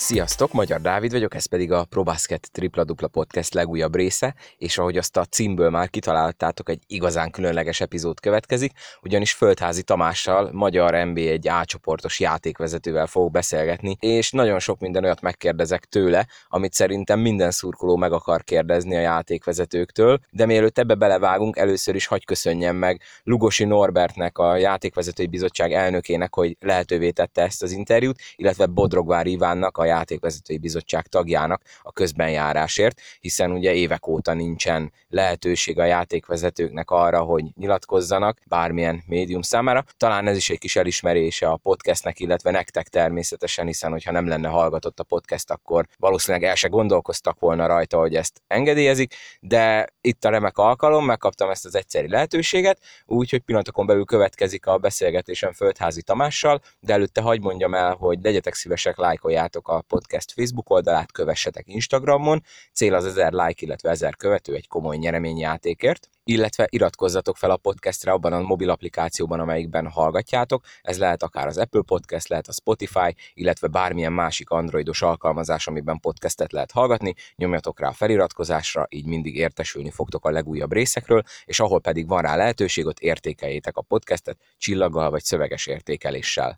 Sziasztok, Magyar Dávid vagyok, ez pedig a ProBasket Tripla Dupla Podcast legújabb része, és ahogy azt a címből már kitaláltátok, egy igazán különleges epizód következik, ugyanis Földházi Tamással, magyar NB1 A csoportos játékvezetővel fogok beszélgetni, és nagyon sok minden olyat megkérdezek tőle, amit szerintem minden szurkoló meg akar kérdezni a játékvezetőktől, de mielőtt ebbe belevágunk, először is hagy köszönjem meg Lugosi Norbertnek, a Játékvezetői Bizottság elnökének, hogy lehetővé tette ezt az interjút, illetve Bodrogvár Ivánnak, a Játékvezetői Bizottság tagjának a közbenjárásért, hiszen ugye évek óta nincsen lehetőség a játékvezetőknek arra, hogy nyilatkozzanak bármilyen médium számára. Talán ez is egy kis elismerése a podcastnek, illetve nektek természetesen, hiszen hogyha nem lenne hallgatott a podcast, akkor valószínűleg el se gondolkoztak volna rajta, hogy ezt engedélyezik, de itt a remek alkalom, megkaptam ezt az egyszeri lehetőséget, úgyhogy pillanatokon belül következik a beszélgetésem Földházi Tamással, de előtte hadd mondjam el, hogy legyetek szívesek, lájkoljátok a podcast Facebook oldalát, kövessetek Instagramon, cél az 1000 like, illetve 1000 követő egy komoly nyereményjátékért, illetve iratkozzatok fel a podcastre abban a mobil applikációban, amelyikben hallgatjátok, ez lehet akár az Apple Podcast, lehet a Spotify, illetve bármilyen másik androidos alkalmazás, amiben podcastet lehet hallgatni, nyomjatok rá a feliratkozásra, így mindig értesülni fogtok a legújabb részekről, és ahol pedig van rá lehetőség, ott értékeljétek a podcastet csillaggal vagy szöveges értékeléssel.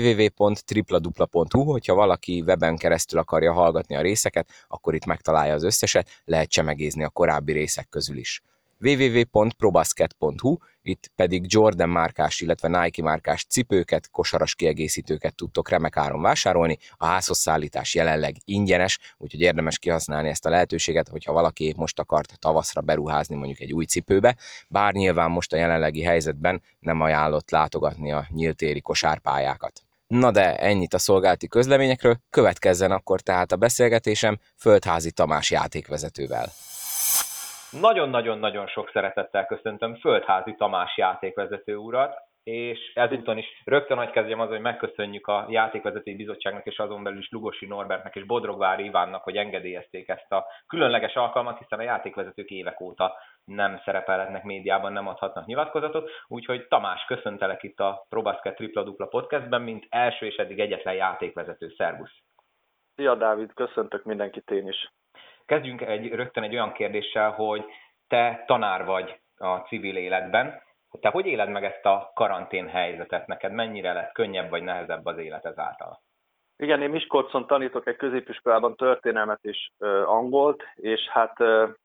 www.tripladupla.hu, hogyha valaki weben keresztül akarja hallgatni a részeket, akkor itt megtalálja az összeset, lehet csemegézni a korábbi részek közül is. www.probasket.hu, itt pedig Jordan márkás, illetve Nike márkás cipőket, kosaras kiegészítőket tudtok remek áron vásárolni, a házhoz szállítás jelenleg ingyenes, úgyhogy érdemes kihasználni ezt a lehetőséget, hogyha valaki épp most akart tavaszra beruházni mondjuk egy új cipőbe, bár nyilván most a jelenlegi helyzetben nem ajánlott látogatni a nyíltéri kosárpályákat. Na de ennyit a szolgálati közleményekről, következzen akkor tehát a beszélgetésem Földházi Tamás játékvezetővel. Nagyon-nagyon-nagyon sok szeretettel köszöntöm Földházi Tamás játékvezető urat, és ezúton is rögtön hogy kezdjem az, hogy megköszönjük a Játékvezetői Bizottságnak, és azon belül is Lugosi Norbertnek és Bodrogvári Ivánnak, hogy engedélyezték ezt a különleges alkalmat, hiszen a játékvezetők évek óta nem szerepelhetnek médiában, nem adhatnak nyilatkozatot, úgyhogy Tamás, köszöntelek itt a ProBasket Tripla Dupla Podcastben, mint első és eddig egyetlen játékvezető. Szervusz! Szia Dávid, köszöntök mindenkit én is. Kezdjünk rögtön egy olyan kérdéssel, hogy te tanár vagy a civil életben. Te hogy éled meg ezt a karantén helyzetet? Neked mennyire lett könnyebb vagy nehezebb az élet ezáltal? Igen, én Miskolcon tanítok egy középiskolában történelmet és angolt, és hát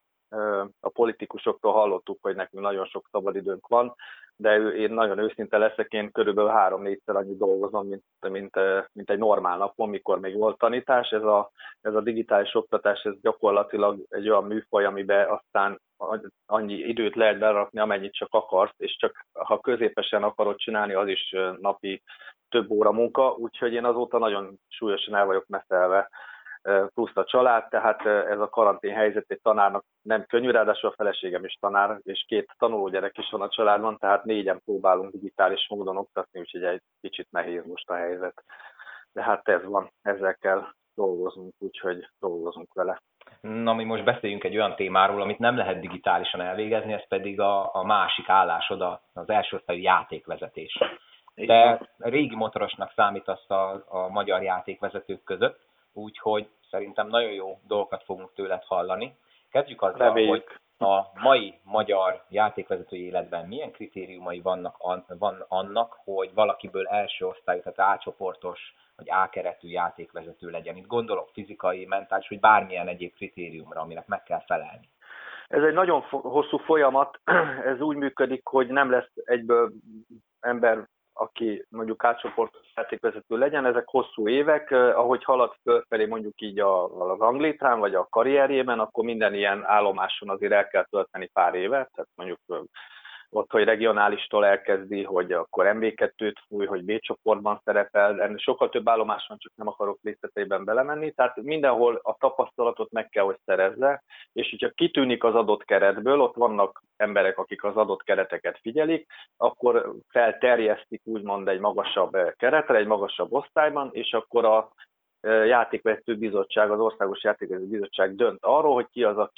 a politikusoktól hallottuk, hogy nekünk nagyon sok szabadidőnk van, de én nagyon őszinte leszek, én körülbelül 3-4-szer annyit dolgozom, mint egy normál napon, mikor még volt tanítás. Ez a digitális oktatás, ez gyakorlatilag egy olyan műfaj, amiben aztán annyi időt lehet berakni, amennyit csak akarsz, és csak ha középesen akarod csinálni, az is napi több óra munka, úgyhogy én azóta nagyon súlyosan el vagyok meszelve, plusz a család, tehát ez a karantén helyzet egy tanárnak nem könnyű, ráadásul a feleségem is tanár, és 2 tanulógyerek is van a családban, tehát 4-en próbálunk digitális módon oktatni, úgyhogy egy kicsit nehéz most a helyzet. De hát ez van, ezzel kell dolgoznunk, úgyhogy dolgozunk vele. Na, mi most beszéljünk egy olyan témáról, amit nem lehet digitálisan elvégezni, ez pedig a másik állásod, az első osztályú játékvezetés. De régi motorosnak számítasz a magyar játékvezetők között, úgyhogy szerintem nagyon jó dolgokat fogunk tőled hallani. Kezdjük azzal, hogy a mai magyar játékvezetői életben milyen kritériumai van annak, hogy valakiből első osztályú, tehát A-csoportos vagy A-keretű játékvezető legyen. Itt gondolok fizikai, mentális, vagy bármilyen egyéb kritériumra, aminek meg kell felelni. Ez egy nagyon hosszú folyamat, ez úgy működik, hogy nem lesz egyből ember, aki mondjuk átcsoportos játékvezető legyen, ezek hosszú évek, ahogy halad fölfelé mondjuk így a ranglétrán, vagy a karrierjében, akkor minden ilyen állomáson azért el kell tölteni pár évet, tehát mondjuk ott, hogy regionálistól elkezdi, hogy akkor MB2-t fúj, hogy B csoportban szerepel, ennél sokkal több állomáson, csak nem akarok részleteiben belemenni, tehát mindenhol a tapasztalatot meg kell, hogy szerezze, és hogyha kitűnik az adott keretből, ott vannak emberek, akik az adott kereteket figyelik, akkor felterjesztik úgymond egy magasabb keretre, egy magasabb osztályban, és akkor a játékvezető bizottság, az Országos Játékvezető Bizottság dönt arról, hogy ki az, aki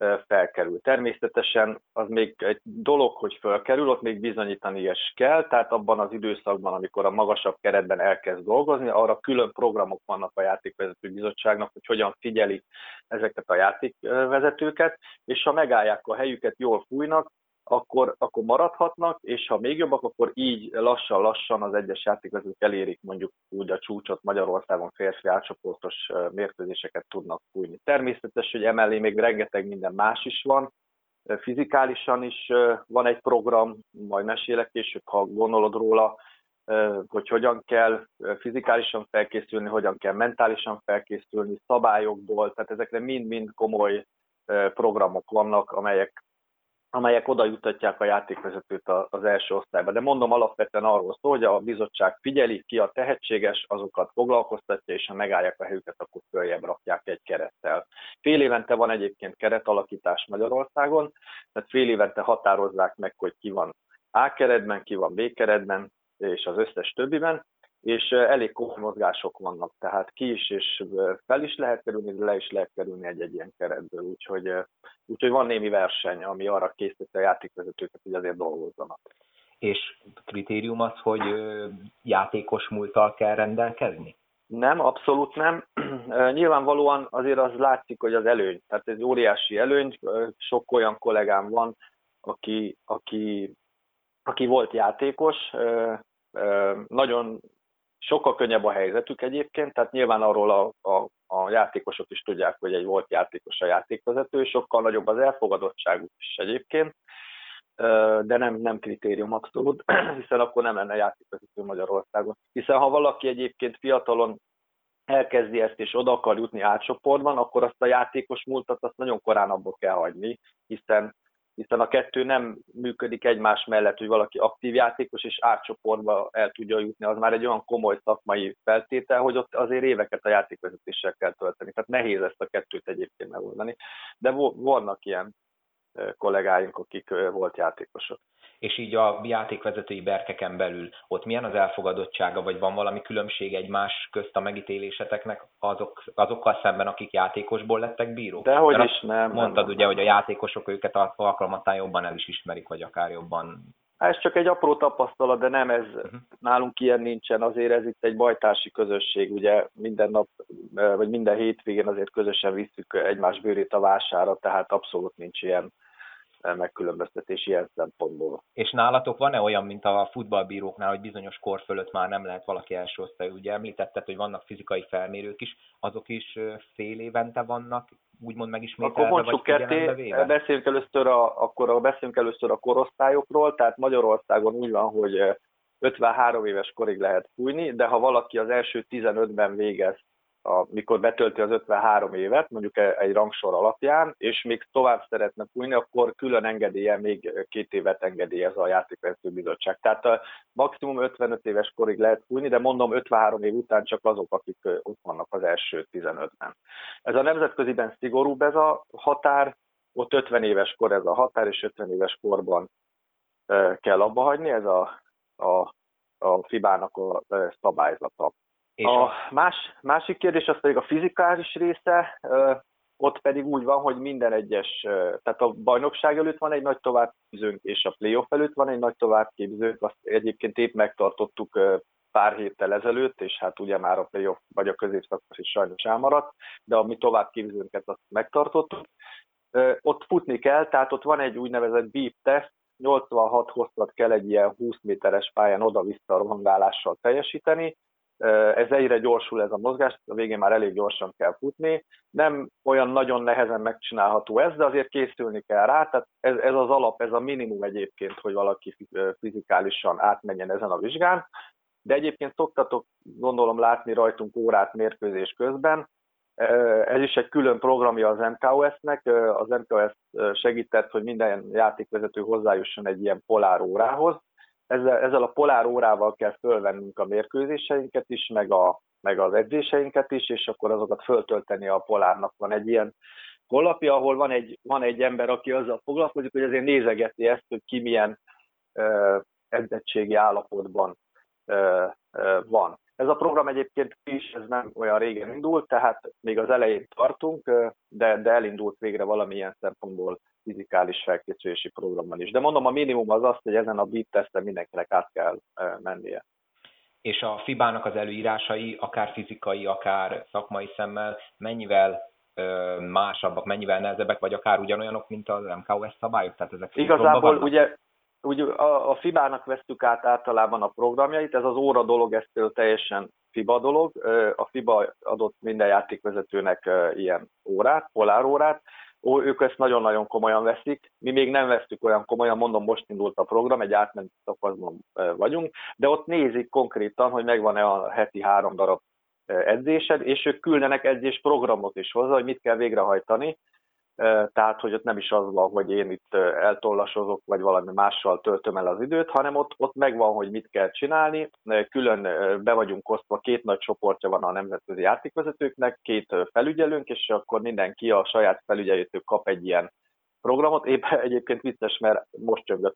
felkerül. Természetesen az még egy dolog, hogy felkerül, ott még bizonyítani is kell, tehát abban az időszakban, amikor a magasabb keretben elkezd dolgozni, arra külön programok vannak a játékvezető bizottságnak, hogy hogyan figyelik ezeket a játékvezetőket, és ha megállják a helyüket, jól fújnak, akkor maradhatnak, és ha még jobbak, akkor így lassan-lassan az egyes játékvezetők elérik mondjuk úgy a csúcsot, Magyarországon férfi átcsoportos mérkőzéseket tudnak fújni. Természetes, hogy emellé még rengeteg minden más is van, fizikálisan is van egy program, majd mesélek később, ha gondolod róla, hogy hogyan kell fizikálisan felkészülni, hogyan kell mentálisan felkészülni, szabályokból, tehát ezekre mind-mind komoly programok vannak, amelyek oda juttatják a játékvezetőt az első osztályba. De mondom, alapvetően arról szól, hogy a bizottság figyeli, ki a tehetséges, azokat foglalkoztatja, és ha megállják a helyüket, akkor följebb rakják egy kerettel. Fél évente van egyébként keretalakítás Magyarországon, tehát fél évente határozzák meg, hogy ki van A keretben, ki van B keretben, és az összes többiben, és elég komoly mozgások vannak, tehát ki is és fel is lehet kerülni, le is lehet kerülni egy ilyen keretből, úgyhogy van némi verseny, ami arra készítette a játékvezetőket, hogy azért dolgozzanak. És kritérium az, hogy játékos múlttal kell rendelkezni? Nem, abszolút nem. Nyilvánvalóan azért az látszik, hogy az előny, tehát ez óriási előny, sok olyan kollégám van, aki volt játékos, nagyon sokkal könnyebb a helyzetük egyébként, tehát nyilván arról a játékosok is tudják, hogy egy volt játékos a játékvezető, sokkal nagyobb az elfogadottságuk is egyébként, de nem kritérium abszolút, hiszen akkor nem lenne játékvezető Magyarországon. Hiszen ha valaki egyébként fiatalon elkezdi ezt és oda akar jutni átcsoportban, akkor azt a játékos múltat azt nagyon korán abba kell hagyni, hiszen a kettő nem működik egymás mellett, hogy valaki aktív játékos és átcsoportba el tudja jutni, az már egy olyan komoly szakmai feltétel, hogy ott azért éveket a játékvezetéssel kell tölteni. Tehát nehéz ezt a kettőt egyébként megoldani. De vannak ilyen kollégáink, akik volt játékosok. És így a játékvezetői berkeken belül ott milyen az elfogadottsága, vagy van valami különbség egymás közt a megítéléseteknek azokkal szemben, akik játékosból lettek bírók? Dehogy is nem. Mondtad ugye, hogy a játékosok őket alkalmattán jobban el is ismerik, vagy akár jobban. Ez csak egy apró tapasztalat, de nem ez, nálunk ilyen nincsen, azért ez itt egy bajtársi közösség, ugye minden nap, vagy minden hétvégén azért közösen visszük egymás bőrét a vására, tehát abszolút nincs ilyen megkülönböztetés ilyen szempontból. És nálatok van-e olyan, mint a futballbíróknál, hogy bizonyos kor fölött már nem lehet valaki első osztályú? Ugye említetted, hogy vannak fizikai felmérők is, azok is fél évente vannak, úgymond megismételve, vagy figyelembe véve? Beszéljünk először a korosztályokról, tehát Magyarországon úgy van, hogy 53 éves korig lehet fújni, de ha valaki az első 15-ben végez, mikor betölti az 53 évet, mondjuk egy rangsor alapján, és még tovább szeretne fújni, akkor külön engedélye, még 2 évet engedélyez a játékvezető bizottság. Tehát maximum 55 éves korig lehet fújni, de mondom 53 év után csak azok, akik ott vannak az első 15-ben. Ez a nemzetköziben szigorúbb ez a határ, ott 50 éves kor ez a határ, és 50 éves korban kell abba hagyni, ez a FIBA-nak a szabályzata. A másik kérdés az pedig a fizikális része, ott pedig úgy van, hogy minden egyes, tehát a bajnokság előtt van egy nagy továbbképzőnk, és a playoff előtt van egy nagy továbbképzőnk, azt egyébként épp megtartottuk pár héttel ezelőtt, és hát ugye már a playoff vagy a középszakasz is sajnos elmaradt, de a mi továbbképzőnket azt megtartottuk. Ott futni kell, tehát ott van egy úgynevezett beep teszt, 86 hosszat kell egy ilyen 20 méteres pályán oda-vissza rohangálással teljesíteni. Ez egyre gyorsul ez a mozgás, a végén már elég gyorsan kell futni. Nem olyan nagyon nehezen megcsinálható ez, de azért készülni kell rá. Tehát ez az alap, ez a minimum egyébként, hogy valaki fizikálisan átmenjen ezen a vizsgán. De egyébként szoktatok gondolom látni rajtunk órát mérkőzés közben. Ez is egy külön programja az MKOS-nek. Az MKOS segített, hogy minden játékvezető hozzájusson egy ilyen polár órához. Ezzel a polár órával kell fölvennünk a mérkőzéseinket is, meg az edzéseinket is, és akkor azokat föltölteni a polárnak. Van egy ilyen honlapja, ahol van egy ember, aki azzal foglalkozik, hogy azért nézegeti ezt, hogy ki milyen edzettségi állapotban van. Ez a program egyébként is, ez nem olyan régen indult, tehát még az elején tartunk, de elindult végre valamilyen szempontból fizikális felkészülési programban is. De mondom, a minimum az az, hogy ezen a beat teszten mindenkinek át kell mennie. És a FIBA-nak az előírásai, akár fizikai, akár szakmai szemmel mennyivel másabbak, mennyivel nehezebbek, vagy akár ugyanolyanok, mint az MKOS szabályok? Tehát ezek igazából ugye a FIBA-nak vesztük át általában a programjait, ez az óra dolog, ez teljesen FIBA dolog. A FIBA adott minden játékvezetőnek ilyen órát, polárórát. Ők ezt nagyon-nagyon komolyan veszik. Mi még nem vesztük olyan komolyan, mondom, most indult a program, egy átmeneti szakaszban vagyunk, de ott nézik konkrétan, hogy megvan-e a heti 3 darab edzésed, és ők küldenek edzésprogramot is hozzá, hogy mit kell végrehajtani. Tehát, hogy ott nem is az van, hogy én itt eltollasozok, vagy valami mással töltöm el az időt, hanem ott megvan, hogy mit kell csinálni. Külön be vagyunk osztva, 2 nagy csoportja van a nemzetközi játékvezetőknek, 2 felügyelőnk, és akkor mindenki a saját felügyelőtől kap egy ilyen programot. Éppen egyébként vicces, mert most csöngött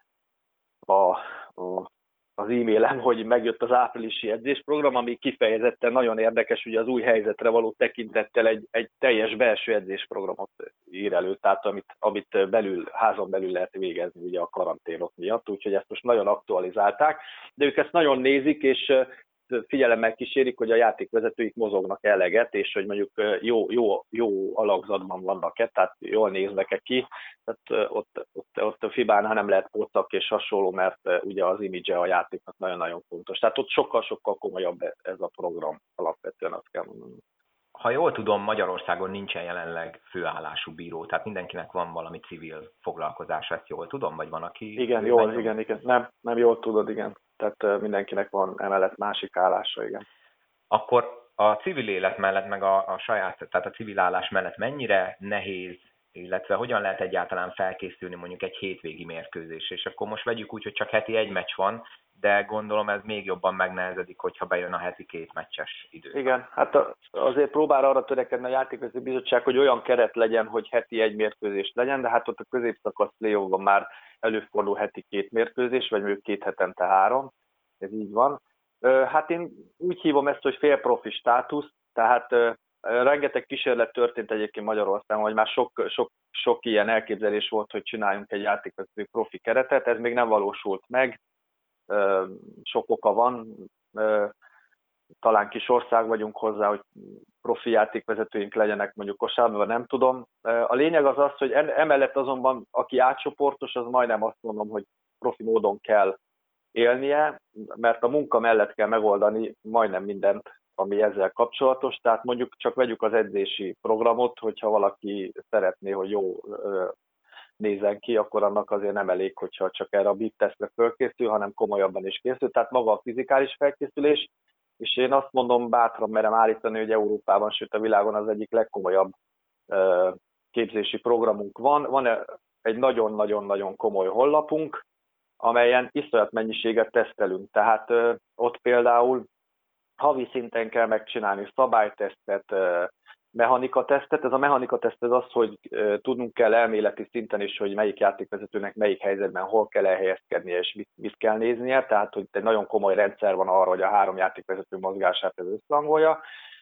az e-mailem, hogy megjött az áprilisi edzésprogram, ami kifejezetten nagyon érdekes, ugye az új helyzetre való tekintettel egy teljes belső edzésprogramot ír elő, tehát amit házon belül lehet végezni ugye a karanténok miatt, úgyhogy ezt most nagyon aktualizálták, de ők ezt nagyon nézik, és figyelemmel kísérik, hogy a játékvezetőik mozognak eleget, és hogy mondjuk jó alakzatban vannak-e, tehát jól néznek-e ki. Tehát ott a FIBA-nál nem lehet pocak és hasonló, mert ugye az image a játéknak nagyon-nagyon fontos. Tehát ott sokkal-sokkal komolyabb ez a program, alapvetően azt kell mondani. Ha jól tudom, Magyarországon nincsen jelenleg főállású bíró, tehát mindenkinek van valami civil foglalkozása, ezt jól tudom, vagy van, aki... Igen, jól, igen. Nem jól tudod, igen. Tehát mindenkinek van emellett másik állása, igen. Akkor a civil élet mellett, meg a saját, tehát a civil állás mellett mennyire nehéz, illetve hogyan lehet egyáltalán felkészülni mondjuk egy hétvégi mérkőzésre? És akkor most vegyük úgy, hogy csak heti 1 meccs van, de gondolom ez még jobban megnehezedik, hogyha bejön a heti 2 meccses idő. Igen, hát azért próbál arra törekedni a játékvezető bizottság, hogy olyan keret legyen, hogy heti 1 mérkőzés legyen, de hát ott a középszakasz play-offban már előfordul heti 2 mérkőzés, vagy mondjuk 2 hetente 3, ez így van. Hát én úgy hívom ezt, hogy félprofi státusz, tehát rengeteg kísérlet történt egyébként Magyarországon, hogy már sok ilyen elképzelés volt, hogy csináljunk egy játékvezető profi keretet, ez még nem valósult meg, sok oka van, talán kis ország vagyunk hozzá, hogy profi játékvezetőink legyenek mondjuk kosárlabdában, nem tudom. A lényeg az az, hogy emellett azonban, aki átcsoportos, az majdnem azt mondom, hogy profi módon kell élnie, mert a munka mellett kell megoldani majdnem mindent, ami ezzel kapcsolatos. Tehát mondjuk csak vegyük az edzési programot, hogyha valaki szeretné, hogy jó nézzen ki, akkor annak azért nem elég, hogyha csak erre a beat tesztre fölkészül, hanem komolyabban is készül. Tehát maga a fizikális felkészülés, és én azt mondom, bátran merem állítani, hogy Európában, sőt a világon az egyik legkomolyabb képzési programunk van. Van egy nagyon-nagyon-nagyon komoly honlapunk, amelyen iszonyat mennyiséget tesztelünk. Tehát ott például havi szinten kell megcsinálni szabálytesztet, mechanikatesztet. Ez a mechanikateszt az, hogy tudnunk kell elméleti szinten is, hogy melyik játékvezetőnek melyik helyzetben hol kell elhelyezkednie és mit kell néznie. Tehát, hogy egy nagyon komoly rendszer van arra, hogy a 3 játékvezető mozgását ez összehangolja.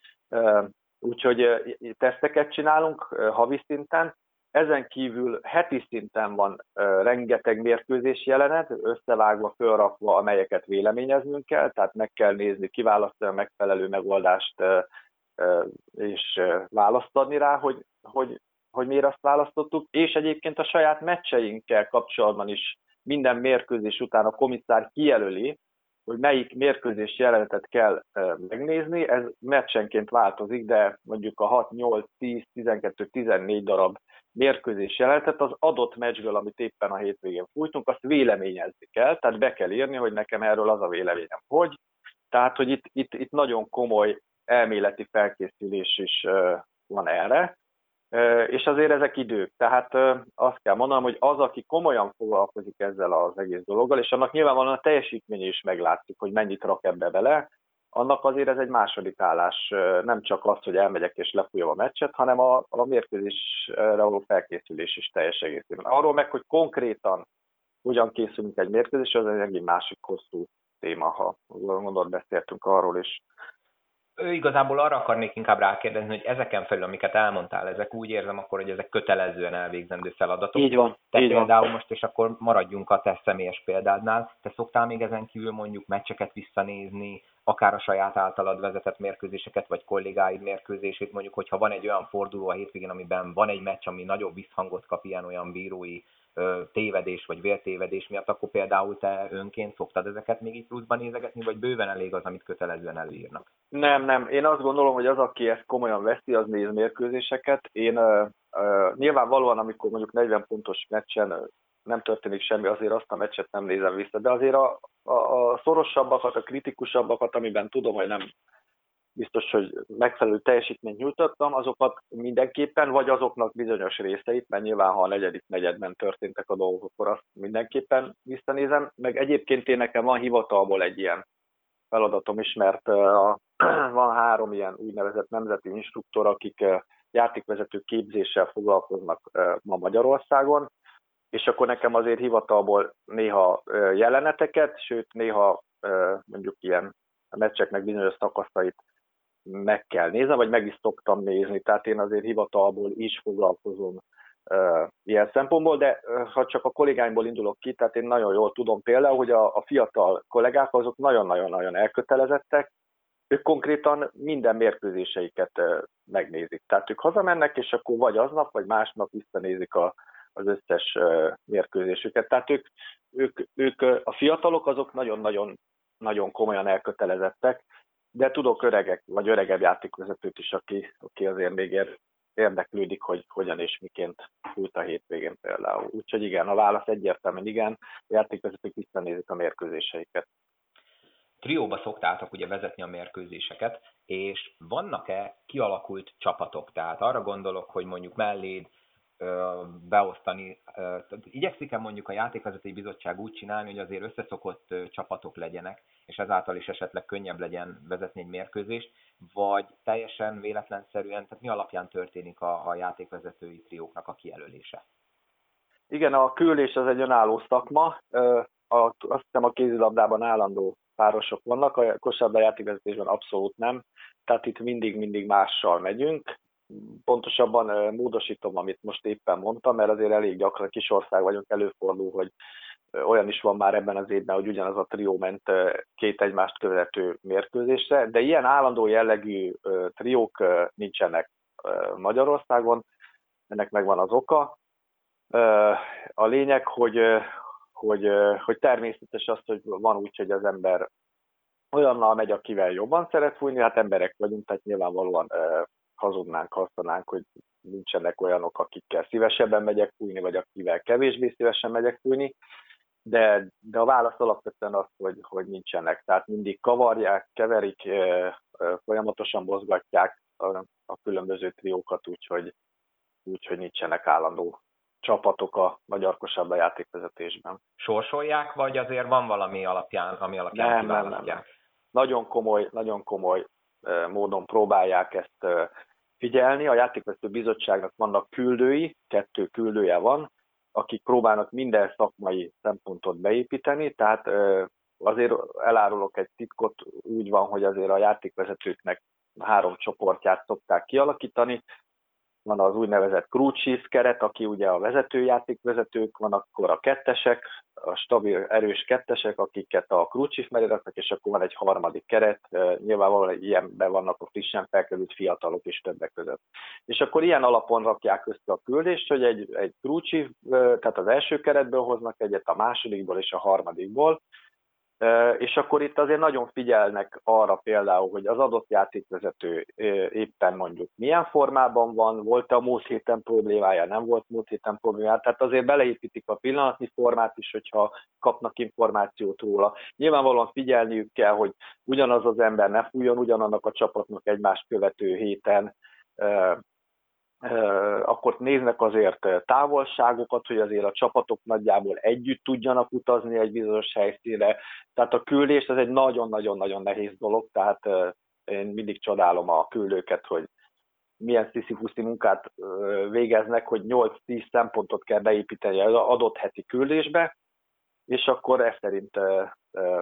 Úgyhogy teszteket csinálunk havi szinten. Ezen kívül heti szinten van rengeteg mérkőzés jelenet, összevágva, fölrakva, amelyeket véleményeznünk kell, tehát meg kell nézni, kiválasztani a megfelelő megoldást, és választ adni rá, hogy miért azt választottuk, és egyébként a saját meccseinkkel kapcsolatban is minden mérkőzés után a komisszár kijelöli, hogy melyik mérkőzés jelenetet kell megnézni, ez meccsenként változik, de mondjuk a 6, 8, 10, 12, 14 darab mérkőzés jelenetet az adott meccsből, amit éppen a hétvégén fújtunk, azt véleményezni kell, tehát be kell írni, hogy nekem erről az a véleményem, hogy. Tehát, hogy itt nagyon komoly elméleti felkészülés is van erre, és azért ezek idők. Tehát azt kell mondanom, hogy az, aki komolyan foglalkozik ezzel az egész dologgal, és annak nyilvánvalóan a teljesítménye is meglátszik, hogy mennyit rak ebbe bele, annak azért ez egy második állás, nem csak az, hogy elmegyek és lefújom a meccset, hanem a mérkőzésre való felkészülés is teljes egészében. Arról meg, hogy konkrétan hogyan készülünk egy mérkőzésre, az egy másik hosszú téma, ha gondolod, beszéltünk arról is. Igazából arra akarnék inkább rákérdezni, hogy ezeken felül, amiket elmondtál, ezek úgy érzem akkor, hogy ezek kötelezően elvégzendő feladatok. Így van. Te így például van. most, és akkor maradjunk a te személyes példádnál, te szoktál még ezen kívül mondjuk meccseket visszanézni, akár a saját általad vezetett mérkőzéseket, vagy kollégáid mérkőzését, mondjuk, hogyha van egy olyan forduló a hétvégén, amiben van egy meccs, ami nagyobb visszhangot kap ilyen-olyan bírói tévedés vagy vértévedés miatt, akkor például te önként szoktad ezeket még így pluszban nézegetni, vagy bőven elég az, amit kötelezően előírnak? Nem. Én azt gondolom, hogy az, aki ezt komolyan veszi, az néz mérkőzéseket. Én nyilvánvalóan, amikor mondjuk 40 pontos meccsen nem történik semmi, azért azt a meccset nem nézem vissza. De azért a szorosabbakat, a kritikusabbakat, amiben tudom, hogy nem biztos, hogy megfelelő teljesítményt nyújtottam, azokat mindenképpen, vagy azoknak bizonyos részeit, mert nyilván, ha a negyedik negyedben történtek a dolgok, akkor azt mindenképpen visszanézem. Meg egyébként én nekem van hivatalból egy ilyen feladatom is, mert van 3 ilyen úgynevezett nemzeti instruktor, akik játékvezető képzéssel foglalkoznak ma Magyarországon, és akkor nekem azért hivatalból néha jeleneteket, sőt néha mondjuk ilyen meccseknek bizonyos szakaszait meg kell nézni, vagy meg is szoktam nézni, tehát én azért hivatalból is foglalkozom ilyen szempontból, de ha csak a kollégáimból indulok ki, tehát én nagyon jól tudom például, hogy a fiatal kollégák azok nagyon-nagyon-nagyon elkötelezettek, ők konkrétan minden mérkőzéseiket megnézik. Tehát ők hazamennek, és akkor vagy aznap, vagy másnap visszanézik az összes mérkőzésüket. Tehát ők a fiatalok azok nagyon komolyan elkötelezettek, de tudok öregebb játékvezetőt is, aki azért még érdeklődik, hogy hogyan és miként fújt a hétvégén például. Úgyhogy igen, a válasz egyértelműen igen, a játékvezetők visszanézik a mérkőzéseiket. Trióba szoktátok ugye vezetni a mérkőzéseket, és vannak-e kialakult csapatok? Tehát arra gondolok, hogy mondjuk melléd beosztani, igyekszik-e mondjuk a játékvezetői bizottság úgy csinálni, hogy azért összeszokott csapatok legyenek, és ezáltal is esetleg könnyebb legyen vezetni egy mérkőzést, vagy teljesen véletlenszerűen, tehát mi alapján történik a játékvezetői trióknak a kijelölése? Igen, a küldés az egy önálló szakma, azt hiszem a kézilabdában állandó párosok vannak, a kosárlabda játékvezetésben abszolút nem, tehát itt mindig mással megyünk. Pontosabban módosítom, amit most éppen mondtam, mert azért elég gyakran kis ország vagyunk, előfordul, hogy olyan is van már ebben az évben, hogy ugyanaz a trió ment 2 egymást követő mérkőzésre, de ilyen állandó jellegű triók nincsenek Magyarországon, ennek megvan az oka. A lényeg, hogy természetes az, hogy van úgy, hogy az ember olyannal megy, akivel jobban szeret fújni, hát emberek vagyunk, tehát nyilvánvalóan hazudnánk, hasztanánk, hogy nincsenek olyanok, akikkel szívesebben megyek fújni, vagy akivel kevésbé szívesen megyek fújni, de a válasz alapvetően az, hogy nincsenek. Tehát mindig kavarják, keverik, folyamatosan mozgatják a különböző triókat, úgyhogy nincsenek állandó csapatok a magyar kosárlabda játékvezetésben. Sorsolják, vagy azért van valami alapján, ami alapján kiválasztják? Nem. Nagyon komoly módon próbálják ezt figyelni. A játékvezető bizottságnak vannak küldői, 2 küldője van, akik próbálnak minden szakmai szempontot beépíteni, tehát azért elárulok egy titkot, úgy van, hogy azért a játékvezetőknek 3 csoportját szokták kialakítani. Van az úgynevezett crew chief keret, aki ugye a vezetőjátékvezetők, van akkor a kettesek, a stabil, erős kettesek, akiket a crew chief mellé raknak, és akkor van egy harmadik keret, nyilvánvalóan ilyenben vannak a frissen felkerült fiatalok is többek között. És akkor ilyen alapon rakják össze a küldést, hogy egy crew chief, tehát az első keretből hoznak egyet, a másodikból és a harmadikból, és akkor itt azért nagyon figyelnek arra például, hogy az adott játékvezető éppen mondjuk milyen formában van, volt-e a múlt héten problémája, nem volt múlt héten problémája, tehát azért beleépítik a pillanatnyi formát is, hogyha kapnak információt róla. Nyilvánvalóan figyelniük kell, hogy ugyanaz az ember ne fújjon ugyanannak a csapatnak egymást követő héten, akkor néznek azért távolságokat, hogy azért a csapatok nagyjából együtt tudjanak utazni egy bizonyos helyszínre. Tehát a küldés ez egy nagyon-nagyon-nagyon nehéz dolog, tehát én mindig csodálom a küldőket, hogy milyen sziszifuszi munkát végeznek, hogy 8-10 szempontot kell beépíteni az adott heti küldésbe, és akkor ez szerint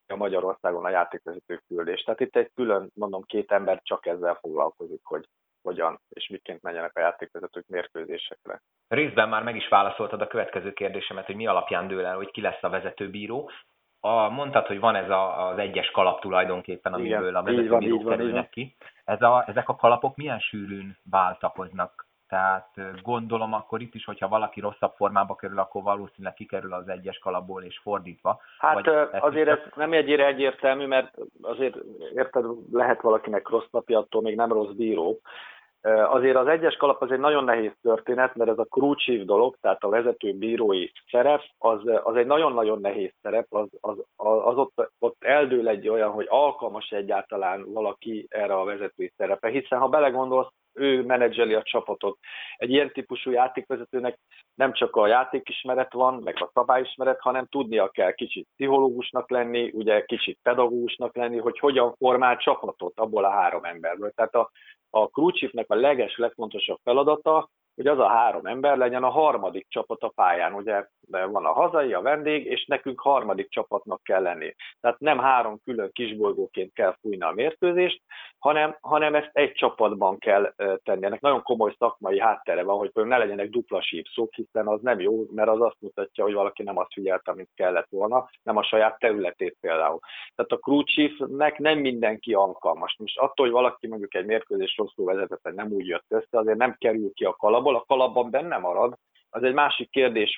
Magyarországon a játékvezető küldés. Tehát itt egy külön, mondom, 2 ember csak ezzel foglalkozik, hogy hogyan és miként menjenek a játékvezetők mérkőzésekre. Részben már meg is válaszoltad a következő kérdésemet, hogy mi alapján dől el, hogy ki lesz a vezetőbíró. Mondtad, hogy van ez az egyes kalap tulajdonképpen, amiből Igen, a vezetőbírók kerülnek ki. Ezek a kalapok milyen sűrűn váltakoznak? Tehát gondolom akkor itt is, hogyha valaki rosszabb formába kerül, akkor valószínűleg kikerül az egyes kalapból és fordítva. Hát azért ez nem ennyire egyértelmű, mert azért érted, lehet valakinek rossz napja, attól még nem rossz bíró. Azért az egyes kalap az egy nagyon nehéz történet, mert ez a crew chief dolog, tehát a vezető bírói szerep, az egy nagyon-nagyon nehéz szerep, az ott eldől egy olyan, hogy alkalmas egyáltalán valaki erre a vezetői szerepe, hiszen ha belegondolsz, ő menedzseli a csapatot. Egy ilyen típusú játékvezetőnek nem csak a játékismeret van, meg a szabályismeret, hanem tudnia kell kicsit pszichológusnak lenni, ugye kicsit pedagógusnak lenni, hogy hogyan formál csapatot abból a 3 emberből. Tehát a crew chiefnek a legfontosabb feladata, hogy az a 3 ember legyen a harmadik csapat a pályán. Ugye van a hazai, a vendég, és nekünk harmadik csapatnak kell lenni. Tehát nem 3 külön kisbolygóként kell fújni a mérkőzést, hanem ezt egy csapatban kell tenni. Ennek nagyon komoly szakmai háttere van, hogy ne legyenek dupla sípszók, hiszen az nem jó, mert az azt mutatja, hogy valaki nem azt figyelte, amit kellett volna, nem a saját területét például. Tehát a crew chiefnek nem mindenki alkalmas. Most attól, hogy valaki mondjuk egy mérkőzés rosszul vezetett, nem úgy jött össze, azért nem kerül ki a kalapból, a kalapban benne marad. Az egy másik kérdés,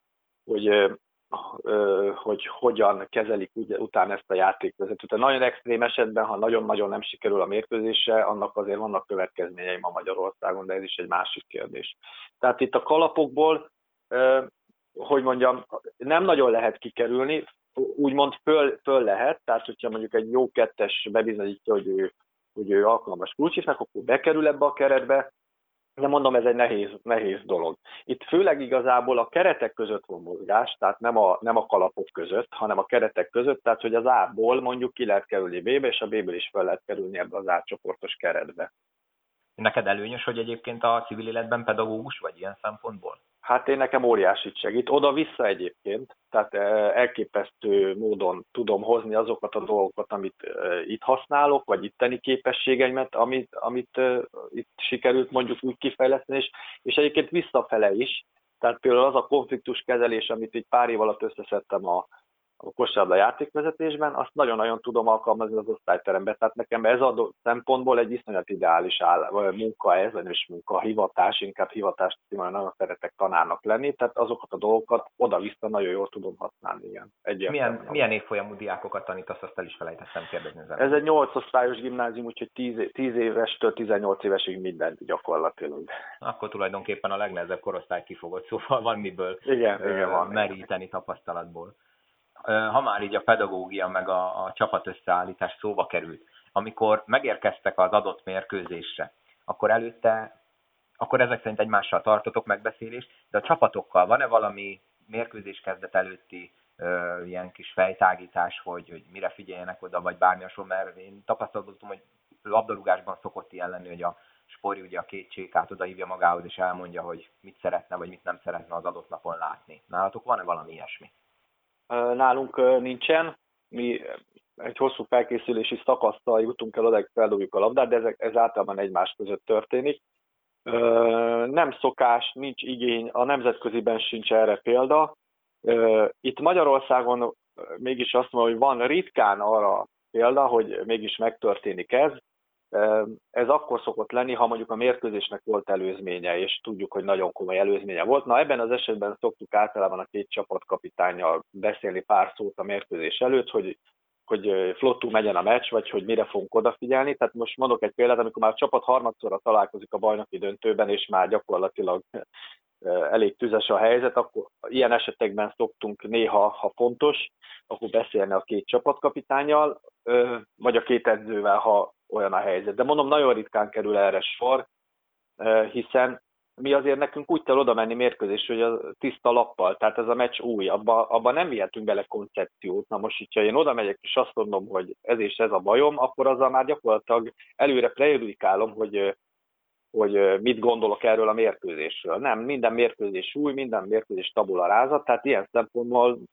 hogy hogyan kezelik utána ezt a játékvezetőt. A nagyon extrém esetben, ha nagyon-nagyon nem sikerül a mérkőzése, annak azért vannak következményei ma Magyarországon, de ez is egy másik kérdés. Tehát itt a kalapokból, hogy mondjam, nem nagyon lehet kikerülni, úgymond föl lehet, tehát hogyha mondjuk egy jó 2-es bebizonyítja, hogy ő alkalmas kulcsifnek, akkor bekerül ebbe a keretbe, de mondom, ez egy nehéz dolog. Itt főleg igazából a keretek között van mozgás, tehát nem a kalapok között, hanem a keretek között, tehát hogy az A-ból mondjuk ki lehet kerülni B-be, és a B-ből is fel lehet kerülni ebbe az A-csoportos keretbe. Neked előnyös, hogy egyébként a civil életben pedagógus vagy ilyen szempontból? Hát nekem óriásit segít. Oda-vissza egyébként, tehát elképesztő módon tudom hozni azokat a dolgokat, amit itt használok, vagy itteni képességeimet, amit itt sikerült mondjuk úgy kifejleszteni, és egyébként visszafele is. Tehát például az a konfliktuskezelés, amit így pár év alatt összeszedtem a kosárlabda játékvezetésben, azt nagyon-nagyon tudom alkalmazni az osztályteremben. Tehát nekem ez a szempontból egy iszonyat ideális munka ez, nem is munka, hivatás, inkább hivatást, mert nagyon szeretek tanárnak lenni, tehát azokat a dolgokat oda-vissza nagyon jól tudom használni. Igen. Milyen évfolyamú diákokat tanítasz, azt el is felejtettem kérdezni. Ez egy 8 osztályos gimnázium, úgyhogy 10 évestől 18 évesig mindent gyakorlatilag. Akkor tulajdonképpen a legnehezebb korosztály kifogott, szóval van miből van, meríteni tapasztalatból. Ha már így a pedagógia meg a csapatösszeállítás szóba került, amikor megérkeztek az adott mérkőzésre, akkor ezek szerint egymással tartotok megbeszélést, de a csapatokkal van-e valami mérkőzés kezdet előtti ilyen kis fejtágítás, hogy mire figyeljenek oda, vagy bármi hasonló, mert én tapasztalatom, hogy labdarúgásban szokott ilyen lenni, hogy a Spori ugye a 2 csékát odahívja magához, és elmondja, hogy mit szeretne, vagy mit nem szeretne az adott napon látni. Nálatok van-e valami ilyesmi? Nálunk nincsen. Mi egy hosszú felkészülési szakasztal jutunk el oda, hogy feldobjuk a labdát, de ez általában egymás között történik. Nem szokás, nincs igény, a nemzetköziben sincs erre példa. Itt Magyarországon mégis azt mondom, hogy van ritkán arra példa, hogy mégis megtörténik ez. Ez akkor szokott lenni, ha mondjuk a mérkőzésnek volt előzménye, és tudjuk, hogy nagyon komoly előzménye volt. Na ebben az esetben szoktuk általában a 2 csapatkapitánnyal beszélni pár szót a mérkőzés előtt, hogy flottul megyen a meccs, vagy hogy mire fogunk odafigyelni. Tehát most mondok egy példát, amikor már a csapat harmadszorra találkozik a bajnoki döntőben, és már gyakorlatilag elég tüzes a helyzet, akkor ilyen esetekben szoktunk néha, ha fontos, akkor beszélni a 2 csapatkapitánnyal, vagy a 2 edzővel, ha olyan a helyzet. De mondom, nagyon ritkán kerül erre sor, hiszen mi azért nekünk úgy kell oda menni mérkőzésre, hogy a tiszta lappal, tehát ez a meccs új, abba nem vihetünk bele koncepciót. Na most, ha én oda megyek és azt mondom, hogy ez és ez a bajom, akkor azzal már gyakorlatilag előre prejudikálom, hogy mit gondolok erről a mérkőzésről. Nem, minden mérkőzés új, minden mérkőzés tabula ráza, tehát ilyen szempontból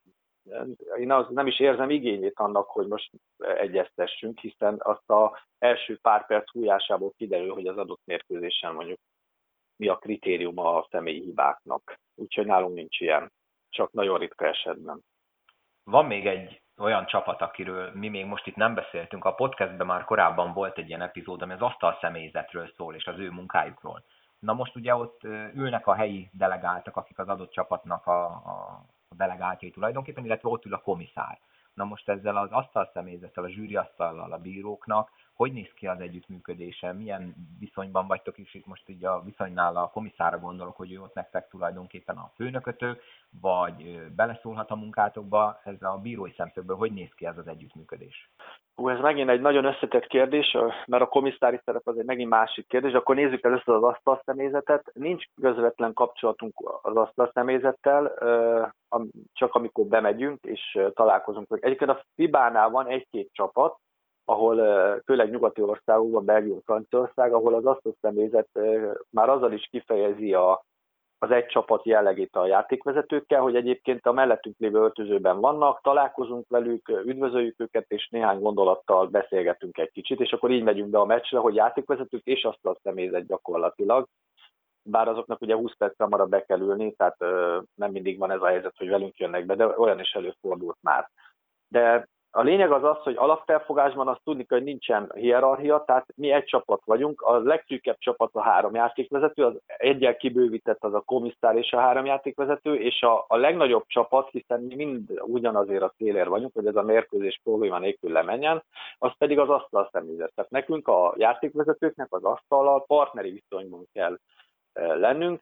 én nem is érzem igényét annak, hogy most egyeztessünk, hiszen azt az első pár perc hújásából kiderül, hogy az adott mérkőzésen mondjuk mi a kritériuma a személyi hibáknak. Úgyhogy nálunk nincs ilyen, csak nagyon ritka esetben. Van még egy olyan csapat, akiről mi még most itt nem beszéltünk. A podcastben már korábban volt egy ilyen epizód, ami az asztal személyzetről szól, és az ő munkájukról. Na most ugye ott ülnek a helyi delegáltak, akik az adott csapatnak a delegáltjai tulajdonképpen, illetve ott ül a komisszár. Na most ezzel az asztal személyzettel, a zsűriasztallal, a bíróknak, hogy néz ki az együttműködése, milyen viszonyban vagytok, és itt most így a viszonynál a komisszára gondolok, hogy ő ott nektek tulajdonképpen a főnökötök, vagy beleszólhat a munkátokba, ez a bírói szemszögből hogy néz ki ez az együttműködés? Ez megint egy nagyon összetett kérdés, mert a komisszári szerep az egy megint másik kérdés, akkor nézzük először az asztalszemélyzetet. Nincs közvetlen kapcsolatunk az asztalszemélyzettel, csak amikor bemegyünk és találkozunk. Egyébként a FIBA-nál van egy-két csapat, ahol főleg nyugati országokban, Belgium, Franciaország, ahol az asztalszemélyzet már azzal is kifejezi az egy csapat jellegét a játékvezetőkkel, hogy egyébként a mellettünk lévő öltözőben vannak, találkozunk velük, üdvözöljük őket, és néhány gondolattal beszélgetünk egy kicsit, és akkor így megyünk be a meccsre, hogy játékvezetők és azt a személyzet gyakorlatilag. Bár azoknak ugye 20 perc hamarabb be kell ülni, tehát nem mindig van ez a helyzet, hogy velünk jönnek be, de olyan is előfordult már. De a lényeg az, hogy alapfelfogásban azt tudni, hogy nincsen hierarchia, tehát mi egy csapat vagyunk, a legszűkebb csapat a 3 játékvezető, az egyel kibővített az a komisszár és a 3 játékvezető, és a legnagyobb csapat, hiszen mi mind ugyanazért a célért vagyunk, hogy ez a mérkőzés probléma nélkül lemenjen, az pedig az asztal személyzet. Tehát nekünk a játékvezetőknek az asztallal partneri viszonyban kell lennünk,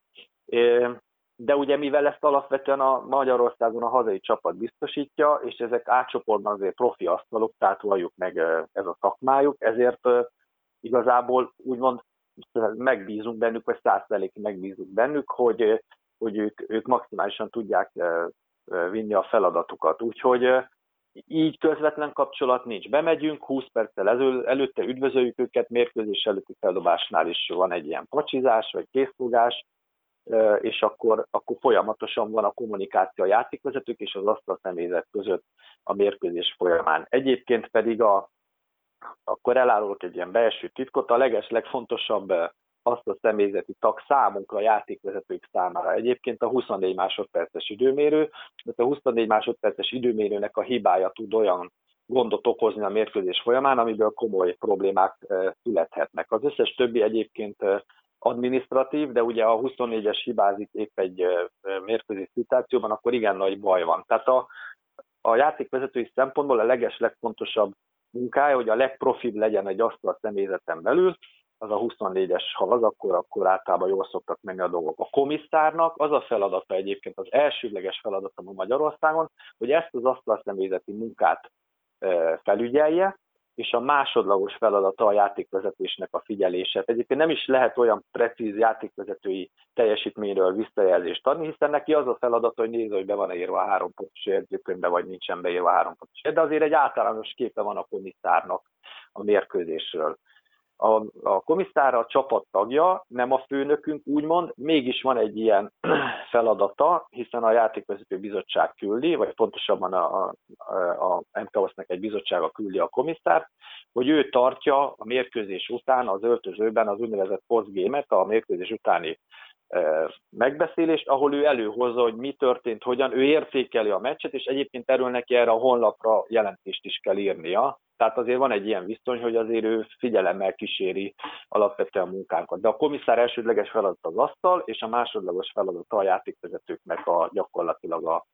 de ugye mivel ezt alapvetően a Magyarországon a hazai csapat biztosítja, és ezek átcsoportban azért profi asztalok, tehát valljuk meg ez a szakmájuk, ezért igazából úgymond megbízunk bennük, vagy 100%-ig megbízunk bennük, hogy ők maximálisan tudják vinni a feladatukat. Úgyhogy így közvetlen kapcsolat nincs. Bemegyünk, 20 perccel előtte üdvözöljük őket, mérkőzés előtti feldobásnál is van egy ilyen pacsizás, vagy készfogás, és akkor folyamatosan van a kommunikáció a játékvezetők és az asztal személyzet között a mérkőzés folyamán. Egyébként pedig akkor elárulok egy ilyen belső titkot, a legfontosabb asztal személyzeti tag számunkra, a játékvezetők számára. Egyébként a 24 másodperces időmérő, mert a 24 másodperces időmérőnek a hibája tud olyan gondot okozni a mérkőzés folyamán, amiből komoly problémák születhetnek. Az összes többi egyébként adminisztratív, de ugye a 24-es hibázik épp egy mérkőzés szituációban, akkor igen nagy baj van. Tehát a játékvezetői szempontból a legfontosabb munkája, hogy a legprofibb legyen egy asztal személyzeten belül, az a 24-es, ha az, akkor általában jól szoktak menni a dolgok. A komisszárnak az a feladata egyébként, az elsődleges feladata Magyarországon, hogy ezt az asztal személyzeti munkát felügyelje, és a másodlagos feladata a játékvezetésnek a figyelése. Egyébként nem is lehet olyan precíz játékvezetői teljesítményről visszajelzést adni, hiszen neki az a feladata, hogy nézze, hogy be van írva a 3 pontos jegyzőkönyvbe, vagy nincsen beírva a 3 pontos jegyzőkönyvbe, de azért egy általános képe van a komisszárnak a mérkőzésről. A komisszár a csapat tagja, nem a főnökünk úgymond, mégis van egy ilyen feladata, hiszen a játékvezető bizottság küldi, vagy pontosabban a MKOS-nek egy bizottsága küldi a komisszárt, hogy ő tartja a mérkőzés után az öltözőben az úgynevezett postgame-et, a mérkőzés utáni megbeszélést, ahol ő előhozza, hogy mi történt, hogyan, ő értékeli a meccset, és egyébként erről neki erre a honlapra jelentést is kell írnia. Tehát azért van egy ilyen viszony, hogy azért ő figyelemmel kíséri alapvetően a munkánkat. De a komisszár elsődleges feladat az asztal, és a másodlagos feladat a játékvezetőknek gyakorlatilag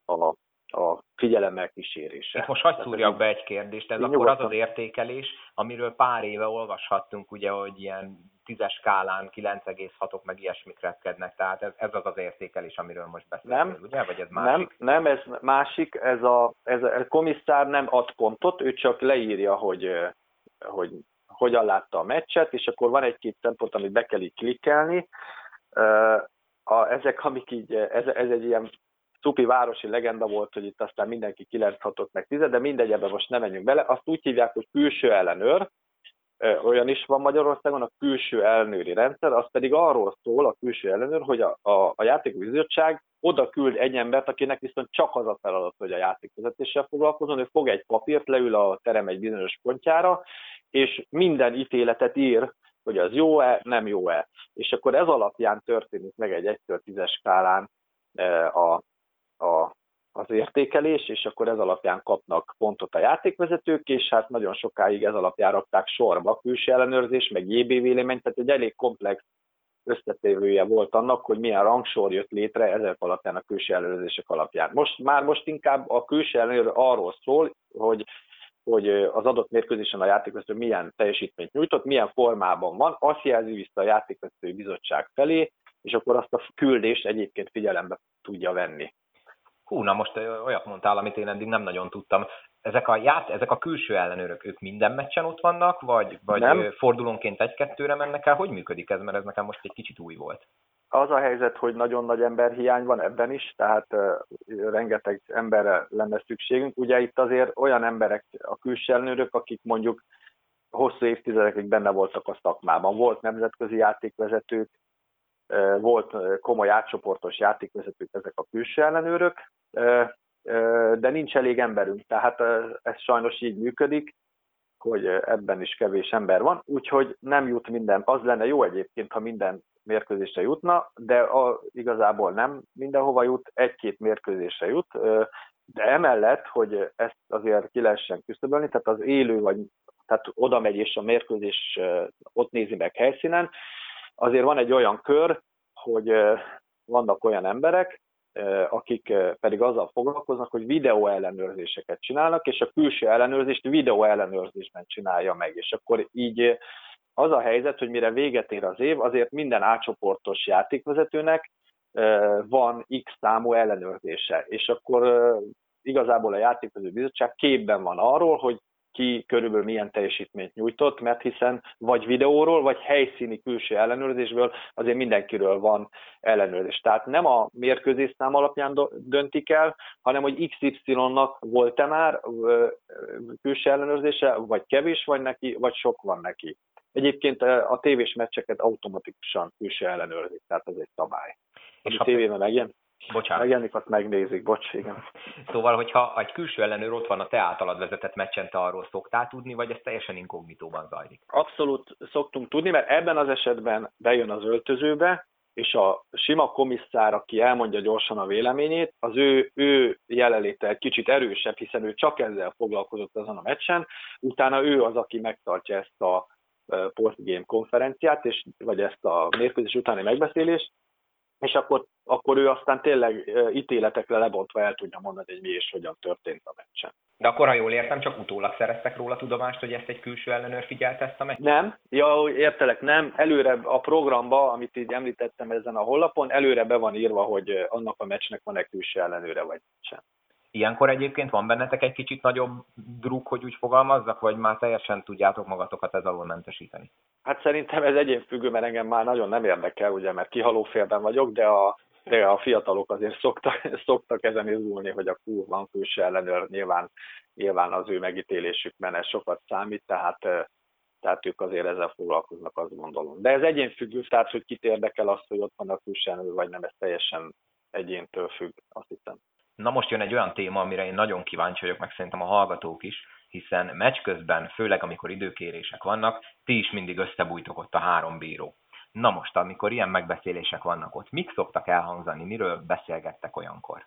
a figyelemmel kísérése. Itt most hadd szúrjak be egy kérdést, ez akkor az értékelés, amiről pár éve olvashattunk, ugye, hogy ilyen 10-es skálán 9,6-ok meg ilyesmik repkednek, tehát ez az értékelés, amiről most beszélünk, ugye? Vagy ez másik? Nem, ez másik, ez a komisszár nem ad pontot, ő csak leírja, hogy hogyan látta a meccset, és akkor van egy-két szempont, amit be kell így klikkelni. Ezek, amik így, ez egy ilyen szupi városi legenda volt, hogy itt aztán mindenki 9-6-ot meg 10, de mindegy, ebben most nem menjünk bele. Azt úgy hívják, hogy külső ellenőr, olyan is van Magyarországon, a külső ellenőri rendszer, az pedig arról szól, a külső ellenőr, hogy a játékbizottság oda küld egy embert, akinek viszont csak az a feladat, hogy a játékvezetéssel foglalkozon, ő fog egy papírt, leül a terem egy bizonyos pontjára, és minden ítéletet ír, hogy az jó-e, nem jó-e. És akkor ez alapján történik meg egy 1-10-es skálán az értékelés, és akkor ez alapján kapnak pontot a játékvezetők, és hát nagyon sokáig ez alapján rakták sorba külső ellenőrzés, meg JB vélemény, tehát egy elég komplex összetévője volt annak, hogy milyen rangsor jött létre ezek alapján, a külső ellenőrzések alapján. Most inkább a külső ellenőr arról szól, hogy az adott mérkőzésen a játékvezető milyen teljesítményt nyújtott, milyen formában van, azt jelzi vissza a játékvezetői bizottság felé, és akkor azt a küldést egyébként figyelembe tudja venni. Hú, na most olyat mondtál, amit én eddig nem nagyon tudtam. Ezek a külső ellenőrök, ők minden meccsen ott vannak, vagy fordulónként 1-2-re mennek el? Hogy működik ez? Mert ez nekem most egy kicsit új volt. Az a helyzet, hogy nagyon nagy emberhiány van ebben is, tehát rengeteg emberre lenne szükségünk. Ugye itt azért olyan emberek, a külső ellenőrök, akik mondjuk hosszú évtizedekig benne voltak a szakmában. Volt nemzetközi játékvezetők, volt komoly átcsoportos játékvezetők, ezek a külső ellenőrök, de nincs elég emberünk, tehát ez sajnos így működik, hogy ebben is kevés ember van, úgyhogy nem jut minden. Az lenne jó egyébként, ha minden mérkőzésre jutna, de igazából nem mindenhova jut, 1-2 mérkőzésre jut, de emellett, hogy ezt azért ki lehessen küszöbölni, tehát az élő, tehát oda megy és a mérkőzés ott nézi meg helyszínen, azért van egy olyan kör, hogy vannak olyan emberek, akik pedig azzal foglalkoznak, hogy videó ellenőrzéseket csinálnak, és a külső ellenőrzést videó ellenőrzésben csinálja meg. És akkor így az a helyzet, hogy mire véget ér az év, azért minden átcsoportos játékvezetőnek van X számú ellenőrzése. És akkor igazából a játékvezető bizottság képben van arról, hogy ki körülbelül milyen teljesítményt nyújtott, mert hiszen vagy videóról, vagy helyszíni külső ellenőrzésből azért mindenkiről van ellenőrzés. Tehát nem a mérkőzésszám alapján döntik el, hanem hogy XY-nak volt-e már külső ellenőrzése, vagy kevés van neki, vagy sok van neki. Egyébként a tévés meccseket automatikusan külső ellenőrzik, tehát ez egy szabály. És a tévében megjelenik, azt megnézik, igen. Szóval, hogyha egy külső ellenőr ott van a te általad vezetett meccsen, te arról szoktál tudni, vagy ez teljesen inkognitóban zajlik? Abszolút szoktunk tudni, mert ebben az esetben bejön az öltözőbe, és a sima komisszár, aki elmondja gyorsan a véleményét, az ő jelenléte egy kicsit erősebb, hiszen ő csak ezzel foglalkozott azon a meccsen, utána ő az, aki megtartja ezt a postgame konferenciát, vagy ezt a mérkőzés utáni megbeszélést, és akkor ő aztán tényleg ítéletekre lebontva el tudja mondani, hogy mi és hogyan történt a meccsen. De akkor, ha jól értem, csak utólag szereztek róla tudomást, hogy ezt egy külső ellenőr figyelte ezt a meccset? Nem, értelek, nem. Előre a programba, amit így említettem ezen a honlapon, előre be van írva, hogy annak a meccsnek van-e külső ellenőre, vagy sem. Ilyenkor egyébként van bennetek egy kicsit nagyobb druk, hogy úgy fogalmazzak, vagy már teljesen tudjátok magatokat ez alól mentesíteni? Hát szerintem ez egyénfüggő, mert engem már nagyon nem érdekel, ugye, mert kihalófélben vagyok, de a fiatalok azért szoktak ezen izgulni, hogy a van külső ellenőr, nyilván az ő megítélésükben ez sokat számít, tehát ők azért ezzel foglalkoznak, azt gondolom. De ez egyénfüggő, tehát hogy kit érdekel az, hogy ott van a külső ellenőr, vagy nem, ez teljesen egyéntől függ, azt hiszem. Na most jön egy olyan téma, amire én nagyon kíváncsi vagyok, meg szerintem a hallgatók is, hiszen meccs közben, főleg amikor időkérések vannak, ti is mindig összebújtok ott a 3 bíró. Na most, amikor ilyen megbeszélések vannak ott, mik szoktak elhangzani, miről beszélgettek olyankor?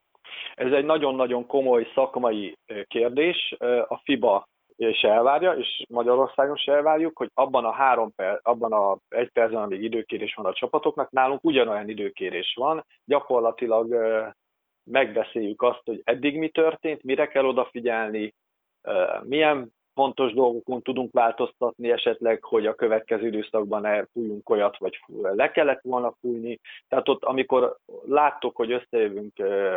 Ez egy nagyon-nagyon komoly szakmai kérdés. A FIBA is elvárja, és Magyarországon is elvárjuk, hogy abban a 1 percben, amíg időkérés van a csapatoknak, nálunk ugyanolyan időkérés van. Gyakorlatilag megbeszéljük azt, hogy eddig mi történt, mire kell odafigyelni, milyen fontos dolgokon tudunk változtatni esetleg, hogy a következő időszakban elfújjunk olyat, vagy le kellett volna fújni. Tehát ott, amikor láttuk, hogy összejövünk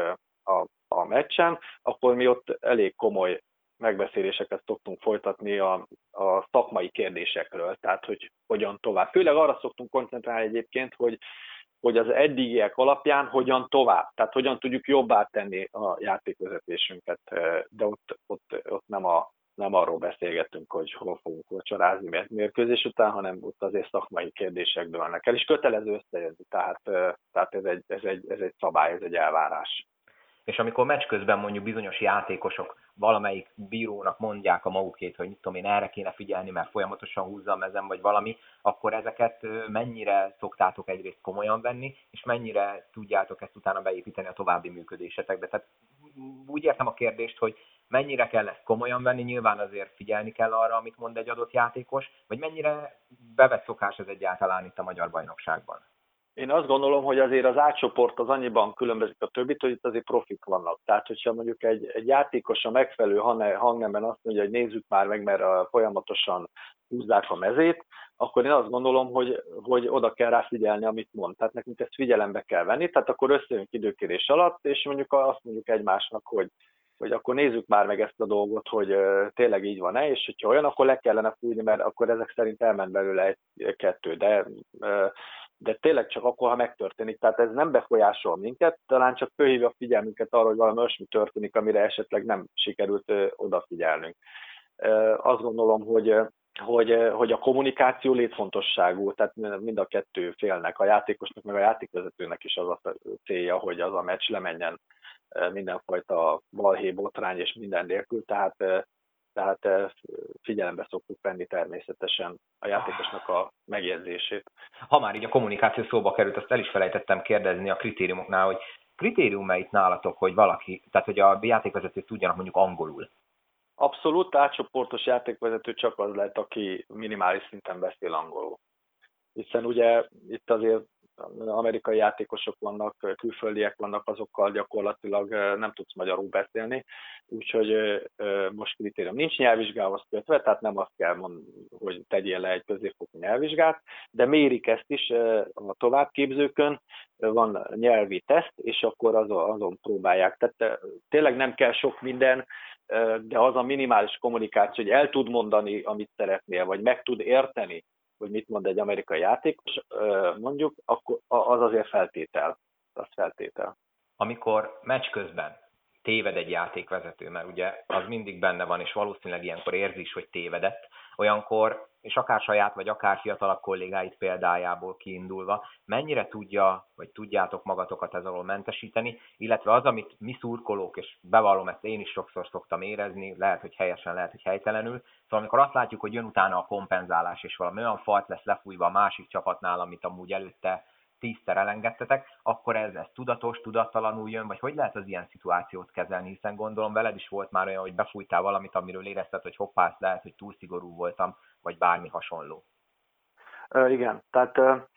a meccsen, akkor mi ott elég komoly megbeszéléseket szoktunk folytatni a szakmai kérdésekről, tehát hogy hogyan tovább. Főleg arra szoktunk koncentrálni egyébként, hogy az eddigiek alapján hogyan tovább, tehát hogyan tudjuk jobbá tenni a játékvezetésünket, de ott nem a nem arról beszélgetünk, hogy hol fogunk vacsorázni mérkőzés után, hanem ott azért szakmai kérdések dőlnek el, és kötelező összejönni, tehát ez egy szabály, ez egy elvárás. És amikor meccs közben mondjuk bizonyos játékosok valamelyik bírónak mondják a magukét, hogy mit tudom én, erre kéne figyelni, mert folyamatosan húzza a mezem, vagy valami, akkor ezeket mennyire szoktátok egyrészt komolyan venni, és mennyire tudjátok ezt utána beépíteni a további működésetekbe. Tehát úgy értem a kérdést, hogy mennyire kell ezt komolyan venni, nyilván azért figyelni kell arra, amit mond egy adott játékos, vagy mennyire bevett szokás ez egyáltalán itt a magyar bajnokságban? Én azt gondolom, hogy azért az átcsoport az annyiban különbözik a többit, hogy itt azért profik vannak. Tehát, hogyha mondjuk egy játékos a megfelelő hangnemben azt mondja, hogy nézzük már meg, mert folyamatosan húzzák a mezét, akkor én azt gondolom, hogy oda kell rá figyelni, amit mond. Tehát nekünk ezt figyelembe kell venni, tehát akkor összejönk időkérés alatt, és mondjuk azt mondjuk egymásnak, hogy akkor nézzük már meg ezt a dolgot, hogy tényleg így van-e, és hogyha olyan, akkor le kellene fújni, mert akkor ezek szerint elment belőle egy-kettő, de tényleg csak akkor, ha megtörténik. Tehát ez nem befolyásol minket, talán csak fölhívja a figyelmünket arra, hogy valami olyasmi történik, amire esetleg nem sikerült odafigyelnünk. Azt gondolom, hogy a kommunikáció létfontosságú, tehát mind a kettő félnek, a játékosnak meg a játékvezetőnek is az a célja, hogy az a meccs lemenjen mindenfajta balhé, botrány és minden nélkül, tehát figyelembe szoktuk venni természetesen a játékosnak a megjegyzését. Ha már így a kommunikáció szóba került, azt el is felejtettem kérdezni a kritériumoknál, hogy kritériumait nálatok, hogy valaki, tehát hogy a játékvezetők tudjanak mondjuk angolul? Abszolút átcsoportos játékvezető csak az lehet, aki minimális szinten beszél angolul. Hiszen ugye itt azért amerikai játékosok vannak, külföldiek vannak, azokkal gyakorlatilag nem tudsz magyarul beszélni, úgyhogy most kritérium nincs nyelvvizsgához kötve, tehát nem azt kell mondani, hogy tegyél le egy középfokú nyelvvizsgát, de mérik ezt is a továbbképzőkön, van nyelvi teszt, és akkor azon próbálják. Tehát tényleg nem kell sok minden, de az a minimális kommunikáció, hogy el tud mondani, amit szeretnél, vagy meg tud érteni, hogy mit mond egy amerikai játékos, mondjuk, akkor az azért feltétel. Az feltétel. Amikor meccs közben téved egy játékvezető, mert ugye az mindig benne van, és valószínűleg ilyenkor érzi is, hogy tévedett, olyankor, és akár saját, vagy akár fiatalabb kollégáit példájából kiindulva, mennyire tudja, vagy tudjátok magatokat ez alól mentesíteni, illetve az, amit mi szurkolók, és bevallom, ezt én is sokszor szoktam érezni, lehet, hogy helyesen, lehet, hogy helytelenül, szóval amikor azt látjuk, hogy jön utána a kompenzálás, és valami olyan falt lesz lefújva a másik csapatnál, amit amúgy előtte 10-szer elengedtetek, akkor ez tudatos, tudattalanul jön, vagy hogy lehet az ilyen szituációt kezelni, hiszen gondolom veled is volt már olyan, hogy befújtál valamit, amiről érezted, hogy hoppá, lehet, hogy túl szigorú voltam, vagy bármi hasonló. Igen, tehát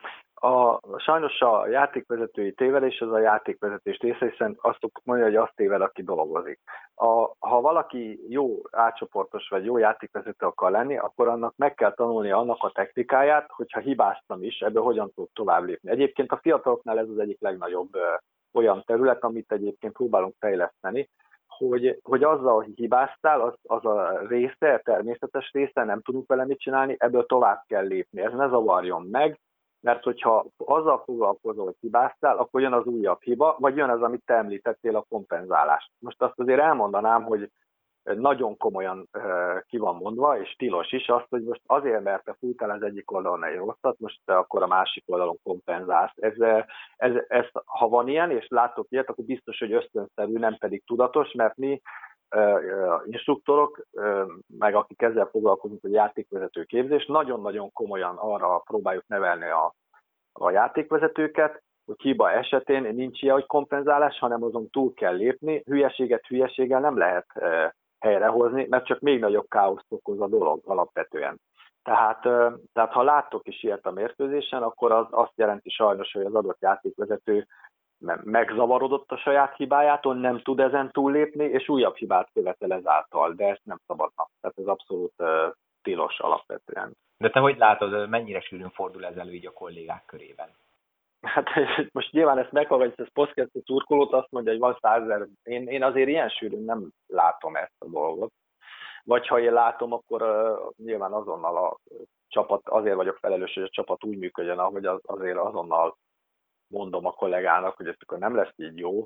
sajnos a játékvezetői tévedés az a játékvezetés része, hiszen azt szoktuk mondani, hogy azt téved, aki dolgozik. Ha valaki jó átcsoportos vagy jó játékvezető akar lenni, akkor annak meg kell tanulnia annak a technikáját, hogyha hibáztam is, ebből hogyan tud tovább lépni. Egyébként a fiataloknál ez az egyik legnagyobb olyan terület, amit egyébként próbálunk fejleszteni, hogy azzal, hogy hibáztál, az a része, a természetes része, nem tudunk vele mit csinálni, ebből tovább kell lépni. Ez ne zavarjon meg, mert hogyha azzal foglalkozol, hogy hibáztál, akkor jön az újabb hiba, vagy jön az, amit te említettél, a kompenzálás. Most azt azért elmondanám, hogy nagyon komolyan ki van mondva, és tilos is azt, hogy most azért, mert te fújtál az egyik oldalon egy rosszat, most te akkor a másik oldalon kompenzálsz. Ez, ha van ilyen, és látok ilyet, akkor biztos, hogy ösztönszerű, nem pedig tudatos, mert mi instruktorok, meg akik ezzel foglalkozunk, hogy játékvezető képzés, nagyon-nagyon komolyan arra próbáljuk nevelni a játékvezetőket, hogy hiba esetén nincs ilyen, hogy kompenzálás, hanem azon túl kell lépni. Hülyeséget hülyeséggel nem lehet helyrehozni, mert csak még nagyobb káoszt okoz a dolog alapvetően. Tehát ha láttok is ilyet a mérkőzésen, akkor az azt jelenti sajnos, hogy az adott játékvezető megzavarodott a saját hibájától, nem tud ezen túllépni, és újabb hibát követel ezáltal, de ezt nem szabadna. Tehát ez abszolút tilos alapvetően. De te hogy látod, mennyire sűrűn fordul ez elő így a kollégák körében? Hát most nyilván ezt meghallgatja, ez podcast szurkolót, azt mondja, hogy van 100 000. Én azért ilyen sűrűn nem látom ezt a dolgot. Vagy ha én látom, akkor nyilván azonnal a csapat, azért vagyok felelős, hogy a csapat úgy működjön, ahogy azért azonnal mondom a kollégának, hogy ez akkor nem lesz így jó,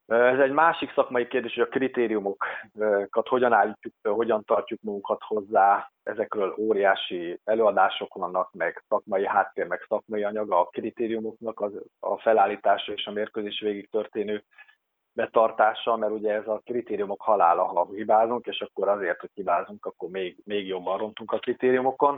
Ez egy másik szakmai kérdés, hogy a kritériumokat hogyan állítjuk fel, hogyan tartjuk magunkat hozzá. Ezekről óriási előadások vannak, meg szakmai háttér, meg szakmai anyaga a kritériumoknak a felállítása és a mérkőzés végig történő betartása, mert ugye ez a kritériumok halála, ha hibázunk, és akkor azért, hogy hibázunk, akkor még jobban rontunk a kritériumokon.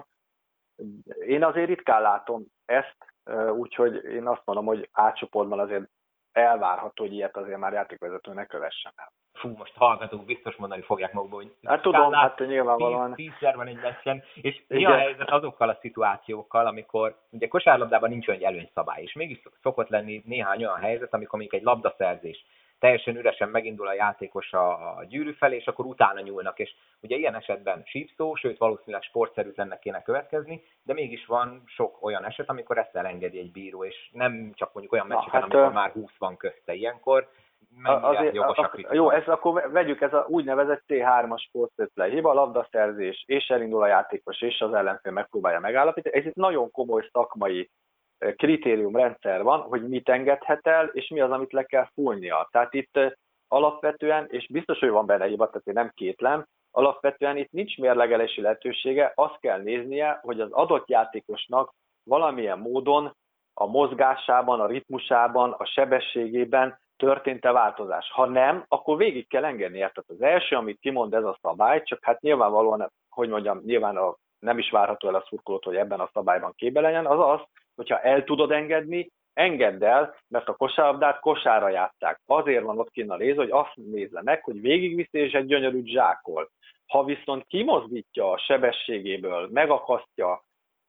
Én azért ritkán látom ezt, úgyhogy én azt mondom, hogy átcsoportban azért elvárható, hogy ilyet azért már játékvezető ne kövessen el. Fú, most hallgatók biztos mondani fogják magukból, hogy hát tudom, hát nyilvánvalóan. Tízszer van egy meccsen, és mi a helyzet azokkal a szituációkkal, amikor ugye kosárlabdában nincs olyan előnyszabály, és mégis szokott lenni néhány olyan helyzet, amikor még egy labdaszerzés teljesen üresen megindul a játékos a gyűrű felé, és akkor utána nyúlnak, és ugye ilyen esetben sípszó, sőt valószínűleg sportszerűtlennek kéne következni, de mégis van sok olyan eset, amikor ezt elengedi egy bíró, és nem csak mondjuk olyan meccseken, amikor már 20 van közte ilyenkor, mennyire jogos a kritika. Jó, ez akkor vegyük, ez a úgynevezett T3-as sportszerűtlen hiba, labdaszerzés, és elindul a játékos, és az ellenfél megpróbálja megállapítani. Ez itt nagyon komoly szakmai kritériumrendszer van, hogy mit engedhet el, és mi az, amit le kell fújnia. Tehát itt alapvetően, és biztos, hogy van benne hiba, tehát én nem kétlem, alapvetően itt nincs mérlegelési lehetősége, azt kell néznie, hogy az adott játékosnak valamilyen módon a mozgásában, a ritmusában, a sebességében történt-e változás. Ha nem, akkor végig kell engedni. Tehát az első, amit kimond ez a szabály, csak hát nyilvánvalóan, hogy mondjam, nyilván nem is várható el a szurkolót, hogy ebben a szabályban képbe legyen, az az, hogyha el tudod engedni, engedd el, mert a kosárlabdát kosárra játsszák. Azért van ott kinn a rész, hogy azt nézze meg, hogy végigviszi és egy gyönyörűt zsákol. Ha viszont kimozdítja a sebességéből, megakasztja,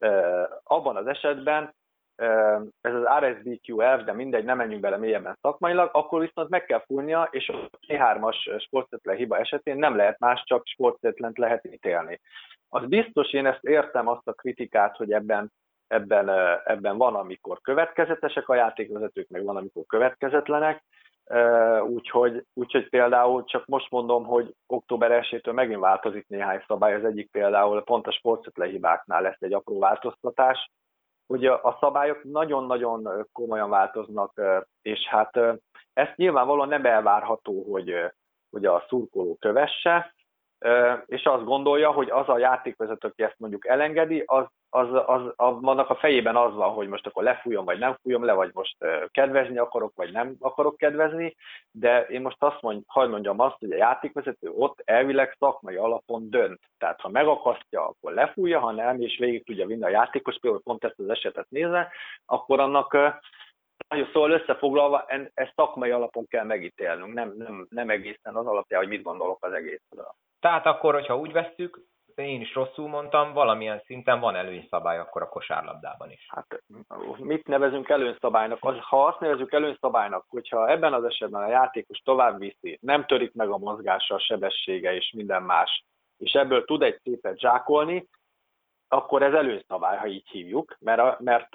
abban az esetben, ez az RSBQ elv, de mindegy, nem menjünk bele mélyebben szakmailag, akkor viszont meg kell fújnia, és a T3-as sportszerűtlen hiba esetén nem lehet más, csak sportszerűtlent lehet ítélni. Az biztos, én ezt értem, azt a kritikát, hogy ebben van, amikor következetesek a játékvezetők, meg van, amikor következetlenek, úgyhogy például csak most mondom, hogy október 1-től megint változik néhány szabály, az egyik például pont a sportszerűtlen hibáknál lesz egy apró változtatás, hogy a szabályok nagyon-nagyon komolyan változnak, és hát ezt nyilvánvalóan nem elvárható, hogy a szurkoló kövesse, és azt gondolja, hogy az a játékvezető, aki ezt mondjuk elengedi, annak a fejében az van, hogy most akkor lefújom, vagy nem fújom le, vagy most kedvezni akarok, vagy nem akarok kedvezni, de én most hadd mondjam azt, hogy a játékvezető ott elvileg szakmai alapon dönt. Tehát ha megakasztja, akkor lefújja, ha nem, és végig tudja vinni a játékos, például pont ezt az esetet nézve, akkor annak szóval összefoglalva, ezt szakmai alapon kell megítélnünk, nem egészen az alapján, hogy mit gondolok az egészről. Tehát akkor, hogyha úgy vesszük, én is rosszul mondtam, valamilyen szinten van előnyszabály akkor a kosárlabdában is. Hát mit nevezünk előnyszabálynak? Ha azt nevezünk előnyszabálynak, hogyha ebben az esetben a játékos tovább viszi, nem törik meg a mozgása, a sebessége és minden más, és ebből tud egy szépet zsákolni, akkor ez előnyszabály, ha így hívjuk, mert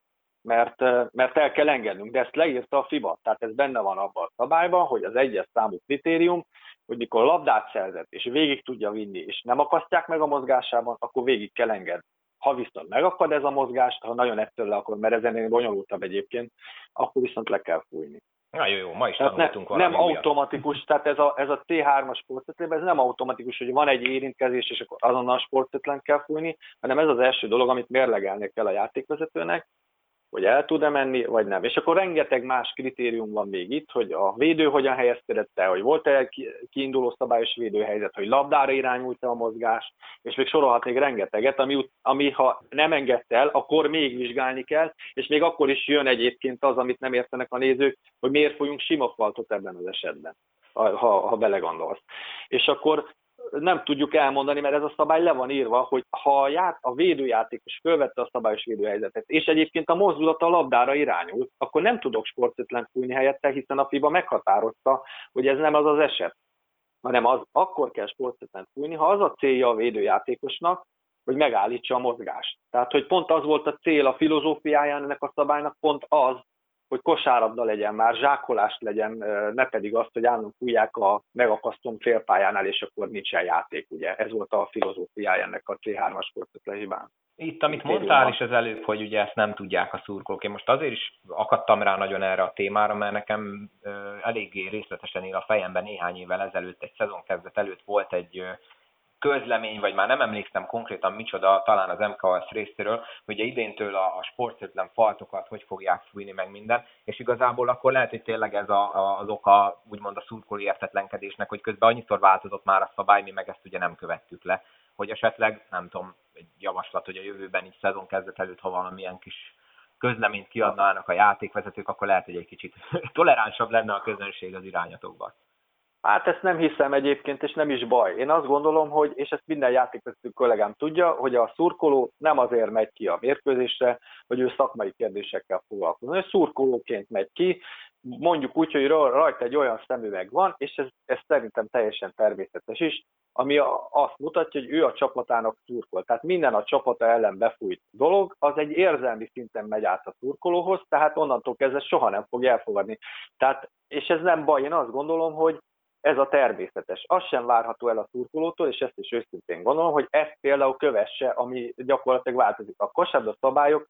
el kell engednünk, de ezt leírta a FIBA, tehát ez benne van abban a szabályban, hogy az egyes számú kritérium, hogy mikor labdát szerzett, és végig tudja vinni, és nem akasztják meg a mozgásában, akkor végig kell engedni. Ha viszont megakad ez a mozgás, ha nagyon ettől le akar, mert ez ennél bonyolultabb egyébként, akkor viszont le kell fújni. Na jó, ma is tanultunk valami nem automatikus, tehát ez a T3-as sportszerűtlen, ez nem automatikus, hogy van egy érintkezés, és akkor azonnal sportszerűtlent kell fújni, hanem ez az első dolog, amit mérlegelni kell a játékvezetőnek, hogy el tud-e menni, vagy nem. És akkor rengeteg más kritérium van még itt, hogy a védő hogyan helyezkedett el, hogy volt-e kiinduló szabályos védőhelyzet, hogy labdára irányult-e a mozgás, és még sorolhatnék rengeteget, ami ha nem engedte el, akkor még vizsgálni kell, és még akkor is jön egyébként az, amit nem értenek a nézők, hogy miért folyunk sima faltot ebben az esetben, ha belegondolsz. És akkor nem tudjuk elmondani, mert ez a szabály le van írva, hogy ha a védőjátékos fölvette a szabályos védőhelyzetet, és egyébként a mozdulata a labdára irányul, akkor nem tudok sportszerűtlent fújni helyette, hiszen a FIBA meghatározta, hogy ez nem az az eset, hanem akkor kell sportszerűtlent fújni, ha az a célja a védőjátékosnak, hogy megállítsa a mozgást. Tehát, hogy pont az volt a cél, a filozófiáján ennek a szabálynak, pont az, hogy kosárlabda legyen már, zsákolást legyen, ne pedig azt, hogy állandóan fújják a megakasztom félpályánál, és akkor nincsen játék, ugye. Ez volt a filozófiája ennek a C3-as sportötlehibán. Itt, amit mondtál is az előbb, hogy ugye ezt nem tudják a szurkolók. Én most azért is akadtam rá nagyon erre a témára, mert nekem eléggé részletesen él a fejemben néhány évvel ezelőtt, egy szezonkezdet előtt volt egy közlemény, vagy már nem emlékszem konkrétan micsoda, talán az MKS részéről, hogy idéntől a sportszerűtlen faltokat hogy fogják fújni meg minden, és igazából akkor lehet, hogy tényleg ez az oka, úgymond a szurkolói értetlenkedésnek, hogy közben annyiszor változott már a szabály, mi meg ezt ugye nem követtük le, hogy esetleg, nem tudom, egy javaslat, hogy a jövőben így szezon kezdet előtt, ha valamilyen kis közleményt kiadnának a játékvezetők, akkor lehet, hogy egy kicsit toleránsabb lenne a közönség az irányatokban. Hát ezt nem hiszem egyébként, és nem is baj. Én azt gondolom, hogy, és ezt minden játékvezető kollégám tudja, hogy a szurkoló nem azért megy ki a mérkőzésre, hogy ő szakmai kérdésekkel foglalkozni. Ő szurkolóként megy ki, mondjuk úgy, hogy rajta egy olyan szemüveg van, és ez szerintem teljesen természetes is, ami azt mutatja, hogy ő a csapatának szurkol. Tehát minden a csapata ellen befújt dolog, az egy érzelmi szinten megy át a szurkolóhoz, tehát onnantól kezdve soha nem fog elfogadni. Tehát, és ez nem baj, én azt gondolom, hogy ez a természetes. Az sem várható el a szurkolótól, és ezt is őszintén gondolom, hogy ezt például kövesse, ami gyakorlatilag változik. A kosárlabda szabályok,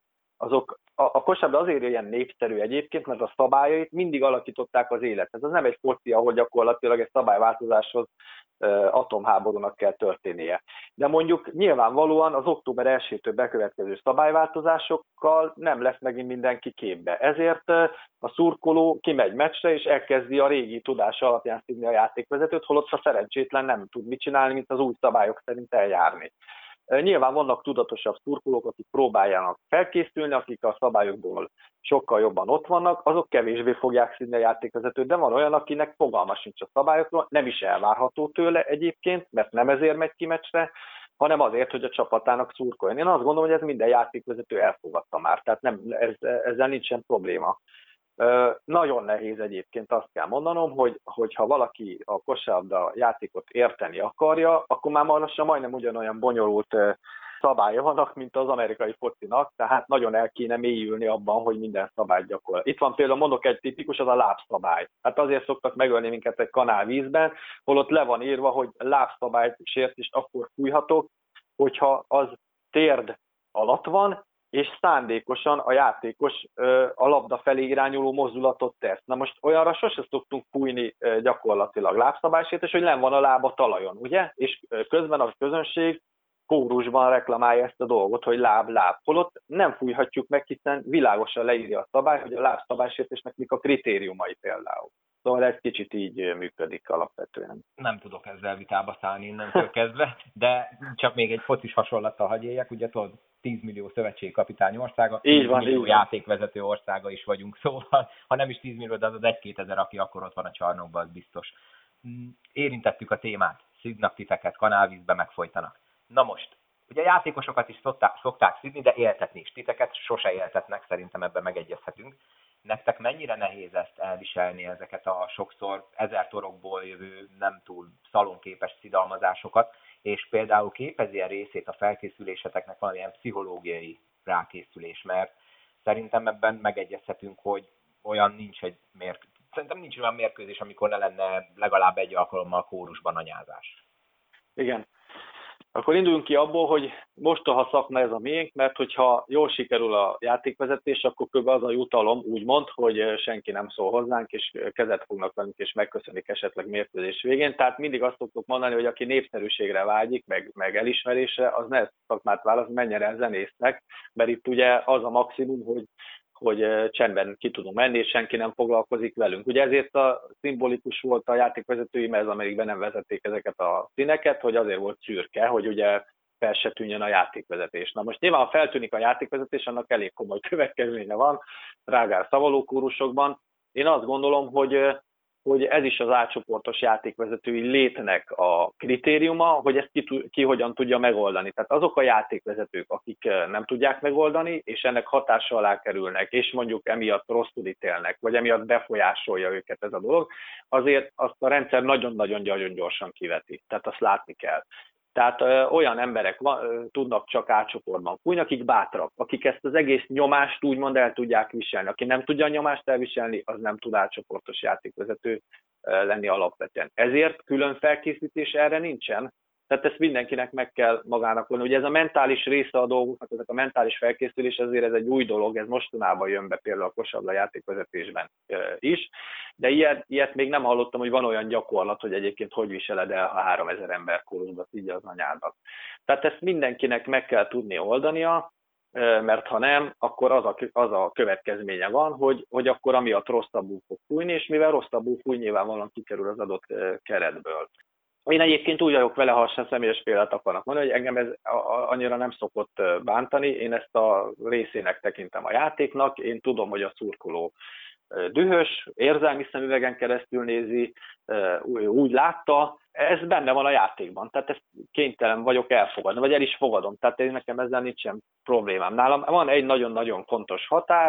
a kosárlabda azért ilyen népszerű egyébként, mert a szabályait mindig alakították az élethez. Ez nem egy foci, ahol gyakorlatilag egy szabályváltozáshoz atomháborúnak kell történnie. De mondjuk nyilvánvalóan az október 1-től bekövetkező szabályváltozásokkal nem lesz megint mindenki képbe. Ezért a szurkoló kimegy meccsre, és elkezdi a régi tudása alapján szívni a játékvezetőt, holott a szerencsétlen nem tud mit csinálni, mint az új szabályok szerint eljárni. Nyilván vannak tudatosabb szurkolók, akik próbáljanak felkészülni, akik a szabályokból sokkal jobban ott vannak, azok kevésbé fogják szívni a játékvezetőt, de van olyan, akinek fogalma sincs a szabályokról, nem is elvárható tőle egyébként, mert nem ezért megy ki meccsre, hanem azért, hogy a csapatának szurkoljon. Én azt gondolom, hogy ez minden játékvezető elfogadta már, tehát ezzel nincsen probléma. Nagyon nehéz egyébként, azt kell mondanom, hogy ha valaki a kosárlabda játékot érteni akarja, akkor már lassan majdnem ugyanolyan bonyolult szabálya vannak, mint az amerikai focinak, tehát nagyon el kéne mélyülni abban, hogy minden szabályt gyakorol. Itt van például, mondok egy tipikus, az a lábszabály. Hát azért szoktak megölni minket egy kanálvízben, holott le van írva, hogy lábszabályt sértést akkor fújhatok, hogyha az térd alatt van, és szándékosan a játékos a labda felé irányuló mozdulatot tesz. Na most olyanra sose szoktunk fújni gyakorlatilag lábszabálysértés, hogy nem van a lába talajon, ugye? És közben a közönség kórusban reklamálja ezt a dolgot, hogy láb-láb. Holott nem fújhatjuk meg, hiszen világosan leírja a szabály, hogy a lábszabálysértésnek mik a kritériumai például. Szóval ez kicsit így működik alapvetően. Nem tudok ezzel vitába szállni innentől kezdve, de csak még egy focis hasonlattal hadd éljek, ugye tudod, 10 millió szövetségkapitány országa, 10 millió játékvezető országa is vagyunk, szóval ha nem is 10 millió, de az 1-2 ezer, aki akkor ott van a csarnokban, az biztos. Érintettük a témát, szidnak titeket, kanálvízbe megfojtanak. Na most, ugye a játékosokat is szokták szidni, de éltetni is. Titeket sose éltetnek, szerintem ebben megegyezhetünk. Nektek mennyire nehéz ezt elviselni, ezeket a sokszor 1000 torokból jövő, nem túl szalonképes szidalmazásokat, és például képezi-e részét a felkészüléseteknek valamilyen pszichológiai rákészülés, mert szerintem ebben megegyezhetünk, hogy olyan szerintem nincs olyan mérkőzés, amikor ne lenne legalább egy alkalommal kórusban anyázás. Igen. Akkor induljunk ki abból, hogy mostoha szakma ez a miénk, mert hogyha jól sikerül a játékvezetés, akkor kb. Az a jutalom, úgymond, hogy senki nem szól hozzánk, és kezet fognak velünk, és megköszönik esetleg mérkőzés végén. Tehát mindig azt szoktuk mondani, hogy aki népszerűségre vágyik, meg elismerésre, az ne szakmát választ, menjen el zenésznek, mert itt ugye az a maximum, hogy csendben ki tudunk menni, és senki nem foglalkozik velünk. Ugye ezért a szimbolikus volt a játékvezetői, mert amelyikben nem vezették ezeket a színeket, hogy azért volt szürke, hogy ugye fel se tűnjön a játékvezetés. Na most nyilván, ha feltűnik a játékvezetés, annak elég komoly következménye van, drágár szavalókórusokban. Én azt gondolom, hogy ez is az átcsoportos játékvezetői létnek a kritériuma, hogy ezt ki hogyan tudja megoldani. Tehát azok a játékvezetők, akik nem tudják megoldani, és ennek hatása alá kerülnek, és mondjuk emiatt rosszul ítélnek, vagy emiatt befolyásolja őket ez a dolog, azért azt a rendszer nagyon-nagyon gyorsan kiveti. Tehát azt látni kell. Tehát olyan emberek tudnak csak A csoportban fújni, akik bátrak, akik ezt az egész nyomást úgymond el tudják viselni. Aki nem tudja a nyomást elviselni, az nem tud A csoportos játékvezető lenni alapvetően. Ezért külön felkészítés erre nincsen. Tehát ezt mindenkinek meg kell magának vonni. Ugye ez a mentális része a dolgoknak, ezek a mentális felkészülés, azért ez egy új dolog, ez mostanában jön be például a kosabda játékvezetésben is, de ilyet még nem hallottam, hogy van olyan gyakorlat, hogy egyébként hogy viseled el, ha 3000 ember kórusba szidja az anyádat. Tehát ezt mindenkinek meg kell tudni oldania, mert ha nem, akkor az a következménye van, hogy akkor amiatt rosszabbul fog fújni, és mivel rosszabbul fúj, nyilvánvalóan kikerül az adott keretből. Én egyébként úgy vagyok vele, ha sem személyes példát akarnak mondani, hogy engem ez annyira nem szokott bántani, én ezt a részének tekintem a játéknak, én tudom, hogy a szurkoló dühös, érzelmi szemüvegen keresztül nézi, úgy látta, ez benne van a játékban, tehát ezt kénytelen vagyok elfogadni, vagy el is fogadom, tehát nekem ezzel nincsen problémám. Nálam van egy nagyon-nagyon fontos határ,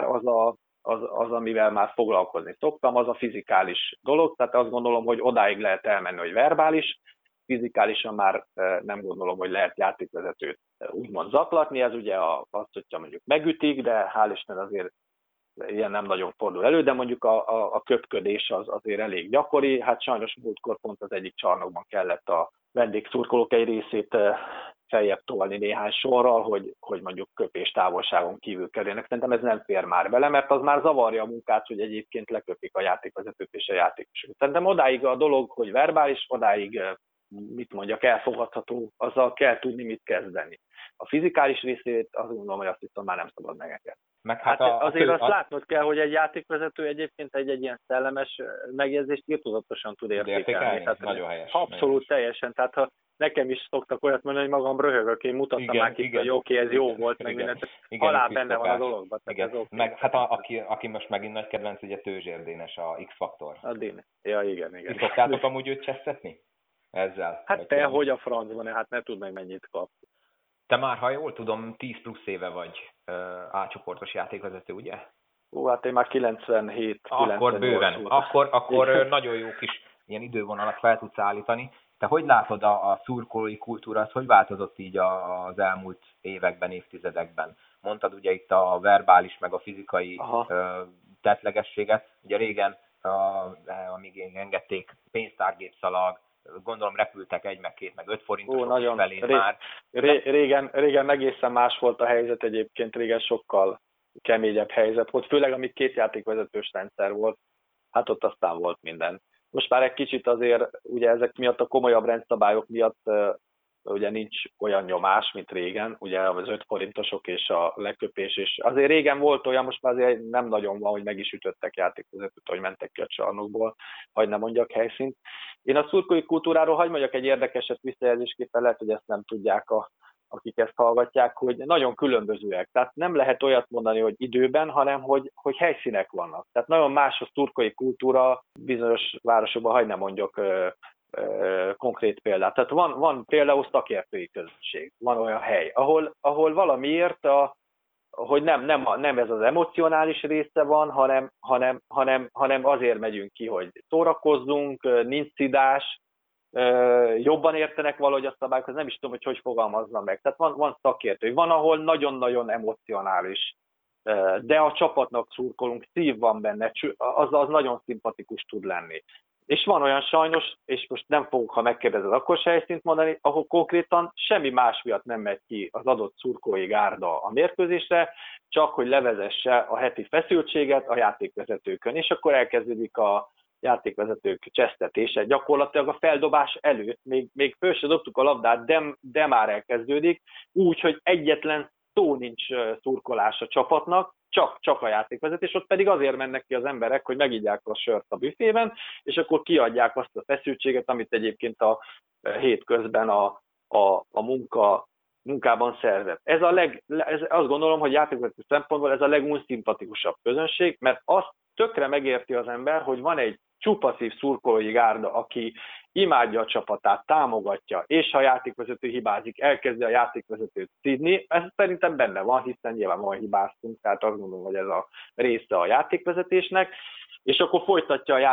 az, amivel már foglalkozni szoktam, az a fizikális dolog, tehát azt gondolom, hogy odáig lehet elmenni, hogy verbális, fizikálisan már nem gondolom, hogy lehet játékvezetőt úgymond zaklatni, ez ugye azt, hogyha mondjuk megütik, de hál' Isten azért ilyen nem nagyon fordul elő, de mondjuk a köpködés az azért elég gyakori, hát sajnos múltkor pont az egyik csarnokban kellett a vendégszurkolók egy részét feljebb tolni néhány sorral, hogy mondjuk köpés távolságon kívül kerülnek. Szerintem ez nem fér már bele, mert az már zavarja a munkát, hogy egyébként leköpik a játékvezetőt és a játékosokat. Szerintem odáig a dolog, hogy verbális, odáig mit mondjak, elfogadható, azzal kell tudni, mit kezdeni. A fizikális részét azt gondolom, hogy azt viszont már nem szabad megengedni. Hát azért azt látnod kell, hogy egy játékvezető egyébként egy ilyen szellemes megjegyzést irtózatosan tud értékelni. Tehát nagyon helyes. Abszolút teljesen. Tehát ha nekem is szoktak olyat mondani, hogy magam röhögök, én mutattam már ki, hogy oké, ez jó volt, meg mindent. Halál benne van a dologban. Meg, hát aki most megint nagy kedvenc, ugye Tőzsér Dénes, a X-faktor. A Dénes. Ja, igen. Ti szoktátok amúgy őt csesztetni? Ezzel? Hát te, hogy a francban, hát ne tudd meg mennyit kap. Te már, ha jól tudom, 10 plusz éve vagy A-csoportos játékvezető, ugye? Hát én már 97. Akkor bőven. Akkor nagyon jó kis ilyen idővonalat fel tudsz állítani. Te hogy látod a szurkolói kultúra, az hogy változott így az elmúlt években, évtizedekben? Mondtad ugye itt a verbális, meg a fizikai tettlegességet. Ugye régen, amíg engedték, pénztárgépszalag, gondolom repültek 1, meg 2, meg 5 forintosok felé már. Régen egészen más volt a helyzet egyébként, régen sokkal keményebb helyzet volt, főleg amíg 2 játékvezetős rendszer volt, hát ott aztán volt minden. Most már egy kicsit azért, ugye ezek miatt a komolyabb rendszabályok miatt ugye nincs olyan nyomás, mint régen, ugye az 5 forintosok és a leköpés, és azért régen volt olyan, most már azért nem nagyon van, hogy meg is ütöttek játékvezetőt, hogy mentek ki a csarnokból, hogy nem mondjak helyszínt. Én a szurkolói kultúráról hagy mondjak egy érdekeset visszajelzésképpen, lehet, hogy ezt nem tudják akik ezt hallgatják, hogy nagyon különbözőek. Tehát nem lehet olyat mondani, hogy időben, hanem hogy helyszínek vannak. Tehát nagyon más a szurkolói kultúra, bizonyos városokban, hagy nem mondjak konkrét példát. Tehát van például szakértői közösség, van olyan hely, ahol valamiért, hogy nem ez az emocionális része van, hanem azért megyünk ki, hogy szórakozzunk, nincs szidás, jobban értenek valahogy a szabályokhoz, nem is tudom, hogy fogalmazzam meg. Tehát van szakértő, van, ahol nagyon-nagyon emocionális, de a csapatnak szurkolunk, szív van benne, az nagyon szimpatikus tud lenni. És van olyan sajnos, és most nem fogok, ha megkérdezed, akkor se helyszínt mondani, ahol konkrétan semmi más miatt nem megy ki az adott szurkolói gárda a mérkőzésre, csak hogy levezesse a heti feszültséget a játékvezetőkön, és akkor elkezdődik a játékvezetők csesztetése. Gyakorlatilag a feldobás előtt, még föl se dobtuk a labdát, de már elkezdődik, úgy, hogy egyetlen szó nincs szurkolás a csapatnak, csak a játékvezetés, ott pedig azért mennek ki az emberek, hogy megígyják a sört a büfében, és akkor kiadják azt a feszültséget, amit egyébként a hétközben a munkában szerzett. Ez azt gondolom, hogy játékvezető szempontból ez a legunszimpatikusabb közönség, mert azt tökre megérti az ember, hogy van egy csupaszív szurkolói gárda, aki imádja a csapatát, támogatja, és ha a játékvezető hibázik, elkezdi a játékvezetőt szidni. Ez szerintem benne van, hiszen nyilvánvalóan hibáztunk, tehát azt gondolom, hogy ez a része a játékvezetésnek. és akkor folytatja a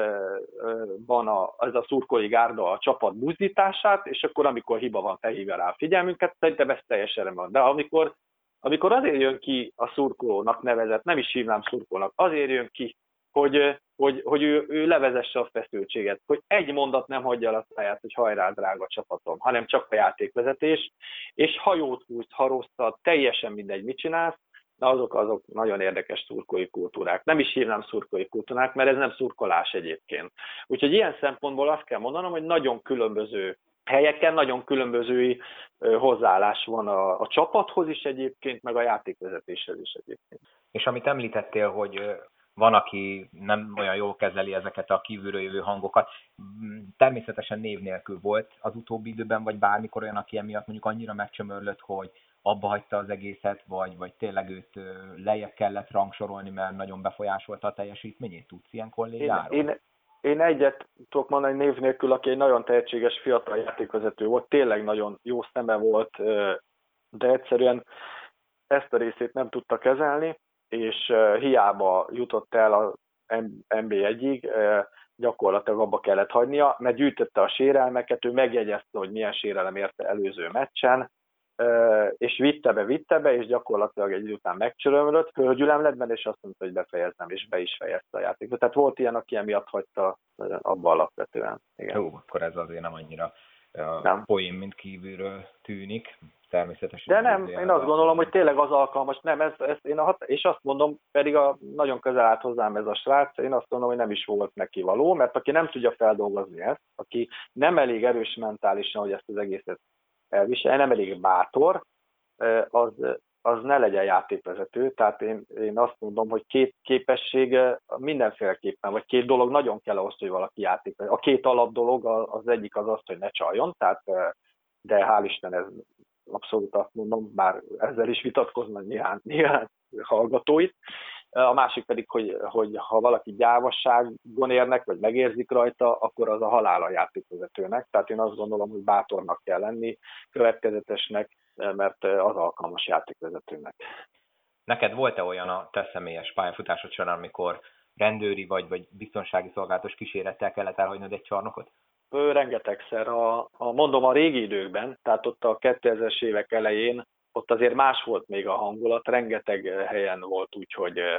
játékban ez a szurkolói gárda a csapat buzdítását, és akkor amikor hiba van, felhívja rá a figyelmünket, szerintem ez teljesen van. De amikor azért jön ki a szurkolónak nevezett, nem is hívnám szurkolónak, azért jön ki, hogy ő levezesse a feszültséget, hogy egy mondat nem hagyja el a száját, hogy hajrá, drága csapatom, hanem csak a játékvezetés, és ha jót húzt, ha rosszat, teljesen mindegy, mit csinálsz, de azok nagyon érdekes szurkolói kultúrák. Nem is hívnám szurkolói kultúrák, mert ez nem szurkolás egyébként. Úgyhogy ilyen szempontból azt kell mondanom, hogy nagyon különböző helyeken, nagyon különböző hozzáállás van a csapathoz is egyébként, meg a játékvezetéshez is egyébként. És amit említettél, hogy van, aki nem olyan jól kezeli ezeket a kívülről jövő hangokat. Természetesen név nélkül volt az utóbbi időben, vagy bármikor olyan, aki emiatt mondjuk annyira megcsömörlött, hogy abba hagyta az egészet, vagy tényleg őt lejjebb kellett rangsorolni, mert nagyon befolyásolta a teljesítményét. Tudsz ilyen kollégáról? Én egyet tudok mondani név nélkül, aki egy nagyon tehetséges fiatal játékvezető volt, tényleg nagyon jó szeme volt, de egyszerűen ezt a részét nem tudta kezelni, és hiába jutott el a NB1-ig, gyakorlatilag abba kellett hagynia, mert gyűjtötte a sérelmeket, ő megjegyezte, hogy milyen sérelem érte előző meccsen, és vitte be, és gyakorlatilag egy idő után megcsörömlött, hölgyülemletben, és azt mondta, hogy befejezem, és be is fejezte a játékot. Tehát volt ilyen, aki emiatt hagyta abba alapvetően. Igen. Jó, akkor ez azért nem annyira poén, mint kívülről tűnik. Természetesen. De nem, én azt gondolom, hogy tényleg az alkalmas, nem, és azt mondom, pedig nagyon közel állt hozzám ez a srác, én azt mondom, hogy nem is volt neki való, mert aki nem tudja feldolgozni ezt, aki nem elég erős mentálisan, hogy ezt az egészet elviselje, nem elég bátor, az ne legyen játékvezető, tehát én azt mondom, hogy két képesség mindenféleképpen, vagy két dolog nagyon kell ahhoz, hogy valaki játékvezető. A két alap dolog, az egyik az, hogy ne csaljon, tehát, de hál' Isten ez abszolút azt mondom, bár ezzel is vitatkoznak néhány hallgatóit. A másik pedig, hogy ha valaki gyávasságon érnek, vagy megérzik rajta, akkor az a halál a játékvezetőnek. Tehát én azt gondolom, hogy bátornak kell lenni, következetesnek, mert az alkalmas játékvezetőnek. Neked volt-e olyan a te személyes pályafutásod során, amikor rendőri vagy biztonsági szolgálatos kísérettel kellett elhagynod egy csarnokot? Rengetegszer. Mondom, a régi időkben, tehát ott a 2000-es évek elején, ott azért más volt még a hangulat, rengeteg helyen volt úgy,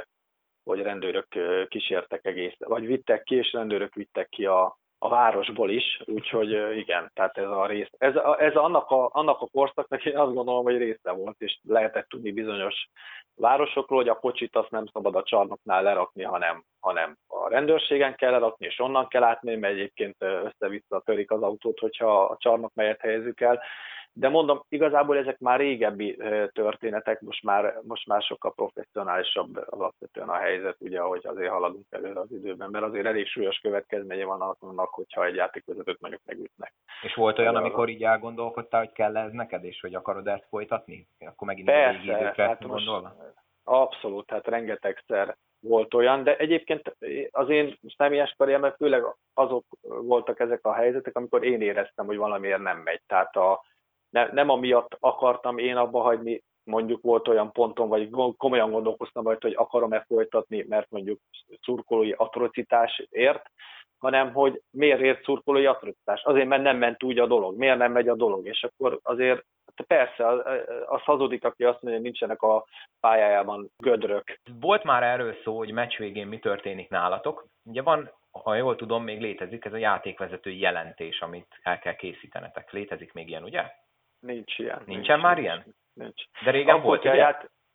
hogy rendőrök kísértek egészen, vagy vittek ki, és rendőrök vittek ki a városból is, úgyhogy igen, tehát ez a rész, ez annak a korszaknak én azt gondolom, hogy része volt, és lehetett tudni bizonyos városokról, hogy a kocsit azt nem szabad a csarnoknál lerakni, hanem a rendőrségen kell lerakni, és onnan kell átmenni, mert egyébként össze-vissza törik az autót, hogyha a csarnok mellett helyezzük el. De mondom, igazából ezek már régebbi történetek, most már sokkal professzionálisabb alapvetően a helyzet, ugye, ahogy azért haladunk előre az időben, mert azért elég súlyos következménye van annak, hogyha egy játékvezetőt mondjuk megütnek. És volt olyan, amikor így elgondolkodtál, hogy kell ez neked, és hogy akarod ezt folytatni? Akkor megint a régi időkre gondolva? Abszolút, hát rengetegszer volt olyan, de egyébként az én személyes karrieremben főleg azok voltak ezek a helyzetek, amikor én éreztem, hogy valamiért nem megy. Tehát nem amiatt akartam én abba hagyni, mondjuk volt olyan ponton, vagy komolyan gondolkoztam rajta, hogy akarom-e folytatni, mert mondjuk szurkolói atrocitás ért, hanem hogy miért ért szurkolói atrocitás. Azért, mert nem ment úgy a dolog. Miért nem megy a dolog? És akkor azért persze, az hazudik, aki azt mondja, hogy nincsenek a pályájában gödrök. Volt már erről szó, hogy meccs végén mi történik nálatok. Ugye van, ha jól tudom, még létezik ez a játékvezetői jelentés, amit el kell készítenetek. Létezik még ilyen, ugye? Nincs ilyen. Nincsen már ilyen? Nincs. De régen akkor volt, ugye?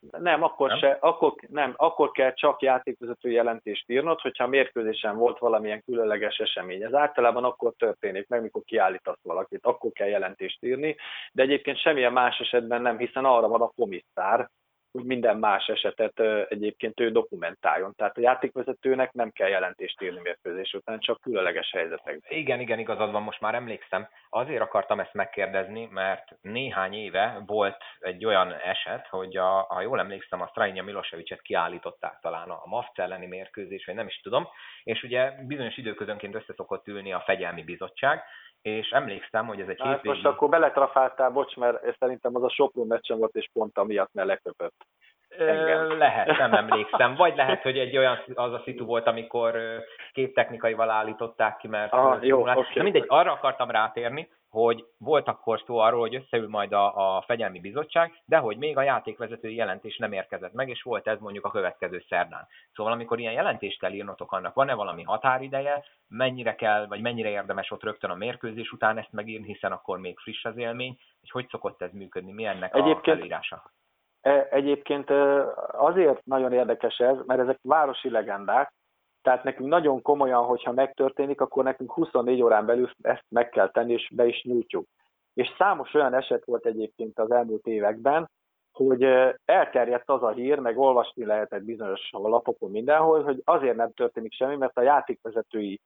Akkor kell csak játékvezető jelentést írnod, hogyha a mérkőzésen volt valamilyen különleges esemény. Ez általában akkor történik meg, mikor kiállítasz valakit, akkor kell jelentést írni, de egyébként semmilyen más esetben nem, hiszen arra van a komisszár, hogy minden más esetet egyébként ő dokumentáljon. Tehát a játékvezetőnek nem kell jelentést írni mérkőzés után, csak különleges helyzetekben. Igen, igazad van, most már emlékszem. Azért akartam ezt megkérdezni, mert néhány éve volt egy olyan eset, hogy ha jól emlékszem, a Strajnja Milosevicet kiállították talán a MAFC elleni mérkőzés, vagy nem is tudom, és ugye bizonyos időközönként össze szokott ülni a fegyelmi bizottság, és emlékszem, hogy ez egy hétvégi... Most akkor beletrafáltál, bocs, mert szerintem az a Sopron meccsen volt, és pont amiatt, mert leköpött. Lehet, nem emlékszem. Vagy lehet, hogy egy olyan az a szitu volt, amikor képtechnikaival állították ki, mert jó, szimulál. okay. Na mindegy, arra akartam rátérni, hogy volt akkor szó arról, hogy összeül majd a fegyelmi bizottság, de hogy még a játékvezetői jelentés nem érkezett meg, és volt ez mondjuk a következő szerdán. Szóval amikor ilyen jelentést kell írnotok, annak van-e valami határideje, mennyire kell, vagy mennyire érdemes ott rögtön a mérkőzés után ezt megírni, hiszen akkor még friss az élmény, hogy szokott ez működni, mi ennek a felírása? Egyébként azért nagyon érdekes ez, mert ezek városi legendák, tehát nekünk nagyon komolyan, hogyha megtörténik, akkor nekünk 24 órán belül ezt meg kell tenni, és be is nyújtjuk. És számos olyan eset volt egyébként az elmúlt években, hogy elterjedt az a hír, meg olvasni lehetett bizonyos lapokon mindenhol, hogy azért nem történik semmi, mert a játékvezetői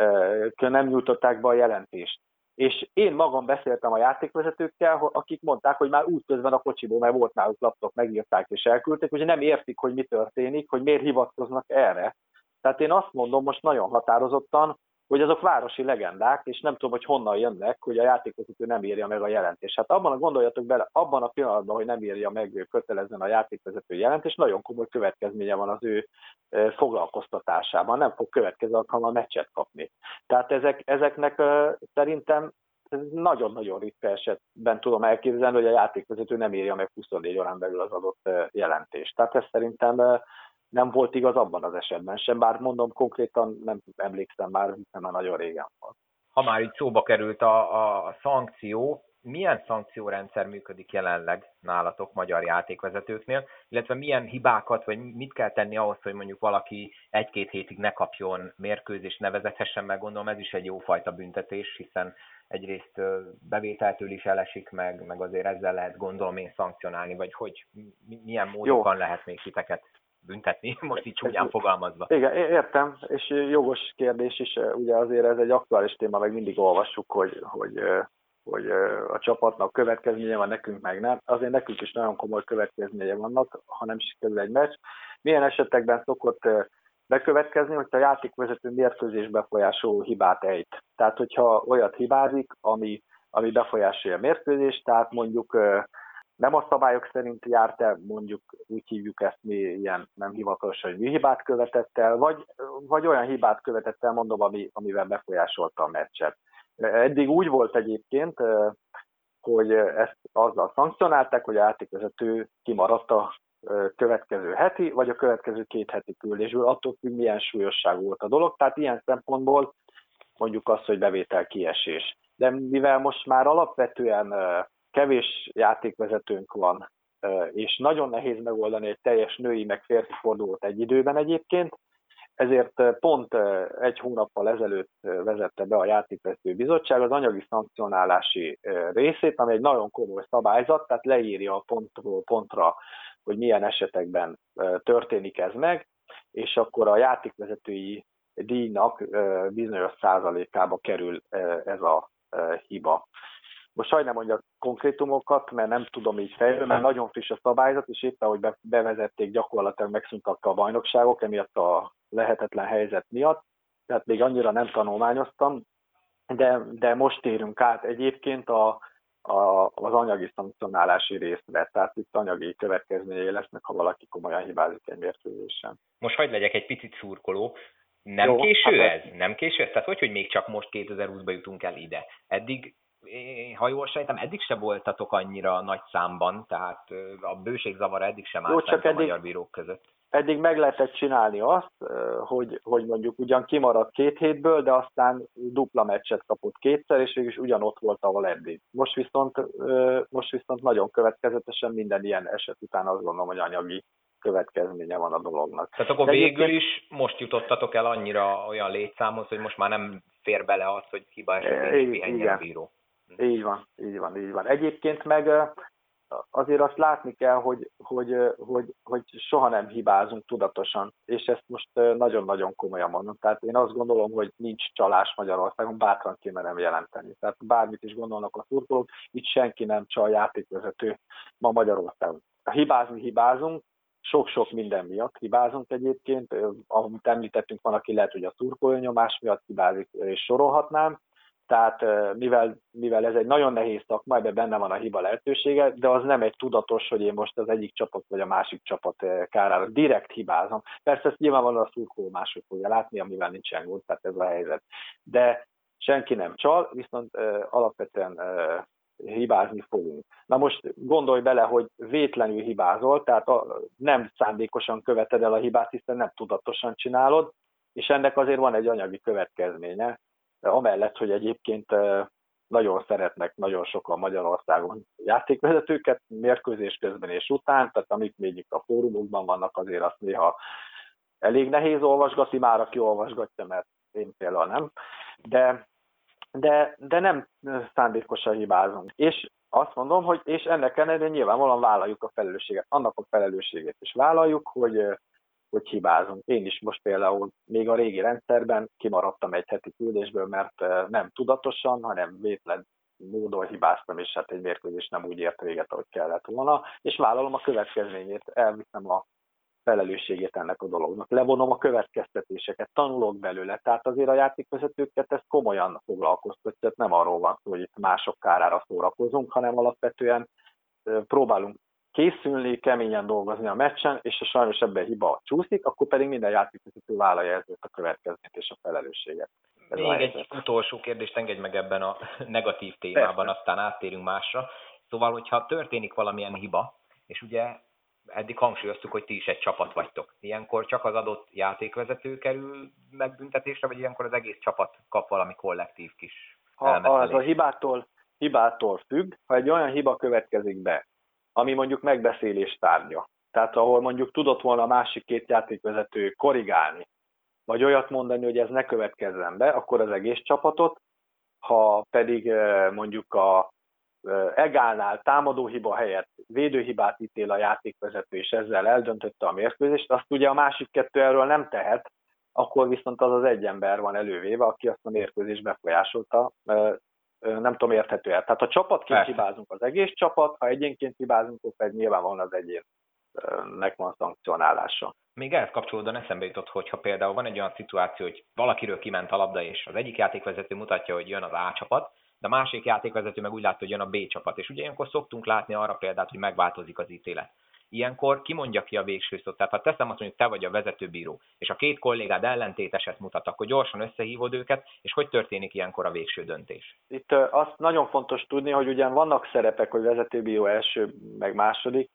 nem nyújtották be a jelentést. És én magam beszéltem a játékvezetőkkel, akik mondták, hogy már útközben a kocsiból, mert volt náluk laptop, megírták és elküldték, hogy nem értik, hogy mi történik, hogy miért hivatkoznak erre. Tehát én azt mondom most nagyon határozottan, hogy azok városi legendák, és nem tudom, hogy honnan jönnek, hogy a játékvezető nem írja meg a jelentést. Hát gondoljatok bele, abban a pillanatban, hogy nem írja meg kötelezően a játékvezető jelentést, nagyon komoly következménye van az ő foglalkoztatásában, nem fog következő alkalommal meccset kapni. Tehát ezeknek szerintem nagyon-nagyon ritka esetben tudom elképzelni, hogy a játékvezető nem írja meg 24 órán belül az adott jelentést. Tehát ez szerintem nem volt igaz abban az esetben sem, bár mondom konkrétan nem emlékszem már, hiszen már nagyon régen volt. Ha már így szóba került a szankció, milyen szankciórendszer működik jelenleg nálatok magyar játékvezetőknél, illetve milyen hibákat, vagy mit kell tenni ahhoz, hogy mondjuk valaki 1-2 hétig ne kapjon mérkőzést, ne vezethessen meg, gondolom ez is egy jófajta büntetés, hiszen egyrészt bevételtől is elesik meg azért ezzel lehet gondolom én szankcionálni, vagy hogy milyen módokon lehet még titeket büntetni, most így csúnyán fogalmazva. Igen, értem, és jogos kérdés is, ugye azért ez egy aktuális téma, meg mindig olvassuk, hogy a csapatnak következménye van, nekünk meg nem. Azért nekünk is nagyon komoly következménye vannak, ha nem sikerül egy meccs. Milyen esetekben szokott bekövetkezni, hogyha a játékvezető mérkőzés befolyásoló hibát ejt. Tehát, hogyha olyat hibázik, ami befolyásolja a mérkőzést, tehát mondjuk nem a szabályok szerint járt el, mondjuk úgy hívjuk ezt mi ilyen nem hivatalosan, hogy műhibát követett el, vagy olyan hibát követett el, mondom, amivel befolyásolta a meccset. Eddig úgy volt egyébként, hogy ezt azzal szankcionálták, hogy a játékvezető kimaradt a következő heti, vagy a következő 2 heti küldésből, attól függ, milyen súlyosság volt a dolog. Tehát ilyen szempontból mondjuk azt, hogy bevétel kiesés. De mivel most már alapvetően kevés játékvezetőnk van, és nagyon nehéz megoldani egy teljes női meg férfi fordulót egy időben egyébként, ezért pont 1 hónappal ezelőtt vezette be a játékvezető bizottság az anyagi szankcionálási részét, ami egy nagyon komoly szabályzat, tehát leírja a pontról pontra, hogy milyen esetekben történik ez meg, és akkor a játékvezetői díjnak bizonyos százalékába kerül ez a hiba. Most sajnálom mondjak konkrétumokat, mert nem tudom így fejlődni, mert nagyon friss a szabályzat, és éppen, hogy bevezették, gyakorlatilag megszűntek a bajnokságok, emiatt a lehetetlen helyzet miatt, tehát még annyira nem tanulmányoztam, de most térünk át egyébként az anyagi szankcionálási részre, tehát itt anyagi következményei lesznek, ha valaki komolyan hibázik egy mérkőzésen. Most hagyd legyek egy picit szurkoló. Nem késő ez? Nem késő ez? Tehát hogy még csak most 2020-ba jutunk el ide? Eddig, ha jól sejtem, eddig se voltatok annyira nagy számban, tehát a bőségzavara eddig sem állt fent a magyar bírók között. Eddig meg lehetett csinálni azt, hogy mondjuk ugyan kimaradt 2 hétből, de aztán dupla meccset kapott 2-szer, és végül is ugyanott volt, ahol eddig. Most viszont nagyon következetesen minden ilyen eset után azt gondolom, hogy anyagi következménye van a dolognak. Tehát akkor végül is most jutottatok el annyira olyan létszámhoz, hogy most már nem fér bele az, hogy hiba esetén pihenjen a bíró. Így van. Egyébként meg azért azt látni kell, hogy soha nem hibázunk tudatosan, és ezt most nagyon-nagyon komolyan mondom. Tehát én azt gondolom, hogy nincs csalás Magyarországon, bátran kéne nem jelenteni. Tehát bármit is gondolnak a szurkolók, itt senki nem csal, játékvezető ma Magyarországon. Hibázunk, sok-sok minden miatt hibázunk egyébként, amit említettünk, van, aki lehet, hogy a szurkolónyomás miatt hibázik, és sorolhatnám. Tehát mivel ez egy nagyon nehéz szakma, ebben benne van a hiba lehetősége, de az nem egy tudatos, hogy én most az egyik csapat vagy a másik csapat kárára direkt hibázom. Persze ezt nyilvánvalóan a szurkoló máshogy fogja látni, amivel nincsen gond, tehát ez a helyzet. De senki nem csal, viszont alapvetően hibázni fogunk. Na most gondolj bele, hogy vétlenül hibázol, tehát nem szándékosan követed el a hibát, hiszen nem tudatosan csinálod, és ennek azért van egy anyagi következménye, amellett, hogy egyébként nagyon szeretnek nagyon sokan Magyarországon játékvezetőket, mérkőzés közben és után, tehát amik még a fórumokban vannak, azért azt néha elég nehéz olvasgatni, már aki olvasgatja, mert én például nem, de nem szándékosan hibázunk. És azt mondom, hogy és ennek ellenére nyilvánvalóan vállaljuk a felelősséget. Annak a felelősséget is vállaljuk, hogy hibázunk. Én is most például még a régi rendszerben kimaradtam egy heti küldésből, mert nem tudatosan, hanem vétlen módon hibáztam, és hát egy mérkőzés nem úgy ért véget, ahogy kellett volna, és vállalom a következményét, elviszem a felelősségét ennek a dolognak. Levonom a következtetéseket, tanulok belőle, tehát azért a játékvezetőket ez komolyan foglalkoztatja, nem arról van szó, hogy itt mások kárára szórakozunk, hanem alapvetően próbálunk készülni, keményen dolgozni a meccsen, és ha sajnos ebben hiba csúszik, akkor pedig minden játékvezető vállalja ezért a következményt és a felelősséget. Még egy utolsó kérdést engedj meg ebben a negatív témában, Persze. aztán áttérünk másra. Szóval, hogyha történik valamilyen hiba, és ugye eddig hangsúlyoztuk, hogy ti is egy csapat vagytok. Ilyenkor csak az adott játékvezető kerül megbüntetésre, vagy ilyenkor az egész csapat kap valami kollektív kis az a hibától függ, ha egy olyan hiba következik be, ami mondjuk megbeszélés tárgya. Tehát ahol mondjuk tudott volna a másik két játékvezető korrigálni, vagy olyat mondani, hogy ez ne következzen be, akkor az egész csapatot, ha pedig mondjuk a egálnál támadóhiba helyett védőhibát ítél a játékvezető, és ezzel eldöntötte a mérkőzést, azt ugye a másik kettő erről nem tehet, akkor viszont az egy ember van elővéve, aki azt a mérkőzést befolyásolta, nem tudom, érthető el. Tehát ha csapatként hibázunk az egész csapat, ha egyénként hibázunk, akkor pedig nyilvánvalóan az egyénnek van szankcionálása. Még ehhez kapcsolódóan eszembe jutott, hogyha például van egy olyan szituáció, hogy valakiről kiment a labda, és az egyik játékvezető mutatja, hogy jön az A csapat, de a másik játékvezető meg úgy látta, hogy jön a B csapat. És ugye ilyenkor szoktunk látni arra példát, hogy megváltozik az ítélet. Ilyenkor ki mondja ki a végső szót? Tehát ha teszem azt, hogy te vagy a vezetőbíró, és a két kollégád ellentéteset mutat, akkor gyorsan összehívod őket, és hogy történik ilyenkor a végső döntés? Itt azt nagyon fontos tudni, hogy ugyan vannak szerepek, hogy vezetőbíró első, meg második,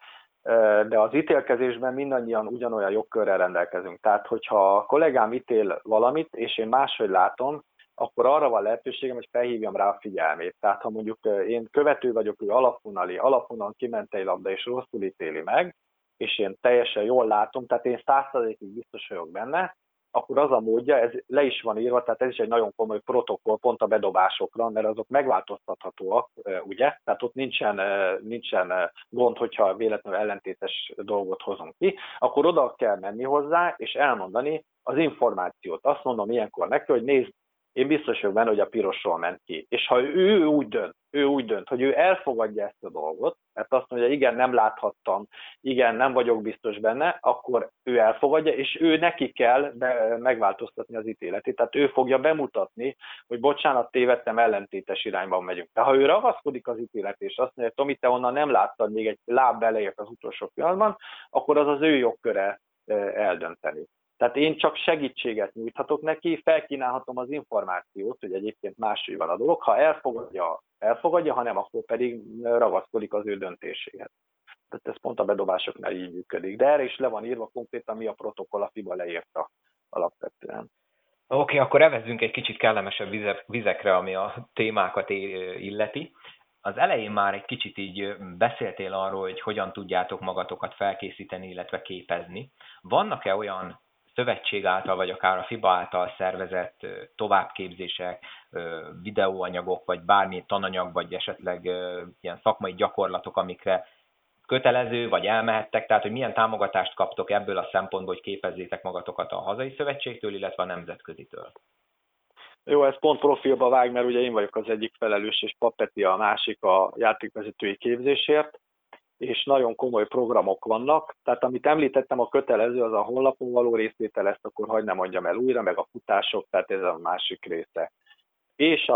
de az ítélkezésben mindannyian ugyanolyan jogkörrel rendelkezünk. Tehát, hogyha a kollégám ítél valamit, és én máshogy látom, akkor arra van lehetőségem, hogy felhívjam rá a figyelmét. Tehát, ha mondjuk én követő vagyok, ő alapvonal kiment egy labda, és rosszul ítéli meg, és én teljesen jól látom, tehát én 100%-ig biztos vagyok benne, akkor az a módja, ez le is van írva, tehát ez is egy nagyon komoly protokoll pont a bedobásokra, mert azok megváltoztathatóak, ugye? Tehát ott nincsen gond, hogyha véletlenül ellentétes dolgot hozunk ki, akkor oda kell menni hozzá, és elmondani az információt. Azt mondom ilyenkor neki, hogy nézd, én biztos vagyok benne, hogy a pirosról ment ki. És ha ő úgy dönt, hogy ő elfogadja ezt a dolgot, mert azt mondja, igen, nem láthattam, igen, nem vagyok biztos benne, akkor ő elfogadja, és ő neki kell megváltoztatni az ítéletét. Tehát ő fogja bemutatni, hogy bocsánat, tévedtem, ellentétes irányban megyünk. De ha ő ragaszkodik az ítélet, és azt mondja, Tomi, te onnan nem láttad, még egy láb beleért az utolsó pillanatban, akkor az ő jogköre eldönteni. Tehát én csak segítséget nyújthatok neki, felkínálhatom az információt, hogy egyébként máshogy van a dolog. Ha elfogadja, ha nem, akkor pedig ragaszkodik az ő döntéséhez. Tehát ez pont a bedobásoknál így működik. De erre is le van írva konkrétan, mi a protokoll, a FIBA leírta alapvetően. Oké, akkor evezzünk egy kicsit kellemesebb vizekre, ami a témákat illeti. Az elején már egy kicsit így beszéltél arról, hogy hogyan tudjátok magatokat felkészíteni, illetve képezni. Vannak-e olyan szövetség által, vagy akár a FIBA által szervezett továbbképzések, videóanyagok, vagy bármi tananyag, vagy esetleg ilyen szakmai gyakorlatok, amikre kötelező, vagy elmehettek, tehát hogy milyen támogatást kaptok ebből a szempontból, hogy képezzétek magatokat a hazai szövetségtől, illetve a nemzetközitől? Jó, ez pont profilba vág, mert ugye én vagyok az egyik felelős, és Papeti a másik a játékvezetői képzésért, és nagyon komoly programok vannak. Tehát amit említettem, a kötelező, az a honlapon való részvétel, ezt akkor hagyd ne mondjam el újra, meg a futások, tehát ez a másik része. És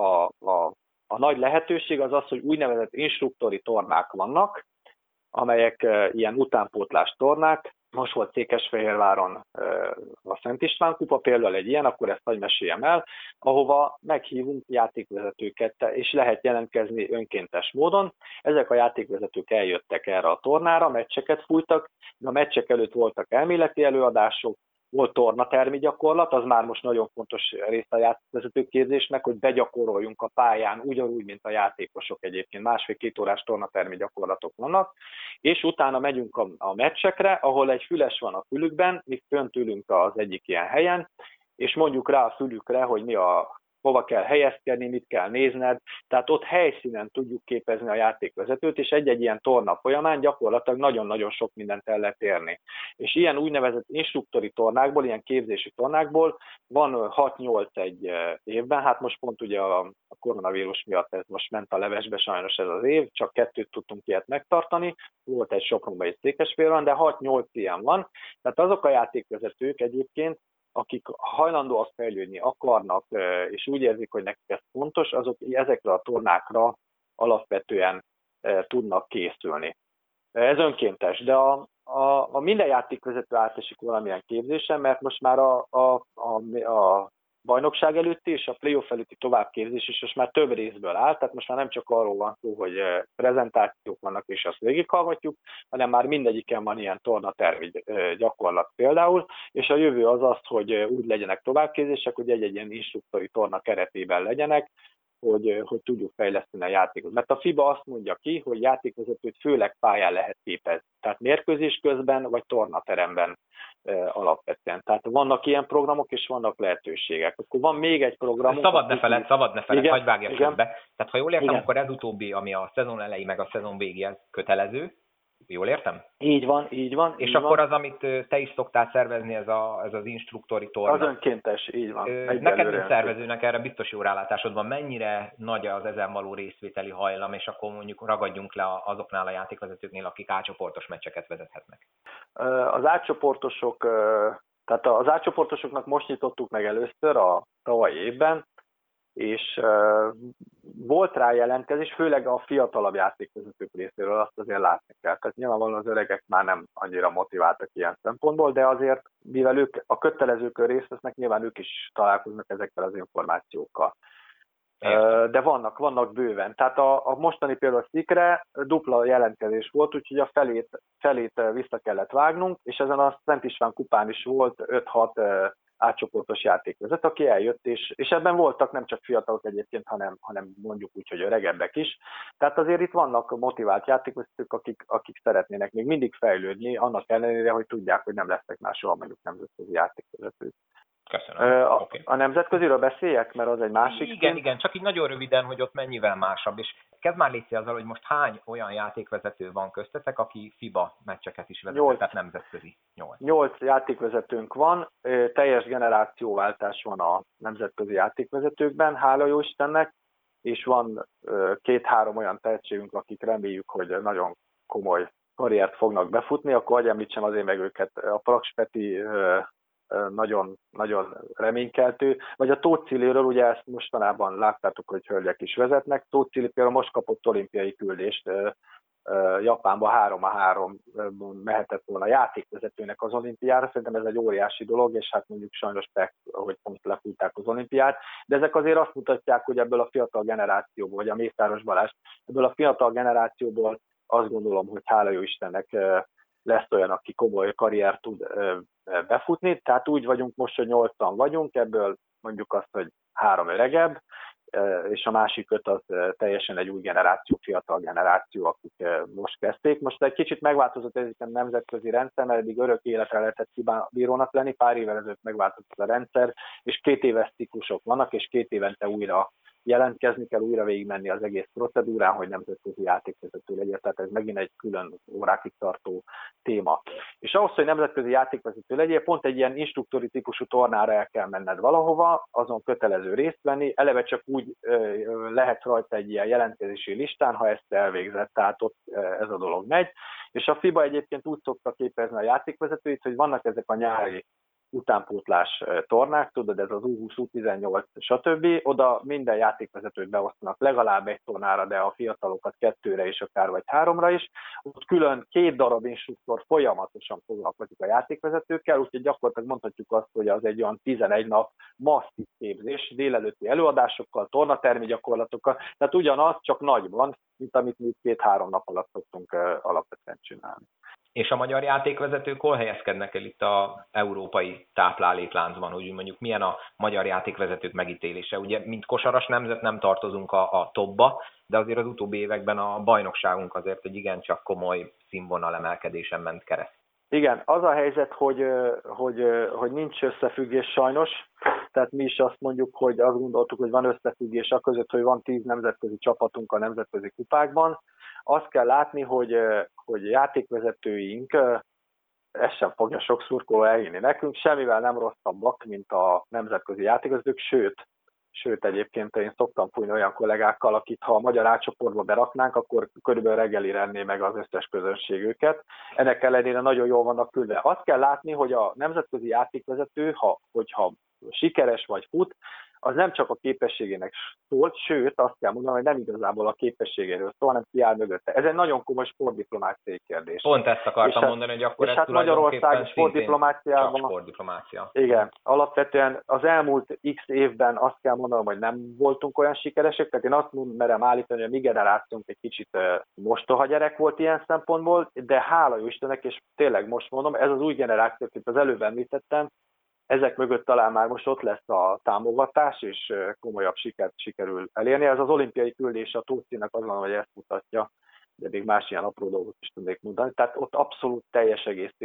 a nagy lehetőség az az, hogy úgynevezett instruktori tornák vannak, amelyek ilyen utánpótlás tornák. Most volt Székesfehérváron a Szent István kupa, például egy ilyen, akkor ezt hadd meséljem el, ahova meghívunk játékvezetőket, és lehet jelentkezni önkéntes módon. Ezek a játékvezetők eljöttek erre a tornára, meccseket fújtak, a meccsek előtt voltak elméleti előadások, volt tornatermi gyakorlat, az már most nagyon fontos része a játékvezetőképzésnek, hogy begyakoroljunk a pályán ugyanúgy, mint a játékosok egyébként. 1,5-2 órás tornatermi gyakorlatok vannak, és utána megyünk a meccsekre, ahol egy füles van a fülükben, mi fönt ülünk az egyik ilyen helyen, és mondjuk rá a fülükre, hogy hova kell helyezkedni, mit kell nézned, tehát ott helyszínen tudjuk képezni a játékvezetőt, és egy-egy ilyen torna folyamán gyakorlatilag nagyon-nagyon sok mindent el lehet érni. És ilyen úgynevezett instruktori tornákból, ilyen képzési tornákból van 6-8 egy évben, hát most pont ugye a koronavírus miatt ez most ment a levesbe sajnos ez az év, csak 2 tudtunk ilyet megtartani, volt egy Sopronban, egy Székesfehérváron, de 6-8 ilyen van, tehát azok a játékvezetők egyébként, akik hajlandóak fejlődni akarnak, és úgy érzik, hogy nekik ez fontos, azok ezekre a tornákra alapvetően tudnak készülni. Ez önkéntes, de a minden játékvezető átesik valamilyen képzésen, mert most már a bajnokság előtti és a playoff előtti továbbképzés is most már több részből áll, tehát most már nem csak arról van szó, hogy prezentációk vannak és azt végighallgatjuk, hanem már mindegyiken van ilyen tornatervi gyakorlat például, és a jövő az az, hogy úgy legyenek továbbképzések, hogy egy-egy ilyen instruktori torna keretében legyenek, hogy tudjuk fejleszteni a játékot. Mert a FIBA azt mondja ki, hogy játékvezetőt főleg pályán lehet képezni. Tehát mérkőzés közben vagy tornateremben alapvetően. Tehát vannak ilyen programok, és vannak lehetőségek. Akkor van még egy program. Szabad ne feled, hagyj vágjak közbe. Tehát ha jól értem, igen, akkor ez utóbbi, ami a szezon elejé meg a szezon végéhez kötelező. Jól értem? Így van. És így akkor van. az, amit te is szoktál szervezni, ez az instruktori torna. Az önkéntes, így van. Neked, mint szervezőnek erre biztos jó rálátásod van. Mennyire nagy az ezen való részvételi hajlam, és akkor mondjuk ragadjunk le azoknál a játékvezetőknél, akik átcsoportos meccseket vezethetnek? Az átcsoportosok, tehát az átcsoportosoknak most nyitottuk meg először a tavalyi évben, és volt rá jelentkezés, főleg a fiatalabb játékvezetők részéről, azt azért látni kell. Tehát nyilvánvalóan az öregek már nem annyira motiváltak ilyen szempontból, de azért, mivel ők a kötelezőkön részt vesznek, nyilván ők is találkoznak ezekkel az információkkal. De vannak bőven. Tehát a mostani például Szikre dupla jelentkezés volt, úgyhogy a felét vissza kellett vágnunk, és ezen a Szent István kupán is volt 5-6 átcsoportos játékvezető, aki eljött, és ebben voltak nem csak fiatalok egyébként, hanem mondjuk úgy, hogy öregebbek is. Tehát azért itt vannak motivált játékvezetők, akik szeretnének még mindig fejlődni, annak ellenére, hogy tudják, hogy nem lesznek már soha mondjuk nemzetközi játékvezetők. Köszönöm. Okay. A nemzetköziről beszéljek, mert az egy másik Igen, csak így nagyon röviden, hogy ott mennyivel másabb. És kezd már légy azzal, hogy most hány olyan játékvezető van köztetek, aki FIBA meccseket is vezet, tehát nemzetközi? 8 játékvezetőnk van, teljes generációváltás van a nemzetközi játékvezetőkben, hála jó Istennek, és van 2-3 olyan tehetségünk, akik reméljük, hogy nagyon komoly karriert fognak befutni, akkor hagyj említsem azért meg őket. A Praks Peti nagyon, nagyon reménykeltő. Vagy a Tóth Ciliről, ugye ezt mostanában láttátok, hogy hölgyek is vezetnek. Tóth Cili például most kapott olimpiai küldést, Japánba 3x3 mehetett volna játékvezetőnek az olimpiára. Szerintem ez egy óriási dolog, és hát mondjuk sajnos hogy pont lefújták az olimpiát. De ezek azért azt mutatják, hogy ebből a fiatal generációból, vagy a Mészáros Balázs, ebből a fiatal generációból azt gondolom, hogy hála jó Istennek lesz olyan, aki komoly karriert tud befutni. Tehát úgy vagyunk most, hogy 8-an vagyunk, ebből mondjuk azt, hogy 3 öregebb, és a másik 5 az teljesen egy új generáció, fiatal generáció, akik most kezdték. Most egy kicsit megváltozott ez a nemzetközi rendszer, mert eddig örök életre lehetett bírónak lenni, pár évvel ezelőtt megváltozott a rendszer, és 2 éves ciklusok vannak, és 2 évente újra jelentkezni kell, újra végigmenni az egész procedúrán, hogy nemzetközi játékvezető legyen, tehát ez megint egy külön órákig tartó téma. És ahhoz, hogy nemzetközi játékvezető legyél, pont egy ilyen instruktori típusú tornára el kell menned valahova, azon kötelező részt venni, eleve csak úgy lehet rajta egy ilyen jelentkezési listán, ha ezt elvégzett, tehát ott ez a dolog megy. És a FIBA egyébként úgy szokta képezni a játékvezetőit, hogy vannak ezek a nyári utánpótlás tornák, tudod, ez az U20, U18, stb. Oda minden játékvezetőt beosztanak legalább egy tornára, de a fiatalokat 2-re is, akár vagy 3-ra is. Ott külön 2 darab instruktor folyamatosan foglalkozik a játékvezetőkkel, úgyhogy gyakorlatilag mondhatjuk azt, hogy az egy olyan 11 nap masszív képzés, délelőtti előadásokkal, tornatermi gyakorlatokkal, tehát ugyanaz, csak nagyban, mint amit mi 2-3 nap alatt szoktunk alapvetően csinálni. És a magyar játékvezetők hol helyezkednek el itt az európai táplálékláncban, hogy mondjuk milyen a magyar játékvezetők megítélése? Ugye, mint kosaras nemzet nem tartozunk a topba, de azért az utóbbi években a bajnokságunk azért egy igencsak komoly színvonal emelkedésen ment keresztül. Igen, az a helyzet, hogy nincs összefüggés sajnos, tehát mi is azt mondjuk, hogy azt gondoltuk, hogy van összefüggés a között, hogy van 10 nemzetközi csapatunk a nemzetközi kupákban. Azt kell látni, hogy játékvezetőink, ezt sem fogja sok szurkoló elhinni nekünk, semmivel nem rosszabbak, mint a nemzetközi játékvezetők, sőt egyébként én szoktam fújni olyan kollégákkal, akit ha a magyar A-csoportba beraknánk, akkor körülbelül reggelire enné meg az összes közönségüket. Ennek ellenére nagyon jól vannak küldve. Azt kell látni, hogy a nemzetközi játékvezető, hogyha sikeres vagy fut, az nem csak a képességének szól, sőt, azt kell mondanom, hogy nem igazából a képességéről szól, hanem ki áll mögötte. Ez egy nagyon komoly sportdiplomáciai kérdés. Pont ezt akartam mondani, hogy akkor ez Magyarország sportdiplomáciában, sportdiplomácia. Igen, alapvetően az elmúlt x évben azt kell mondanom, hogy nem voltunk olyan sikeresek, tehát én azt merem állítani, hogy a mi generációnk egy kicsit mostoha gyerek volt ilyen szempontból, de hála jó Istennek, és tényleg most mondom, ez az új generáció, akit az előbb említettem, ezek mögött talán már most ott lesz a támogatás, és komolyabb sikert sikerül elérni. Ez az olimpiai küldés a Tócinak az van, hogy ezt mutatja, de még más ilyen apró dolgot is tudnék mondani. Tehát ott abszolút teljes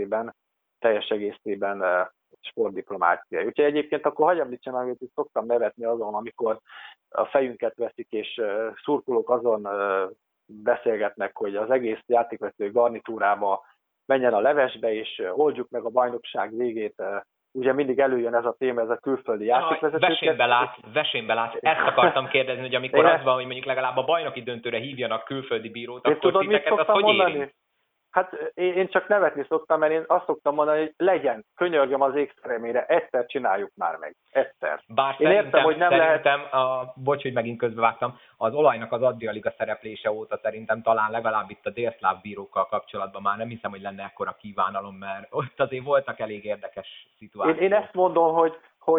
egészében sportdiplomácia. Úgyhogy egyébként akkor hagyj említsem, hogy szoktam nevetni azon, amikor a fejünket veszik, és szurkolók azon beszélgetnek, hogy az egész játékvezető garnitúrába menjen a levesbe, és oldjuk meg a bajnokság végét. Ugye mindig előjön ez a téma, ez a külföldi játékvezetőket. Vesénybe látsz. Ezt akartam kérdezni, hogy amikor az van, hogy mondjuk legalább a bajnoki döntőre hívjanak külföldi bírót, akkor tudod, titeket az hogy érint? Hát én csak nevetni szoktam, mert én azt szoktam mondani, hogy legyen, könyörgöm az ég szeremére, egyszer csináljuk már meg. Egyszer. Bár én értem, hogy nem szerintem bocs, hogy megint közbevágtam, az olajnak az Adria Liga szereplése óta szerintem talán legalább itt a délszláv bírókkal kapcsolatban már nem hiszem, hogy lenne ekkora kívánalom, mert ott azért voltak elég érdekes szituációk. Én ezt mondom,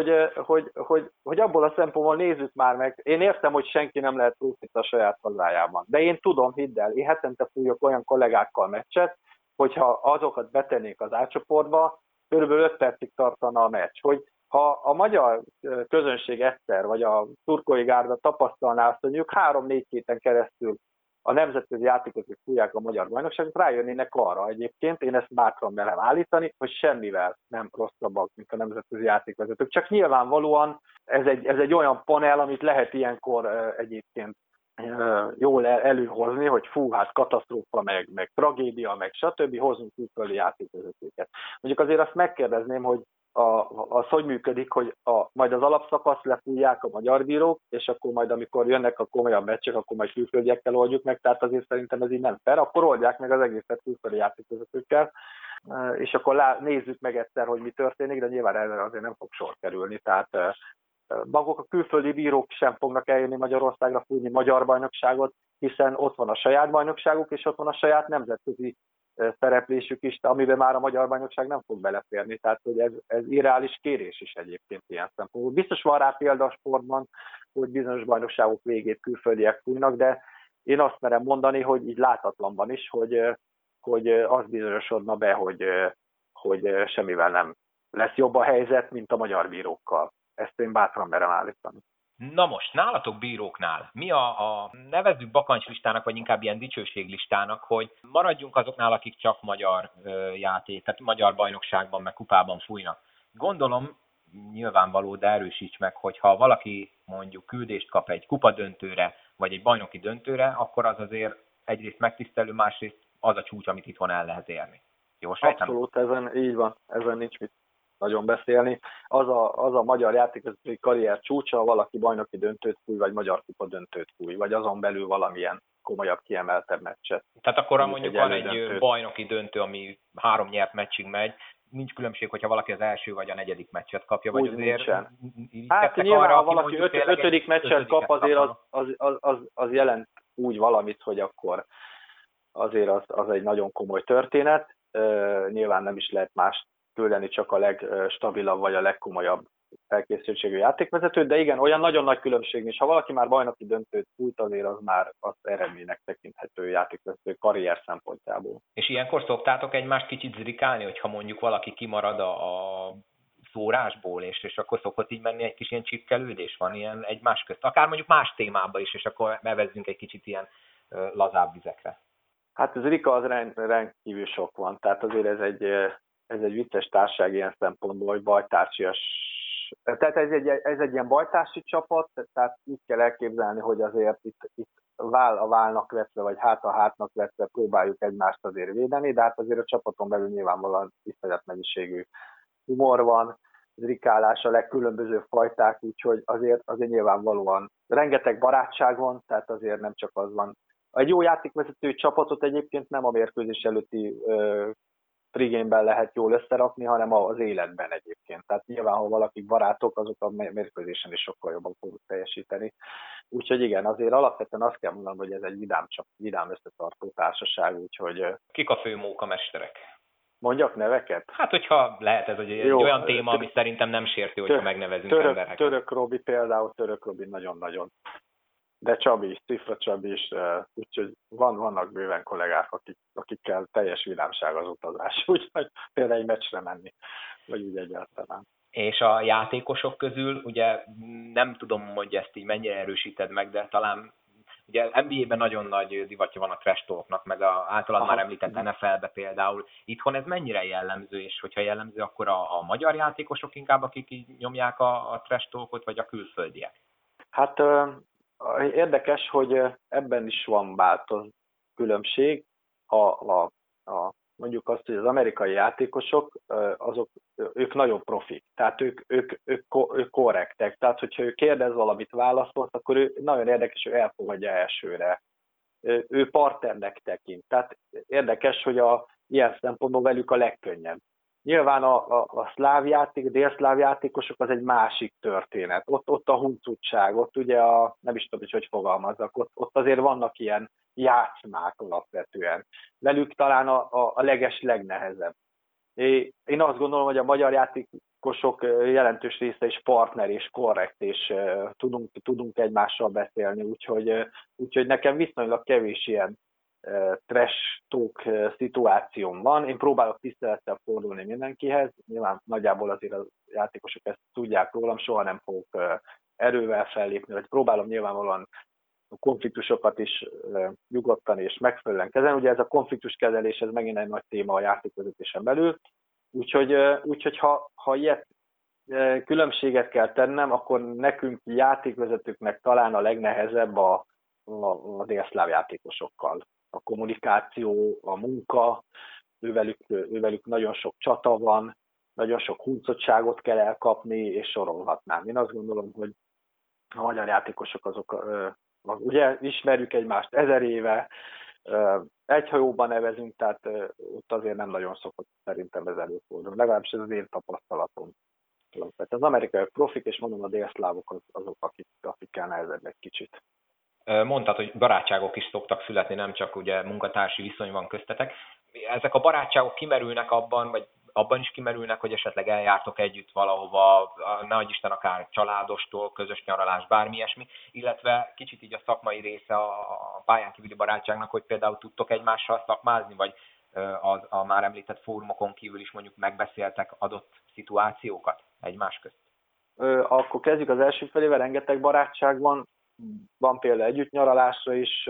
hogy abból a szempontból nézzük már meg. Én értem, hogy senki nem lehet profit a saját hazájában. De én tudom, hidd el, én hetente fújok olyan kollégákkal meccset, hogyha azokat betennék az A-csoportba, körülbelül 5 percig tartana a meccs. Hogy ha a magyar közönség egyszer, vagy a szurkolói gárda tapasztalná azt, hogy ők 3-4 héten keresztül a nemzetközi játékosok fújják a magyar bajnokságot, rájönnének arra egyébként, én ezt bátran merem állítani, hogy semmivel nem rosszabbak, mint a nemzetközi játékvezetők. Csak nyilvánvalóan ez egy olyan panel, amit lehet ilyenkor egyébként jól előhozni, hogy fú, hát katasztrófa, meg tragédia, meg stb. Hozunk külföldi játékvezetőket. Mondjuk azért azt megkérdezném, hogy az hogy működik, hogy majd az alapszakasz lefújják a magyar bírók, és akkor majd amikor jönnek a komolyabb meccsek, akkor majd külföldiekkel oldjuk meg, tehát azért szerintem ez így nem fair, akkor oldják meg az egészet külföldi játékvezetőkkel, és akkor nézzük meg egyszer, hogy mi történik, de nyilván erre azért nem fog sor kerülni, tehát maguk a külföldi bírók sem fognak eljönni Magyarországra fújni magyar bajnokságot, hiszen ott van a saját bajnokságuk, és ott van a saját nemzetközi szereplésük is, amiben már a magyar bajnokság nem fog beleférni. Tehát, hogy ez irreális kérés is egyébként ilyen szempontból. Biztos van rá példa a sportban, hogy bizonyos bajnokságok végét külföldiek fújnak, de én azt merem mondani, hogy így láthatatlanban is, hogy az bizonyosodna be, hogy semmivel nem lesz jobb a helyzet, mint a magyar bírókkal. Ezt én bátran merem állítani. Na most, nálatok bíróknál, mi nevezzük bakancslistának, vagy inkább ilyen dicsőséglistának, hogy maradjunk azoknál, akik csak magyar játék, tehát magyar bajnokságban, meg kupában fújnak. Gondolom, nyilvánvaló, de erősíts meg, hogy ha valaki mondjuk küldést kap egy kupadöntőre, vagy egy bajnoki döntőre, akkor az azért egyrészt megtisztelő, másrészt az a csúcs, amit itthon el lehet érni. Jó, sejtem? Abszolút, így van, ezen nincs mit nagyon beszélni. Az a magyar játékvezetői karrier csúcsa, valaki bajnoki döntőt fúj, vagy magyar kupa döntőt fúj, vagy azon belül valamilyen komolyabb, kiemeltebb meccset. Tehát akkor mondjuk van egy bajnoki döntő, ami 3 nyert meccsig megy, nincs különbség, hogyha valaki az első vagy a negyedik meccset kapja, vagy Úgy azért nincsen. Hát Hát nyilván, arra, ha valaki ötödik meccset kap, azért kap, az jelent úgy valamit, hogy akkor azért az egy nagyon komoly történet. Nyilván nem is lehet más küldeni, csak a legstabilabb vagy a legkomolyabb felkészültségű játékvezetőt, de igen, olyan nagyon nagy különbség nincs. Ha valaki már bajnoki döntőt fújt, azért az már az eredménynek tekinthető játékvezető karrier szempontjából. És ilyenkor szoktátok egymást kicsit zrikálni, hogyha mondjuk valaki kimarad a szórásból, és akkor szokott így menni egy kis ilyen csipkelődés, van ilyen egymás közt, akár mondjuk más témába is, és akkor bevezzünk egy kicsit ilyen lazább vizekre. Hát az Rika az rendkívül sok van, tehát azért ez egy vicces társaság ilyen szempontból, hogy bajtársias. Tehát ez egy ilyen bajtársi csapat, tehát úgy kell elképzelni, hogy azért itt váll a válnak vetve, vagy hát a hátnak vetve próbáljuk egymást azért védeni, de hát azért a csapaton belül nyilvánvalóan iszonyat mennyiségű humor van, zrikálás, a legkülönbözőbb fajták, úgyhogy azért nyilvánvalóan rengeteg barátság van, tehát azért nem csak az van. Egy jó játékvezető csapatot egyébként nem a mérkőzés előtti pregame-ben lehet jól összerakni, hanem az életben egyébként. Tehát nyilván, ha valakik barátok, azok a mérkőzésen is sokkal jobban fogunk teljesíteni. Úgyhogy igen, azért alapvetően azt kell mondanom, hogy ez egy vidám összetartó társaság, úgyhogy... Kik a fő mókamesterek? Mondjak neveket? Hát, hogyha lehet, ez egy olyan téma, ami szerintem nem sértő, hogyha megnevezünk embereket. Török Robi például, Török Robi nagyon-nagyon. De Csabi is, Cifra Csabi is, úgyhogy vannak bőven kollégák, akikkel teljes vidámság az utazás, úgyhogy például egy meccsre menni, vagy úgy egyáltalán. És a játékosok közül, ugye nem tudom, hogy ezt így mennyire erősíted meg, de talán ugye NBA-ben nagyon nagy divatja van a trash talknak, meg általán már említett NFL-be például. Itthon ez mennyire jellemző, és hogyha jellemző, akkor a magyar játékosok inkább, akik így nyomják a trash talkot, vagy a külföldiek? Hát érdekes, hogy ebben is van különbség. Mondjuk azt, hogy az amerikai játékosok, ők nagyon profik, tehát ők korrektek. Tehát, hogyha ő kérdez valamit, válaszolt, akkor ő nagyon érdekes, hogy elfogadja elsőre. Ő partnernek tekint. Tehát érdekes, hogy ilyen szempontból velük a legkönnyebb. Nyilván a szláv játék, délszláv játékosok az egy másik történet. Ott a huncutság, ott ugye nem is tudom, hogy fogalmazzak, ott azért vannak ilyen játszmák alapvetően. Velük talán a legnehezebb. Én azt gondolom, hogy a magyar játékosok jelentős része is partner és korrekt, és tudunk egymással beszélni, úgyhogy nekem viszonylag kevés ilyen trash talk szituációm van. Én próbálok tisztelettel fordulni mindenkihez, nyilván nagyjából azért a játékosok ezt tudják rólam, soha nem fogok erővel fellépni, vagy próbálom nyilvánvalóan a konfliktusokat is nyugodtan és megfelelően kezelni. Ugye ez a konfliktuskezelés, ez megint egy nagy téma a játékvezetésen belül, úgyhogy ha ilyet különbséget kell tennem, akkor nekünk játékvezetőknek talán a legnehezebb a délszláv játékosokkal. A kommunikáció, a munka, ővelük nagyon sok csata van, nagyon sok huncottságot kell elkapni, és sorolhatnám. Én azt gondolom, hogy a magyar játékosok azok, ugye ismerjük egymást 1000 éve, egy hajóban nevezünk, tehát ott azért nem nagyon szokott szerintem ez előfordulni. Legalábbis ez az én tapasztalatom. Az amerikai profik, és mondom, a délszlávok azok, akikkel nehezebb egy kicsit. Mondtad, hogy barátságok is szoktak születni, nem csak ugye munkatársi viszony van köztetek. Ezek a barátságok kimerülnek abban, vagy abban is kimerülnek, hogy esetleg eljártok együtt valahova, nehogy Isten akár családostól, közös nyaralás, bármi ilyesmi, illetve kicsit így a szakmai része a pályán kívüli barátságnak, hogy például tudtok egymással szakmázni, vagy a már említett fórumokon kívül is mondjuk megbeszéltek adott szituációkat egymás közt? Akkor kezdjük az első felével, rengeteg barátság van. Van például együtt nyaralásra is,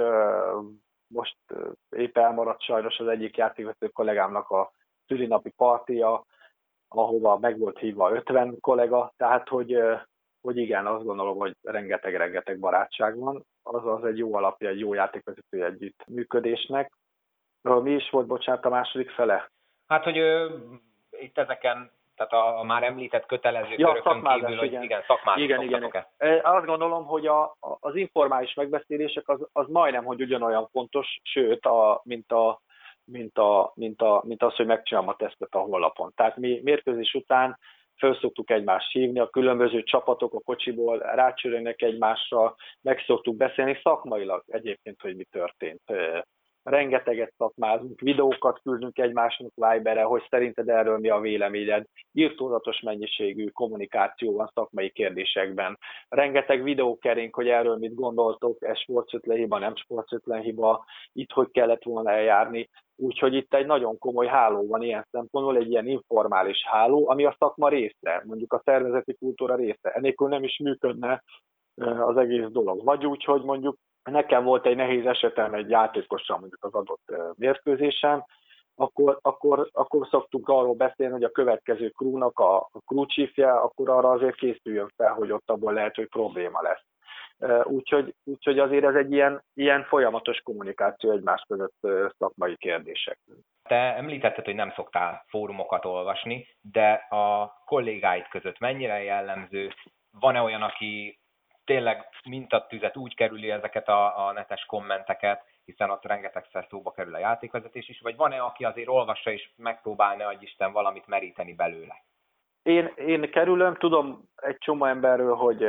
most épp elmaradt sajnos az egyik játékvezető kollégámnak a szülinapi partija, ahova meg volt hívva 50 kollega, tehát hogy igen, azt gondolom, hogy rengeteg barátság van, az egy jó alapja, egy jó játékvezető együttműködésnek. Mi is volt, bocsánat, a második fele? Hát, hogy itt ezeken, tehát a már említett kötelező körökön kívül, hogy igen, szakmázni szoktatok-e? Azt gondolom, hogy az informális megbeszélések az majdnem, hogy ugyanolyan fontos, sőt, mint mint az, hogy megcsinálom a tesztet a honlapon. Tehát mi mérkőzés után föl szoktuk egymást hívni, a különböző csapatok a kocsiból rácsörögnek egymásra, meg szoktuk beszélni szakmailag egyébként, hogy mi történt. Rengeteget szakmázunk, videókat küldünk egymásnak Viberre, hogy szerinted erről mi a véleményed. Irtózatos mennyiségű kommunikáció van szakmai kérdésekben. Rengeteg videó kering, hogy erről mit gondoltok, ez sportszötlen hiba, nem sportszötlen hiba, itt hogy kellett volna eljárni. Úgyhogy itt egy nagyon komoly háló van ilyen szempontból, egy ilyen informális háló, ami a szakma része, mondjuk a szervezeti kultúra része. Enélkül nem is működne az egész dolog. Vagy úgy, hogy mondjuk nekem volt egy nehéz esetem egy játékossal mondjuk az adott mérkőzésen, akkor szoktunk arról beszélni, hogy a következő crewnak a crew chiefje, akkor arra azért készüljön fel, hogy ott abból lehet, hogy probléma lesz. Úgyhogy azért ez egy ilyen folyamatos kommunikáció egymás között szakmai kérdések. Te említetted, hogy nem szoktál fórumokat olvasni, de a kollégáid között mennyire jellemző? Van-e olyan, aki tényleg mintatüzet úgy kerüli ezeket a netes kommenteket, hiszen ott rengetegszer szóba kerül a játékvezetés is, vagy van-e, aki azért olvassa és megpróbálna, hogy Isten valamit meríteni belőle? Én kerülöm, tudom egy csomó emberről, hogy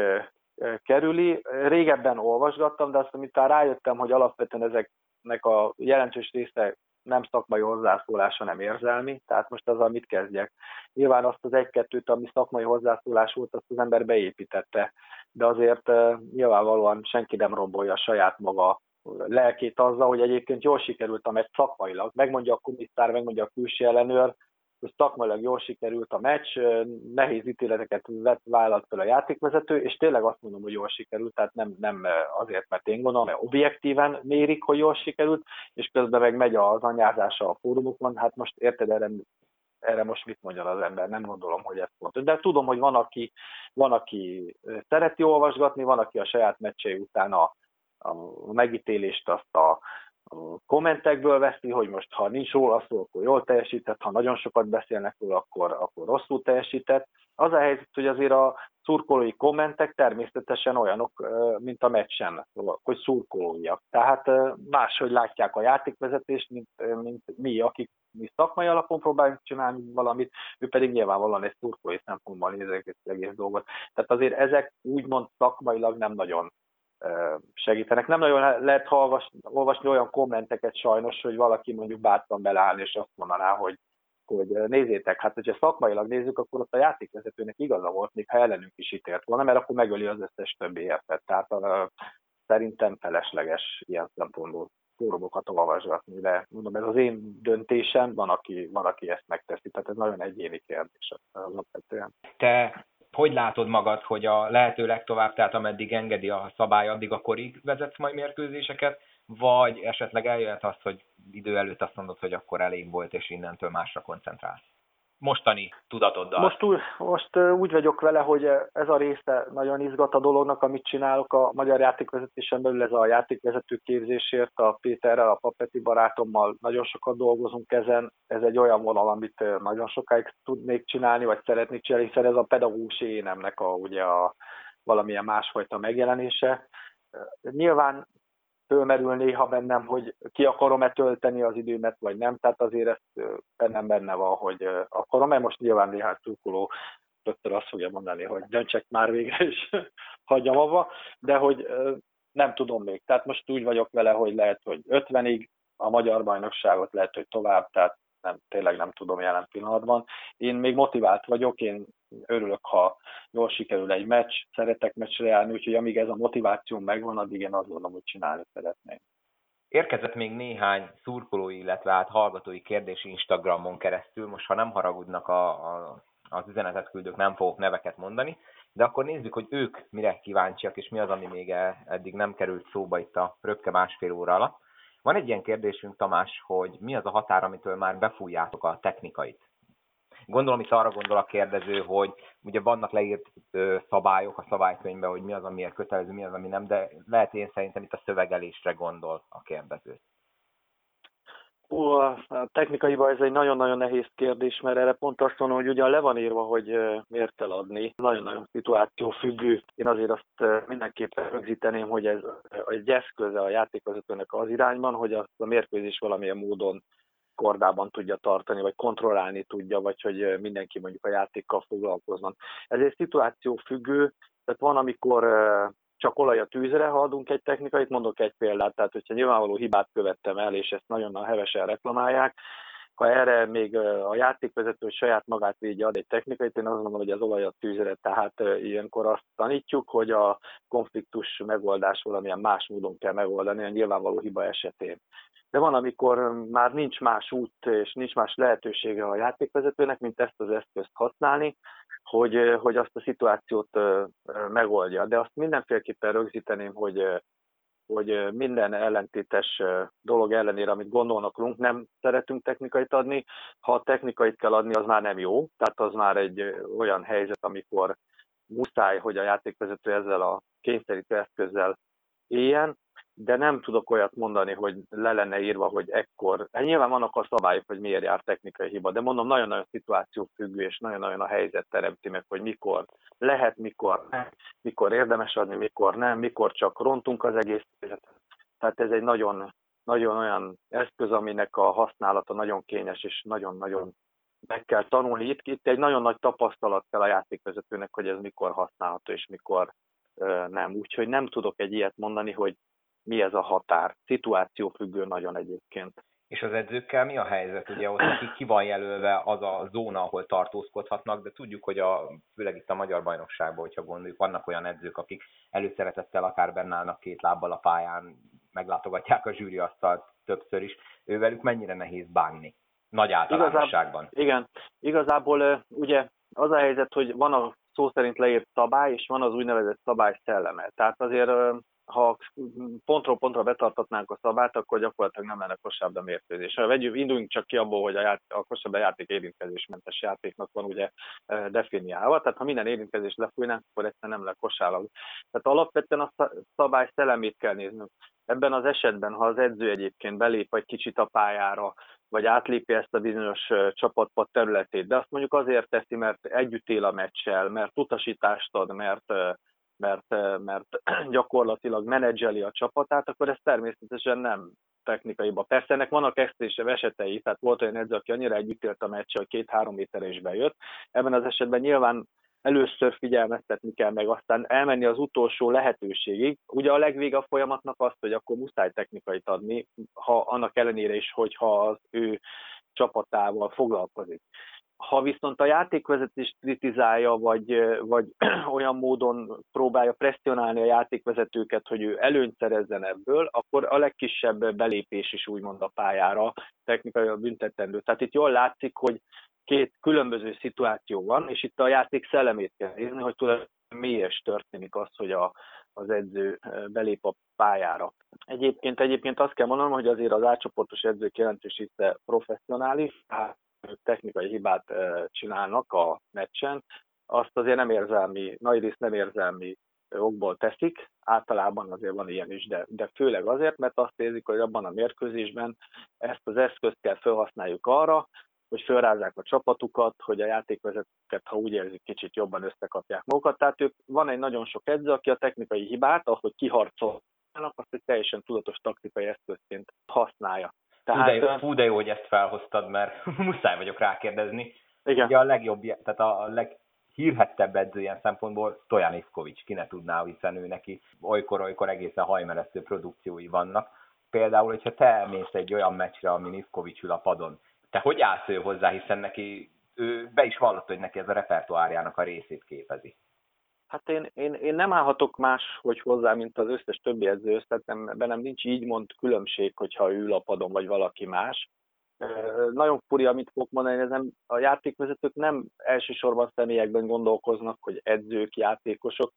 kerüli. Régebben olvasgattam, de azt, amit rájöttem, hogy alapvetően ezeknek a jelentős része nem szakmai hozzászólása, nem érzelmi, tehát most azzal mit kezdjek. Nyilván azt az egy-kettőt, ami szakmai hozzászólás volt, azt az ember beépítette, de azért nyilvánvalóan senki nem rombolja a saját maga lelkét azzal, hogy egyébként jól sikerült a meccs szakmailag. Megmondja a komisszár, megmondja a külső ellenőr, hogy szakmailag jól sikerült a meccs, nehéz ítéleteket vállalt fel a játékvezető, és tényleg azt mondom, hogy jól sikerült, tehát nem azért, mert én gondolom, mert objektíven mérik, hogy jól sikerült, és közben meg megy az anyázása a fórumokon, hát most érted, erre most mit mondjon az ember, nem gondolom, hogy ez fontos. De tudom, hogy van, aki szereti olvasgatni, van, aki a saját meccsei után a megítélést azt a kommentekből veszi, hogy most ha nincs róla szó, akkor jól teljesített, ha nagyon sokat beszélnek róla, akkor rosszul teljesített. Az a helyzet, hogy azért a szurkolói kommentek természetesen olyanok, mint a meccsen, hogy szurkolóiak. Tehát máshogy látják a játékvezetést, mint mi, akik mi szakmai alapon próbáljuk csinálni valamit, ő pedig nyilvánvalóan egy szurkolói szempontból nézik ezt az egész dolgot. Tehát azért ezek úgymond szakmailag nem nagyon segítenek. Nem nagyon lehet olvasni olyan kommenteket sajnos, hogy valaki mondjuk bátran beleáll, és azt mondaná, hogy nézzétek, hát hogyha szakmailag nézzük, akkor ott a játékvezetőnek igaza volt, még ha ellenünk is ítélt volna, mert akkor megöli az összes többi értet. Tehát szerintem felesleges ilyen szempontból fórumokat olvasgatni, de mondom, ez az én döntésem, van, aki ezt megteszi, tehát ez nagyon egyéni kérdés alapvetően. Te hogy látod magad, hogy a lehető legtovább, tehát ameddig engedi a szabály, addig a korig vezetsz majd mérkőzéseket, vagy esetleg eljöhet az, hogy idő előtt azt mondod, hogy akkor elég volt, és innentől másra koncentrálsz? Mostani tudatoddal. Most úgy vagyok vele, hogy ez a része nagyon izgat a dolognak, amit csinálok a magyar játékvezetésen belül, ez a játékvezető képzésért, a Péterrel, a Papeti barátommal nagyon sokat dolgozunk ezen. Ez egy olyan vonal, amit nagyon sokáig tudnék csinálni, vagy szeretnék csinálni, hiszen ez a pedagógus énemnek a valamilyen másfajta megjelenése. Nyilván fölmerül néha bennem, hogy ki akarom-e tölteni az időmet, vagy nem, tehát azért ez bennem benne van, hogy akarom-e. Most nyilván néhány szurkoló rögtön azt fogja mondani, hogy döntsek már végre, és hagyjam abba, de hogy nem tudom még. Tehát most úgy vagyok vele, hogy lehet, hogy 50-ig a magyar bajnokságot, lehet, hogy tovább, tehát tényleg nem tudom jelen pillanatban. Én még motivált vagyok, én örülök, ha jól sikerül egy meccs, szeretek meccsre járni, úgyhogy amíg ez a motiváció megvan, addig én azt gondolom, hogy csinálni szeretném. Érkezett még néhány szurkolói, illetve hallgatói kérdés Instagramon keresztül. Most, ha nem haragudnak az üzenetet küldők, nem fogok neveket mondani, de akkor nézzük, hogy ők mire kíváncsiak, és mi az, ami még eddig nem került szóba itt a röpke másfél óra alatt. Van egy ilyen kérdésünk, Tamás, hogy mi az a határ, amitől már befújjátok a technikait? Gondolom, itt arra gondol a kérdező, hogy ugye vannak leírt szabályok a szabálykönyvben, hogy mi az, amiért kötelező, mi az, ami nem, de lehet én szerintem itt a szövegelésre gondol a kérdező. A technikai baj, ez egy nagyon-nagyon nehéz kérdés, mert erre pont azt mondom, hogy ugyan le van írva, hogy miért kell adni. Nagyon-nagyon szituáció függő. Én azért azt mindenképpen rögzíteném, hogy ez egy eszköze a játékvezetőnek az irányban, hogy azt a mérkőzés valamilyen módon kordában tudja tartani, vagy kontrollálni tudja, vagy hogy mindenki mondjuk a játékkal foglalkozzon. Ez egy szituáció függő, tehát van, amikor csak olaj a tűzre, ha adunk egy technikait, mondok egy példát, tehát hogyha nyilvánvaló hibát követtem el, és ezt nagyon hevesen reklamálják, ha erre még a játékvezető saját magát védje ad egy technikait, én azt mondom, hogy az olaj a tűzre, tehát ilyenkor azt tanítjuk, hogy a konfliktus megoldás valamilyen más módon kell megoldani a nyilvánvaló hiba esetén. De van, amikor már nincs más út és nincs más lehetősége a játékvezetőnek, mint ezt az eszközt használni, hogy azt a szituációt megoldja. De azt mindenféleképpen rögzíteném, hogy minden ellentétes dolog ellenére, amit gondolnak rólunk, nem szeretünk technikait adni. Ha technikait kell adni, az már nem jó. Tehát az már egy olyan helyzet, amikor muszáj, hogy a játékvezető ezzel a kényszerítő eszközzel éljen, de nem tudok olyat mondani, hogy le lenne írva, hogy ekkor. Hát nyilván vannak a szabályok, hogy miért jár technikai hiba, de mondom, nagyon-nagyon szituációfüggő, és nagyon-nagyon a helyzet teremti meg, hogy mikor lehet, mikor nem, mikor érdemes adni, mikor nem, mikor csak rontunk az egész. Tehát ez egy nagyon, nagyon olyan eszköz, aminek a használata nagyon kényes, és nagyon-nagyon meg kell tanulni. Itt egy nagyon nagy tapasztalat kell a játékvezetőnek, hogy ez mikor használható, és mikor nem. Úgyhogy nem tudok egy ilyet mondani, hogy mi ez a határ. Szituációfüggő nagyon egyébként. És az edzőkkel mi a helyzet? Ugye ott nekik ki van jelölve az a zóna, ahol tartózkodhatnak, de tudjuk, hogy főleg itt a magyar bajnokságban, hogyha gondoljuk, vannak olyan edzők, akik előszeretettel akár benne állnak két lábbal a pályán, meglátogatják a zsűriasztalt többször is. Ővelük mennyire nehéz bánni? Nagy általánosságban. Igen, igazából ugye az a helyzet, hogy van a szó szerint leírt szabály, és van az úgynevezett szabály szelleme. Tehát azért ha pontról pontra betartatnánk a szabályt, akkor gyakorlatilag nem lenne kosárlabda mérkőzés. Induljunk csak ki abból, hogy a kosárlabda játék érintkezésmentes játéknak van ugye definiálva, tehát ha minden érintkezést lefújnánk, akkor egyszerűen nem lenne kosárlabda. Tehát alapvetően a szabály szellemét kell néznünk. Ebben az esetben, ha az edző egyébként belép egy kicsit a pályára, vagy átlépi ezt a bizonyos csapatpad területét, de azt mondjuk azért teszi, mert együtt él a meccsel, mert utasítást ad, mert gyakorlatilag menedzseli a csapatát, akkor ez természetesen nem technikaiba. Persze ennek vannak extrém esetei, tehát volt olyan edző, aki annyira együtt élt a meccsel, hogy 2-3 méterre is bejött. Ebben az esetben nyilván először figyelmeztetni kell, meg aztán elmenni az utolsó lehetőségig. Ugye a legvége a folyamatnak az, hogy akkor muszáj technikait adni, ha annak ellenére is, hogyha az ő csapatával foglalkozik. Ha viszont a játékvezetést kritizálja, vagy olyan módon próbálja presszionálni a játékvezetőket, hogy ő előnyt szerezzen ebből, akkor a legkisebb belépés is úgymond a pályára technikai büntetendő. Tehát itt jól látszik, hogy két különböző szituáció van, és itt a játék szellemét kell nézni, hogy tulajdonképpen miért történik az, hogy az edző belép a pályára. Egyébként azt kell mondanom, hogy azért az átcsoportos edzők jelentős része professzionális, technikai hibát csinálnak a meccsen, azt azért nem érzelmi, nagy rész nem érzelmi okból teszik, általában azért van ilyen is, de főleg azért, mert azt érzik, hogy abban a mérkőzésben ezt az eszközt kell felhasználjuk arra, hogy felrázzák a csapatukat, hogy a játékvezetőket, ha úgy érzik, kicsit jobban összekapják magukat. Tehát van egy nagyon sok edző, aki a technikai hibát, ahogy kiharcolnak, azt egy teljesen tudatos taktikai eszközként használja. Fú, de jó, hogy ezt felhoztad, mert muszáj vagyok rákérdezni. Igen. Ugye a legjobb, tehát a leghírhettebb edző ilyen szempontból Stojan Ivkovics, ki ne tudná, hiszen ő neki olykor egészen hajmeresztő produkciói vannak. Például, hogyha te elmész egy olyan meccsre, amin Ivkovics ül a padon, te hogy állsz ő hozzá, hiszen ő be is vallotta, hogy neki ez a repertoárjának a részét képezi. Hát én nem állhatok máshogy hozzá, mint az összes többi edző, tehát bennem nincs így mond különbség, hogyha ül a padon, vagy valaki más. Nagyon furi, amit fogok mondani, ez a játékvezetők nem elsősorban személyekben gondolkoznak, hogy edzők, játékosok,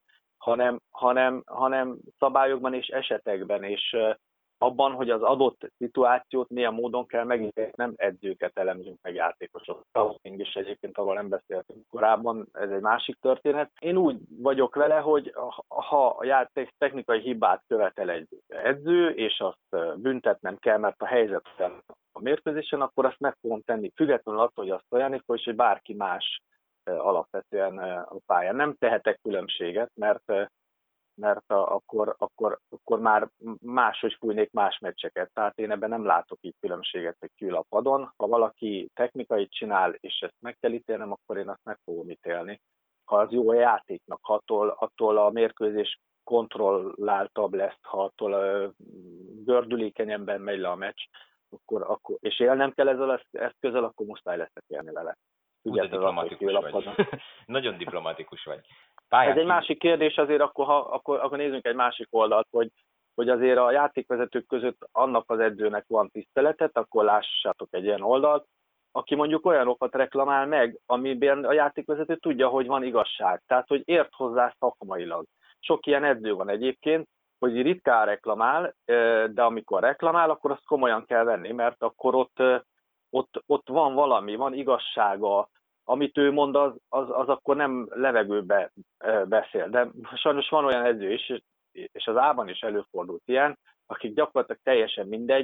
hanem szabályokban és esetekben, és abban, hogy az adott szituációt milyen módon kell megítélni, nem edzőket elemzünk meg játékosok. És egyébként arról nem beszéltünk korábban, ez egy másik történet. Én úgy vagyok vele, hogy ha a játék technikai hibát követel egy edző, és azt büntetnem kell, mert a helyzet a mérkőzésen, akkor azt meg fogom tenni, függetlenül attól, hogy azt Stojan hogy bárki más alapvetően a pályán. Nem tehetek különbséget, mert akkor már máshogy fújnék más meccseket. Tehát én ebben nem látok így különbséget, hogy kiül a padon. Ha valaki technikait csinál, és ezt meg kell ítélnem, akkor én azt meg fogom ítélni. Ha az jó a játéknak, ha attól a mérkőzés kontrolláltabb lesz, ha attól gördülékenyebben megy le a meccs, akkor, és élnem kell ezzel az eszközzel, akkor muszáj leszek élni vele. De diplomatikus vagy. Nagyon diplomatikus vagy. Ez egy másik kérdés, azért akkor nézzünk egy másik oldalt, hogy azért a játékvezetők között annak az edzőnek van tiszteletet, akkor lássátok egy ilyen oldalt, aki mondjuk olyanokat reklamál meg, amiben a játékvezető tudja, hogy van igazság, tehát hogy ért hozzá szakmailag. Sok ilyen edző van egyébként, hogy ritkán reklamál, de amikor reklamál, akkor azt komolyan kell venni, mert akkor ott van valami, van igazsága, amit ő mond, az akkor nem levegőbe beszél. De sajnos van olyan edző is, és az A-ban is előfordult ilyen, akik gyakorlatilag teljesen mindegy,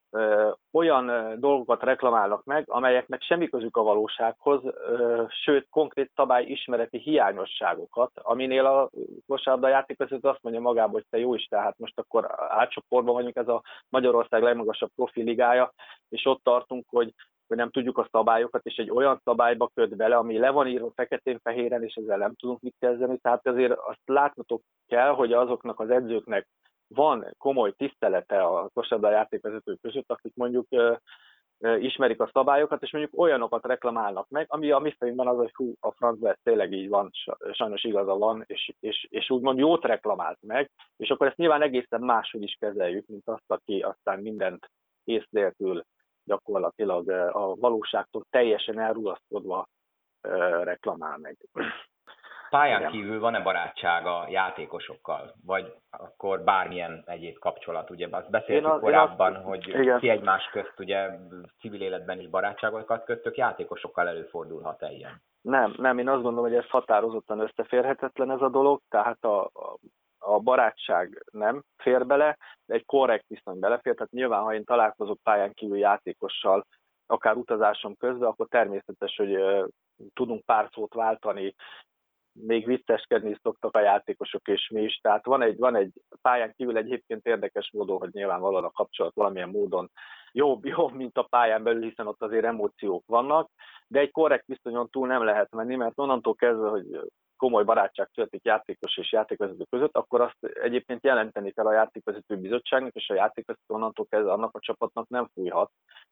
olyan dolgokat reklamálnak meg, amelyeknek semmi közük a valósághoz, sőt, konkrét szabályismereti hiányosságokat, aminél a kosárlabda játékvezető azt mondja magába, hogy te jó Isten, hát most akkor átcsoportban vagyunk, ez a Magyarország legmagasabb profi ligája, és ott tartunk, hogy nem tudjuk a szabályokat, és egy olyan szabályba köt bele, ami le van írva feketén-fehéren, és ezzel nem tudunk mit kezdeni. Tehát azért azt látnotok kell, hogy azoknak az edzőknek van komoly tisztelete a kosárlabda játékvezetők között, akik mondjuk ismerik a szabályokat, és mondjuk olyanokat reklamálnak meg, ami a mi fejünkben az, hogy hú, a francban ez tényleg így van, sajnos igaza van, és úgymond jót reklamált meg, és akkor ezt nyilván egészen máshogy is kezeljük, mint azt, aki aztán mindent ész nélkül gyakorlatilag a valóságtól teljesen elrugaszkodva reklamál meg. Pályán kívül van-e barátság a játékosokkal, vagy akkor bármilyen egyéb kapcsolat? Ugye azt beszéltük korábban, hogy igen, ki egymás közt ugye civil életben is barátságokat kötök, játékosokkal előfordulhat-e ilyen? Nem, én azt gondolom, hogy ez határozottan összeférhetetlen ez a dolog, tehát a barátság nem fér bele, de egy korrekt viszony belefér, tehát nyilván, ha én találkozok pályán kívül játékossal, akár utazásom közben, akkor természetes, hogy tudunk pár szót váltani, még vicceskedni is szoktak a játékosok és mi is. Tehát van egy pályán kívül egyébként érdekes módon, hogy nyilvánvalóan a kapcsolat valamilyen módon jobb, mint a pályán belül, hiszen ott azért emóciók vannak, de egy korrekt viszonyon túl nem lehet menni, mert onnantól kezdve, hogy komoly barátság születik játékos és játékvezető között, akkor azt egyébként jelenteni kell a játékvezető bizottságnak, és a játékvezető onnantól kezdve annak a csapatnak nem fújhat,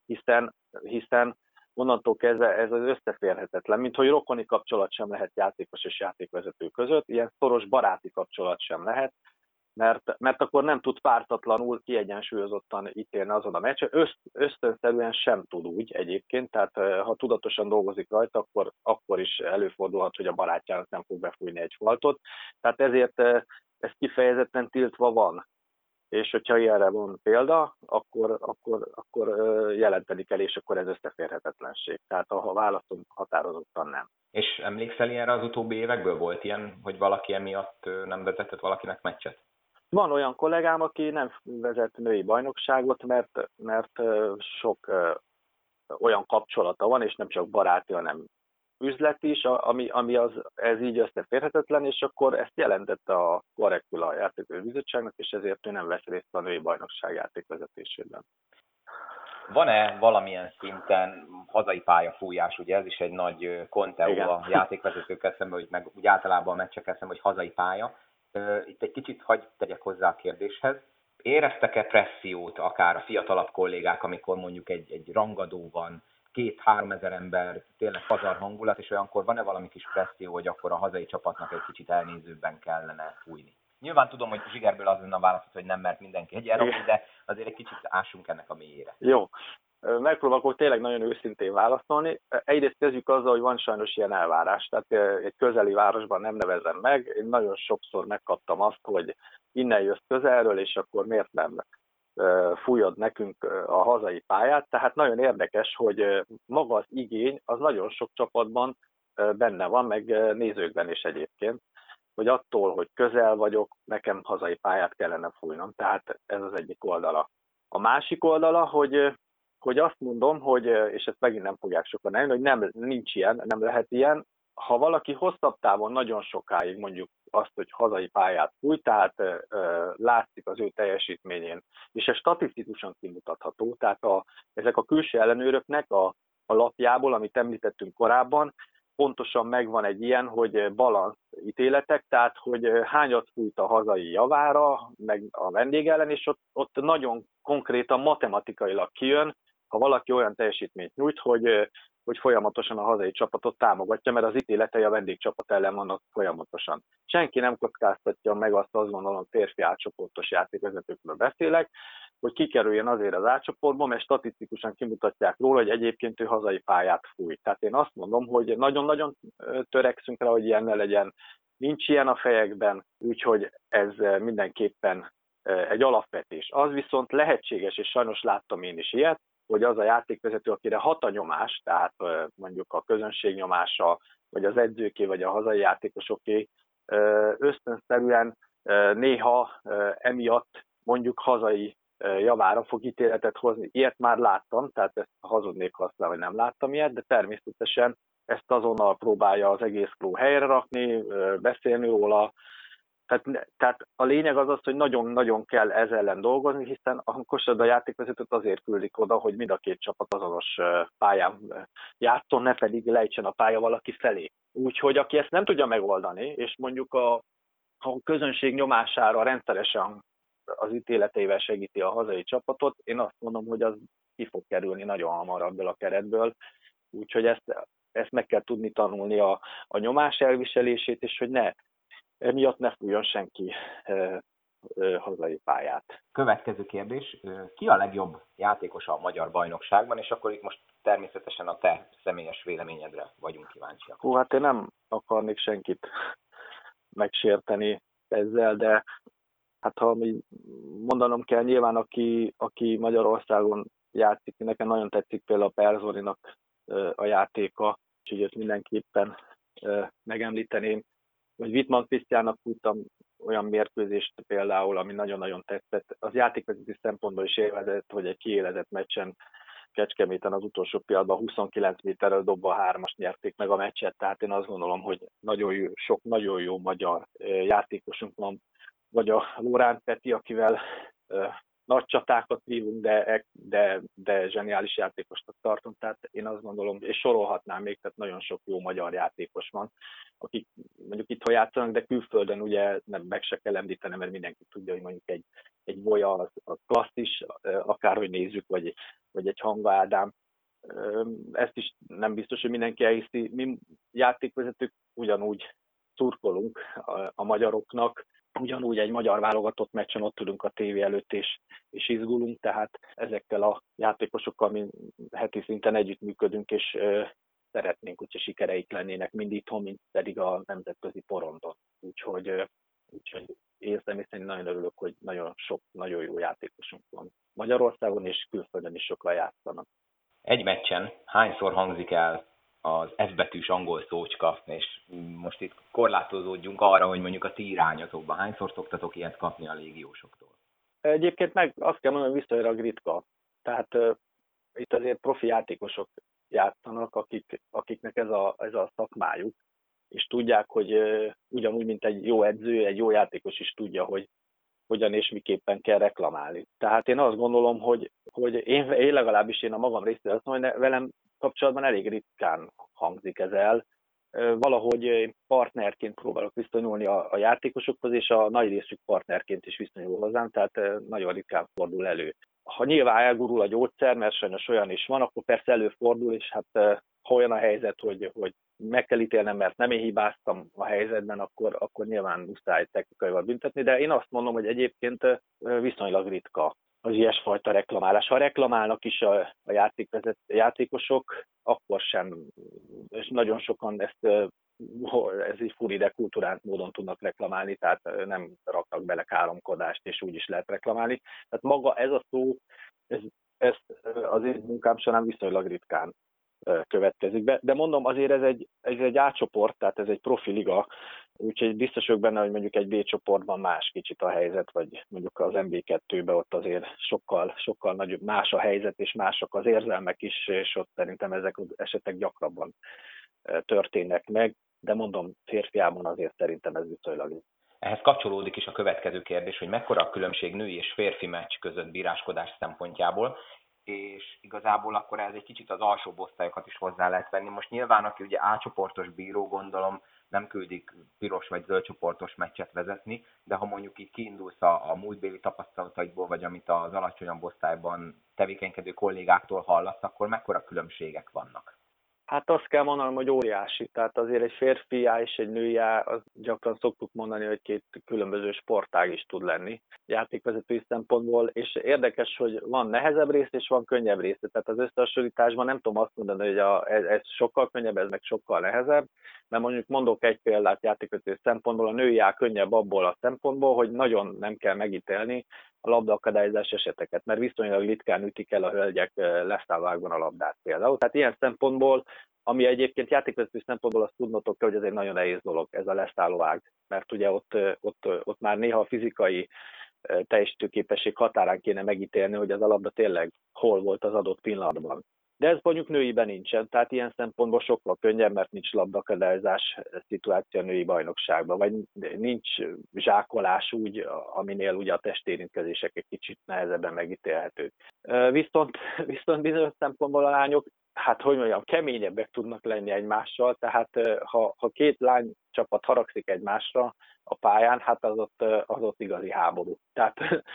hiszen onnantól kezdve ez az összeférhetetlen, mint hogy rokoni kapcsolat sem lehet játékos és játékvezető között, ilyen szoros baráti kapcsolat sem lehet, mert akkor nem tud pártatlanul, kiegyensúlyozottan ítélni azon a meccsen, ösztönszerűen sem tud úgy egyébként, tehát ha tudatosan dolgozik rajta, akkor is előfordulhat, hogy a barátjának nem fog befújni egy faltot, tehát ezért ez kifejezetten tiltva van. És hogyha ilyenre van példa, akkor jelenteni kell, és akkor ez összeférhetetlenség. Tehát ha választom, határozottan nem. És emlékszel ilyenre az utóbbi évekből? Volt ilyen, hogy valaki emiatt nem vezetett valakinek meccset? Van olyan kollégám, aki nem vezet női bajnokságot, mert sok olyan kapcsolata van, és nem csak baráti, hanem üzlet is, ez így összeférhetetlen, és akkor ezt jelentette a Korrekula játékvezető bizottságnak, és ezért ő nem vesz részt a női bajnokság játékvezetésében. Van-e valamilyen szinten hazai pályafújás, ugye ez is egy nagy konteó a játékvezetőkkel szemben, hogy meg úgy általában a meccsekkel szemben, hogy hazai pálya. Itt egy kicsit hagy tegyek hozzá a kérdéshez. Éreztek-e pressziót akár a fiatalabb kollégák, amikor mondjuk egy rangadó van, 2-3 ezer ember, tényleg pazar hangulat, és olyankor van-e valami kis presszió, hogy akkor a hazai csapatnak egy kicsit elnézőbben kellene fújni? Nyilván tudom, hogy zsigerből az lenne a választod, hogy nem mert mindenki egyenlő, de azért egy kicsit ássunk ennek a mélyére. Jó. Megpróbálok tényleg nagyon őszintén válaszolni. Egyrészt kezdjük azzal, hogy van sajnos ilyen elvárás. Tehát egy közeli városban nem nevezem meg. Én nagyon sokszor megkaptam azt, hogy innen jössz közelről, és akkor miért nem fújod nekünk a hazai pályát. Tehát nagyon érdekes, hogy maga az igény az nagyon sok csapatban benne van, meg nézőkben is egyébként, hogy attól, hogy közel vagyok, nekem hazai pályát kellene fújnom. Tehát ez az egyik oldala. A másik oldala, hogy azt mondom, hogy, és ezt megint nem fogják sokan elni, hogy nincs ilyen, nem lehet ilyen. Ha valaki hosszabb távon nagyon sokáig, mondjuk azt, hogy hazai pályát fúj, tehát látszik az ő teljesítményén. És ez statisztikusan kimutatható, tehát ezek a külső ellenőröknek a lapjából, amit említettünk korábban, pontosan megvan egy ilyen, hogy balansz ítéletek, tehát hogy hányat fújt a hazai javára, meg a vendég ellen, és ott nagyon konkrétan matematikailag kijön, ha valaki olyan teljesítményt nyújt, hogy folyamatosan a hazai csapatot támogatja, mert az ítéletei a vendégcsapat ellen vannak folyamatosan. Senki nem kockáztatja meg azt gondolom, férfi átcsoportos játékvezetőkről beszélek, hogy kikerüljön azért az átcsoportból, mert statisztikusan kimutatják róla, hogy egyébként ő hazai pályát fúj. Tehát én azt mondom, hogy nagyon-nagyon törekszünk rá, hogy ilyen ne legyen. Nincs ilyen a fejekben, úgyhogy ez mindenképpen egy alapvetés. Az viszont lehetséges, és sajnos láttam én is ilyet, hogy az a játékvezető, akire hat a nyomás, tehát mondjuk a közönség nyomása, vagy az edzőké, vagy a hazai játékosoké, ösztönszerűen néha emiatt mondjuk hazai javára fog ítéletet hozni. Ilyet már láttam, tehát ezt hazudnék, ha azt mondom, hogy nem láttam ilyet, de természetesen ezt azonnal próbálja az egész klub helyre rakni, beszélni róla. Tehát a lényeg az, hogy nagyon-nagyon kell ez ellen dolgozni, hiszen a kosárlabda játékvezetőt azért küldik oda, hogy mind a két csapat azonos pályán játszon, ne pedig lejtsen a pálya valaki felé. Úgyhogy aki ezt nem tudja megoldani, és mondjuk a közönség nyomására rendszeresen az ítéleteivel segíti a hazai csapatot, én azt mondom, hogy az ki fog kerülni nagyon hamar abból a keretből. Úgyhogy ezt meg kell tudni tanulni a nyomás elviselését, és hogy emiatt ne fújjon senki hazai pályát. Következő kérdés, ki a legjobb játékos a magyar bajnokságban, és akkor itt most természetesen a te személyes véleményedre vagyunk kíváncsiak. Hát én nem akarnék senkit megsérteni ezzel, de hát ha mondanom kell, nyilván aki Magyarországon játszik, nekem nagyon tetszik például a Perzolinak a játéka, úgyhogy ezt mindenképpen megemlíteném. Vagy Wittmann Krisztiánnak tudtam olyan mérkőzést például, ami nagyon-nagyon tetszett. Az játékvezető szempontból is élvezett, hogy egy kiélezett meccsen Kecskeméten az utolsó pillanatban 29 méterrel dobva 3-as nyerték meg a meccset, tehát én azt gondolom, hogy nagyon jó magyar játékosunk van, vagy a Lórán Peti, akivel nagy csatákat vívunk, de zseniális játékosnak tartom, tehát én azt gondolom, és sorolhatnám még, tehát nagyon sok jó magyar játékos van, akik mondjuk itthon játszanak, de külföldön ugye nem meg se kell említeni, mert mindenki tudja, hogy mondjuk egy Bolya az klasszis, akárhogy nézzük, vagy egy Hanga Ádám. Ezt is nem biztos, hogy mindenki elhiszi. Mi játékvezetők ugyanúgy szurkolunk a magyaroknak, ugyanúgy egy magyar válogatott meccsen ott ülünk a tévé előtt, és izgulunk, tehát ezekkel a játékosokkal mi heti szinten együttműködünk, és szeretnénk, hogyha sikereik lennének mind itthon, mind pedig a nemzetközi porondon. Úgyhogy én személy szerint nagyon örülök, hogy nagyon jó játékosunk van Magyarországon, és külföldön is sokan játszanak. Egy meccsen hányszor hangzik el az F betűs angol szócska, és most itt korlátozódjunk arra, hogy mondjuk a ti irányatokban hányszor szoktatok ilyet kapni a légiósoktól? Egyébként meg azt kell mondani, hogy viszonylag ritka. Tehát itt azért profi játékosok játszanak, akiknek ez a szakmájuk, és tudják, hogy ugyanúgy, mint egy jó edző, egy jó játékos is tudja, hogy hogyan és miképpen kell reklamálni. Tehát én azt gondolom, hogy én legalábbis a magam részéről azt mondom, hogy velem kapcsolatban elég ritkán hangzik ez el. Valahogy partnerként próbálok viszonyulni a játékosokhoz, és a nagy részük partnerként is viszonyul hozzám, tehát nagyon ritkán fordul elő. Ha nyilván elgurul a gyógyszer, mert sajnos olyan is van, akkor persze előfordul, és hát ha olyan a helyzet, hogy meg kell ítélnem, mert nem én hibáztam a helyzetben, akkor nyilván muszáj technikaival büntetni, de én azt mondom, hogy egyébként viszonylag ritka az ilyesfajta reklamálás. Ha reklamálnak is a játékosok, akkor sem, és nagyon sokan ez így furi, de kulturált módon tudnak reklamálni, tehát nem raknak bele káromkodást, és úgy is lehet reklamálni. Tehát maga ez a szó, ez az én munkám során viszonylag ritkán következik be. De mondom, azért ez egy A csoport, tehát ez egy profi liga, úgyhogy biztos vagyok benne, hogy mondjuk egy B csoportban más kicsit a helyzet, vagy mondjuk az MB2-ben ott azért sokkal nagyobb más a helyzet, és mások az érzelmek is, és ott szerintem ezek az esetek gyakrabban történnek meg. de mondom, férfiában azért szerintem ez viszonylag. Ehhez kapcsolódik is a következő kérdés, hogy mekkora a különbség női és férfi meccs között bíráskodás szempontjából, és igazából akkor ez egy kicsit az alsóbb osztályokat is hozzá lehet venni. Most nyilván, aki ugye A-csoportos bíró, gondolom, nem küldik piros vagy zöld csoportos meccset vezetni, de ha mondjuk így kiindulsz a múltbéli tapasztalataidból, vagy amit az alacsonyabb osztályban tevékenykedő kollégáktól hallasz, akkor mekkora különbségek vannak? Hát azt kell mondanom, hogy óriási. Tehát azért egy férfi A és egy női A, az gyakran szoktuk mondani, hogy két különböző sportág is tud lenni játékvezetői szempontból, és érdekes, hogy van nehezebb rész és van könnyebb rész. Tehát az összehasonlításban nem tudom azt mondani, hogy ez sokkal könnyebb, ez meg sokkal nehezebb, mert mondjuk mondok egy példát játékvezetői szempontból, a női A könnyebb abból a szempontból, hogy nagyon nem kell megítélni a labdaakadályozás eseteket, mert viszonylag ritkán ütik el a hölgyek leszállvágban a labdát például. Tehát ilyen szempontból, ami egyébként játékvezető szempontból azt tudnotok kell, hogy ez egy nagyon nehéz dolog, ez a leszállóág, mert ugye ott már néha a fizikai teljesítőképesség határán kéne megítélni, hogy az a labda tényleg hol volt az adott pillanatban. De ez mondjuk nőiben nincsen, tehát ilyen szempontból sokkal könnyebb, mert nincs labdakadályozás szituáció a női bajnokságban, vagy nincs zsákolás úgy, aminél ugye a testérintkezések egy kicsit nehezebben megítélhetők. Viszont bizonyos szempontból a lányok, hát hogy mondjam, keményebbek tudnak lenni egymással, tehát ha két lány csapat haragszik egymásra a pályán, hát az ott igazi háború. Tehát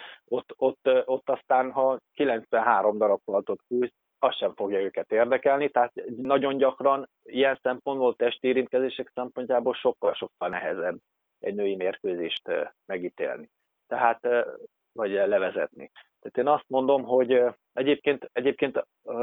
ott aztán, ha 93 darab faltot fújsz, az sem fogja őket érdekelni, tehát nagyon gyakran ilyen szempontból testérintkezések szempontjából sokkal-sokkal nehezebb egy női mérkőzést megítélni. Tehát, vagy levezetni. Tehát én azt mondom, hogy egyébként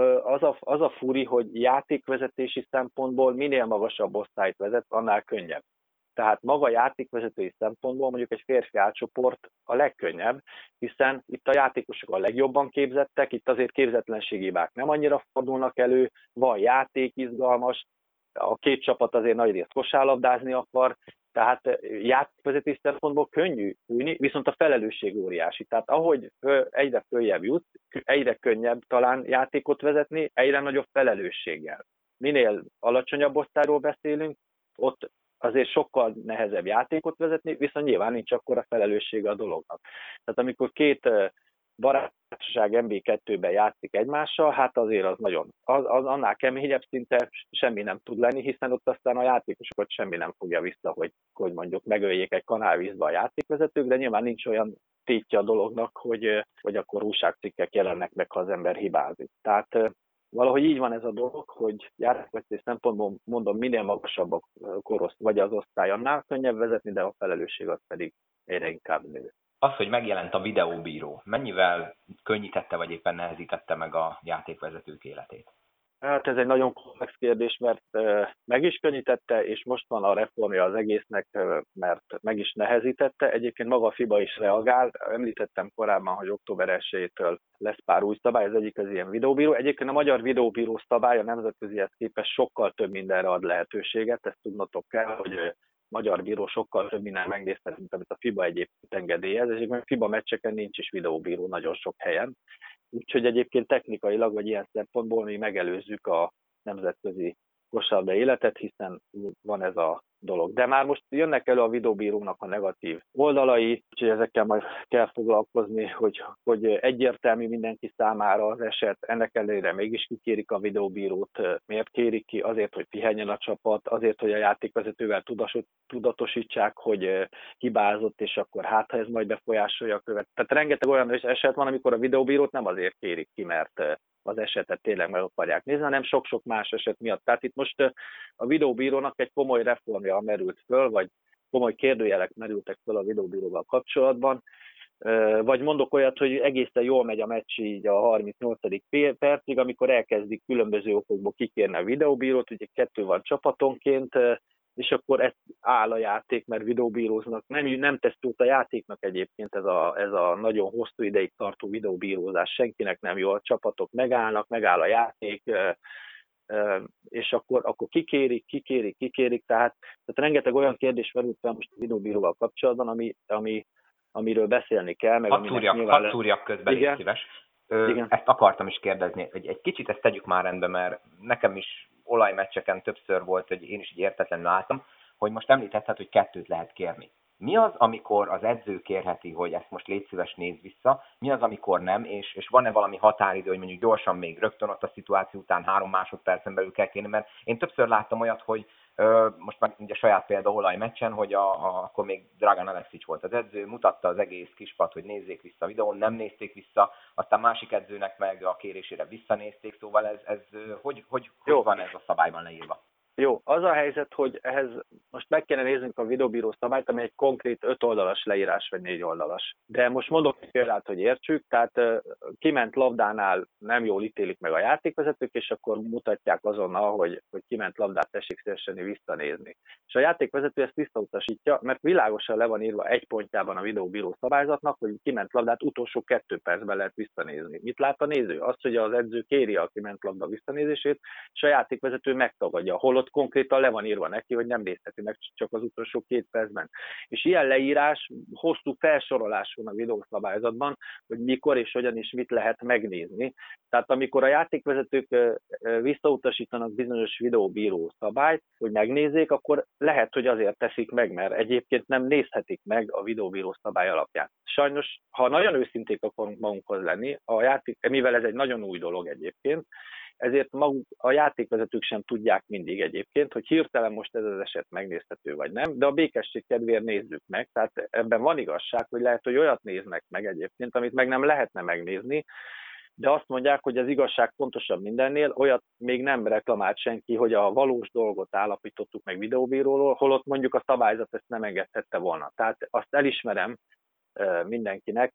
az a furi, hogy játékvezetési szempontból minél magasabb osztályt vezet, annál könnyebb. Tehát maga játékvezetői szempontból mondjuk egy férfi átcsoport a legkönnyebb, hiszen itt a játékosok a legjobban képzettek, itt azért képzetlenségi hibák nem annyira fordulnak elő, van játék, izgalmas, a két csapat azért nagyrészt kosárlabdázni akar, tehát játékvezetés szempontból könnyű fújni, viszont a felelősség óriási. Tehát ahogy egyre följebb jut, egyre könnyebb talán játékot vezetni, egyre nagyobb felelősséggel. Minél alacsonyabb osztályról beszélünk, ott azért sokkal nehezebb játékot vezetni, viszont nyilván nincs akkora felelőssége a dolognak. Tehát amikor két barátság MB2-ben játszik egymással, hát azért az nagyon, az annál keményebb szinte semmi nem tud lenni, hiszen ott aztán a játékosokat semmi nem fogja vissza, hogy mondjuk megöljék egy kanálvízbe a játékvezetők, de nyilván nincs olyan tétje a dolognak, hogy akkor újságcikkek jelennek meg, ha az ember hibázik. Tehát valahogy így van ez a dolog, hogy játékvezetés szempontból mondom, minél magasabb a korosztály, vagy az osztály, annál könnyebb vezetni, de a felelősség az pedig egyre inkább nő. Az, hogy megjelent a videóbíró, mennyivel könnyítette vagy éppen nehezítette meg a játékvezetők életét? Hát ez egy nagyon komplex kérdés, mert meg is könnyítette, és most van a reformja az egésznek, mert meg is nehezítette. Egyébként maga a FIBA is reagál. Említettem korábban, hogy október 1-től lesz pár új szabály, az egyik az ilyen videóbíró. Egyébként a magyar videóbíró szabály a nemzetközihez képest sokkal több mindenre ad lehetőséget, ezt tudnotok kell, hogy magyar bíró sokkal több minden megnézte, mint amit a FIBA egyébként engedélyez, és a FIBA meccseken nincs is videóbíró nagyon sok helyen. Úgyhogy egyébként technikailag, vagy ilyen szempontból mi megelőzzük a nemzetközi kosárlabda életet, hiszen van ez a dolog. De már most jönnek elő a videóbírónak a negatív oldalai, úgyhogy ezekkel majd kell foglalkozni, hogy egyértelmű mindenki számára az eset, ennek ellenére mégis kikérik a videóbírót. Miért kérik ki? Azért, hogy pihenjen a csapat, azért, hogy a játékvezetővel tudatosítsák, hogy hibázott, és akkor hát, ha ez majd befolyásolja a követ. Tehát rengeteg olyan eset van, amikor a videóbírót nem azért kérik ki, mert az esetet tényleg meg akarják nézni, hanem sok-sok más eset miatt. Tehát itt most a videóbírónak egy komoly reformja merült föl, vagy komoly kérdőjelek merültek föl a videóbíróval kapcsolatban, vagy mondok olyat, hogy egészen jól megy a meccs így a 38. percig, amikor elkezdik különböző okokból kikérni a videóbírót, ugye 2 van csapatonként, és akkor ez áll a játék, mert videóbíróznak. Nem tesz jót a játéknak egyébként ez a nagyon hosszú ideig tartó videóbírózás. Senkinek nem jó, a csapatok megállnak, megáll a játék, és akkor kikérik, tehát rengeteg olyan kérdés merült fel most a videóbíróval kapcsolatban, amiről beszélni kell. Meg hadd szúrjak közben, légy szíves. Igen. ezt akartam is kérdezni, hogy egy kicsit ezt tegyük már rendbe, mert nekem is olajmeccseken többször volt, hogy én is így értetlenül álltam, hogy most említetted, hogy 2 lehet kérni. Mi az, amikor az edző kérheti, hogy ezt most légy szíves, nézz vissza, mi az, amikor nem, és van-e valami határidő, hogy mondjuk gyorsan még rögtön ott a szituáció után 3 másodpercen belül kell kérni, mert én többször láttam olyat, hogy most már ugye saját példa olajmeccsen, hogy akkor még Dragan Aleksics volt az edző, mutatta az egész kispad, hogy nézzék vissza a videón, nem nézték vissza, aztán másik edzőnek meg a kérésére visszanézték, szóval ez hogy van ez a szabályban leírva? Jó, az a helyzet, hogy ehhez most meg kéne néznünk a videóbíró szabályt, ami egy konkrét 5 oldalas leírás, vagy 4 oldalas. De most mondok egy példát, hogy értsük, tehát kiment labdánál nem jól ítélik meg a játékvezetők, és akkor mutatják azonnal, hogy kiment labdát, tessék szívesen visszanézni. És a játékvezető ezt visszautasítja, mert világosan le van írva egy pontjában a videóbíró szabályzatnak, hogy kiment labdát utolsó 2 percben lehet visszanézni. Mit lát a néző? Azt, hogy az edző kéri a kiment labda visszanézését, és a játékvezető megtagadja. Holott konkrétan le van írva neki, hogy nem nézheti meg csak az utolsó 2 percben. És ilyen leírás, hosszú felsorolás van a videószabályzatban, hogy mikor és hogyan és mit lehet megnézni. Tehát amikor a játékvezetők visszautasítanak bizonyos videóbíró szabályt, hogy megnézzék, akkor lehet, hogy azért teszik meg, mert egyébként nem nézhetik meg a videóbíró szabály alapján. Sajnos, ha nagyon őszinték akarunk magunkhoz lenni, mivel ez egy nagyon új dolog egyébként, ezért maguk a játékvezetők sem tudják mindig egyébként, hogy hirtelen most ez az eset megnézhető vagy nem, de a békesség kedvéért nézzük meg, tehát ebben van igazság, hogy lehet, hogy olyat néznek meg egyébként, amit meg nem lehetne megnézni, de azt mondják, hogy az igazság fontosabb mindennél, olyat még nem reklamált senki, hogy a valós dolgot állapítottuk meg videóbíróról, holott mondjuk a szabályzat ezt nem engedhette volna. Tehát azt elismerem mindenkinek,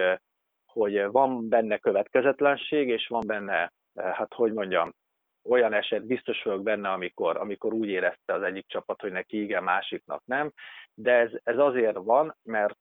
hogy van benne következetlenség, és van benne, hát hogy mondjam, olyan eset biztos vagyok benne, amikor úgy érezte az egyik csapat, hogy neki igen, másiknak nem, de ez azért van,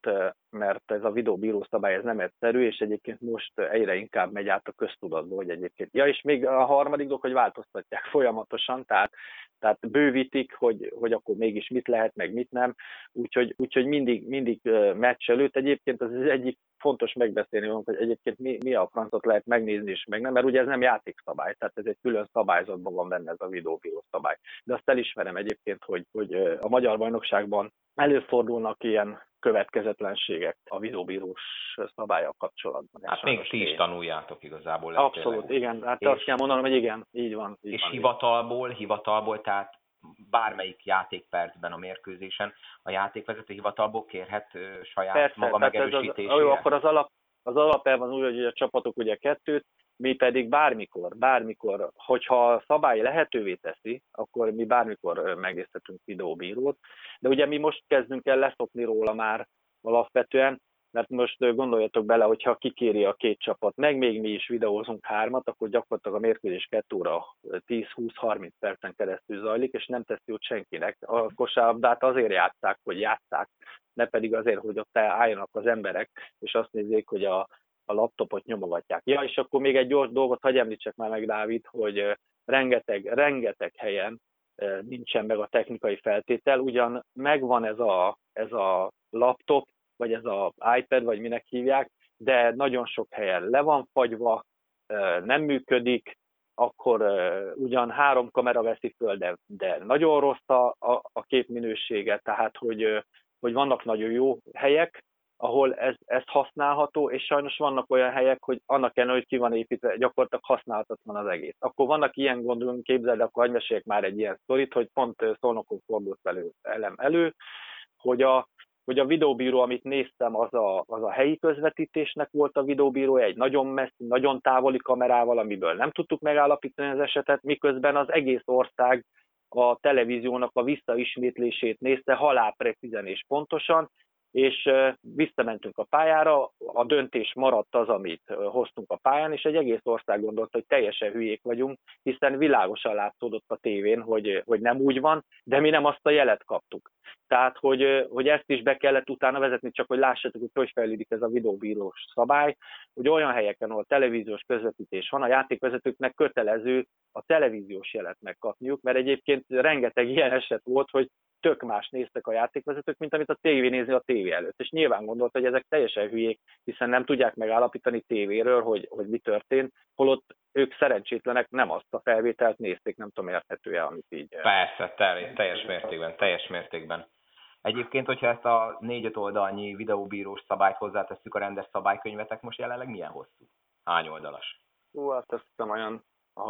mert ez a videóbíró szabály ez nem egyszerű, és egyébként most egyre inkább megy át a köztudatba, hogy egyébként. Ja, és még a harmadik dolog, hogy változtatják folyamatosan, tehát bővítik, hogy akkor mégis mit lehet, meg mit nem, úgyhogy mindig meccs előtt egyébként az egyik fontos megbeszélni, hogy egyébként mi a francot lehet megnézni és meg nem, mert ugye ez nem játékszabály, tehát ez egy külön szabályzatban van benne ez a videóbíró szabály. De azt elismerem egyébként, hogy a magyar bajnokságban előfordulnak ilyen következetlenségek a videóbírós szabállyal kapcsolatban. Hát még ti is tanuljátok igazából. Abszolút, igen. Hát azt kell mondanom, hogy igen, így van. És hivatalból, tehát bármelyik játékpercben a mérkőzésen a játékvezető hivatalból kérhet saját persze, maga megerősítésére? Jó, akkor az alapelv az úgy, hogy a csapatok ugye 2, mi pedig bármikor, hogyha a szabály lehetővé teszi, akkor mi bármikor megnézhetünk videóbírót, de ugye mi most kezdünk el leszokni róla már alapvetően, mert most gondoljatok bele, hogyha kikéri a 2 csapat, meg még mi is videózunk 3-at, akkor gyakorlatilag a mérkőzés 2 óra 10-20-30 percen keresztül zajlik, és nem teszi jót senkinek. A kosárlabdát azért játsszák, hogy játsszák, ne pedig azért, hogy ott álljanak az emberek, és azt nézzék, hogy a laptopot nyomogatják. Ja, és akkor még egy gyors dolgot hagyj említsek már meg, Dávid, hogy rengeteg helyen nincsen meg a technikai feltétel, ugyan megvan ez a laptop, vagy ez az iPad, vagy minek hívják, de nagyon sok helyen le van fagyva, nem működik, akkor ugyan 3 kamera veszi föl, de nagyon rossz a képminősége, tehát hogy vannak nagyon jó helyek, ahol ez használható, és sajnos vannak olyan helyek, hogy annak ellenére, hogy ki van építve, gyakorlatilag használhatatlan az egész. Akkor vannak ilyen gondunk, képzeld, akkor hagyj meséljek már egy ilyen sztorit, hogy pont Szolnokon fordult elő, hogy a videóbíró, amit néztem, az a helyi közvetítésnek volt a videóbírója, egy nagyon messzi, nagyon távoli kamerával, amiből nem tudtuk megállapítani az esetet, miközben az egész ország a televíziónak a visszaismétlését nézte halálprecízen és pontosan, és visszamentünk a pályára, a döntés maradt az, amit hoztunk a pályán, és egy egész ország gondolta, hogy teljesen hülyék vagyunk, hiszen világosan látszódott a tévén, hogy nem úgy van, de mi nem azt a jelet kaptuk. Tehát, hogy ezt is be kellett utána vezetni, csak hogy lássátok, hogy fejlődik ez a videóbírós szabály, hogy olyan helyeken, ahol televíziós közvetítés van, a játékvezetőknek kötelező a televíziós jelet megkapniuk, mert egyébként rengeteg ilyen eset volt, hogy tök más néztek a játékvezetők, mint amit a tévé nézi a tévén. tévé előtt. És nyilván gondolt, hogy ezek teljesen hülyék, hiszen nem tudják megállapítani tévéről, hogy mi történt, holott ők szerencsétlenek nem azt a felvételt nézték, nem tudom, érthető-e, amit így... Persze, teljes mértékben. Egyébként, hogyha ezt a 4-5 oldalnyi videóbírós szabályt hozzátesszük a rendes szabálykönyvetek, most jelenleg milyen hosszú? Hány oldalas? Hát azt hiszem olyan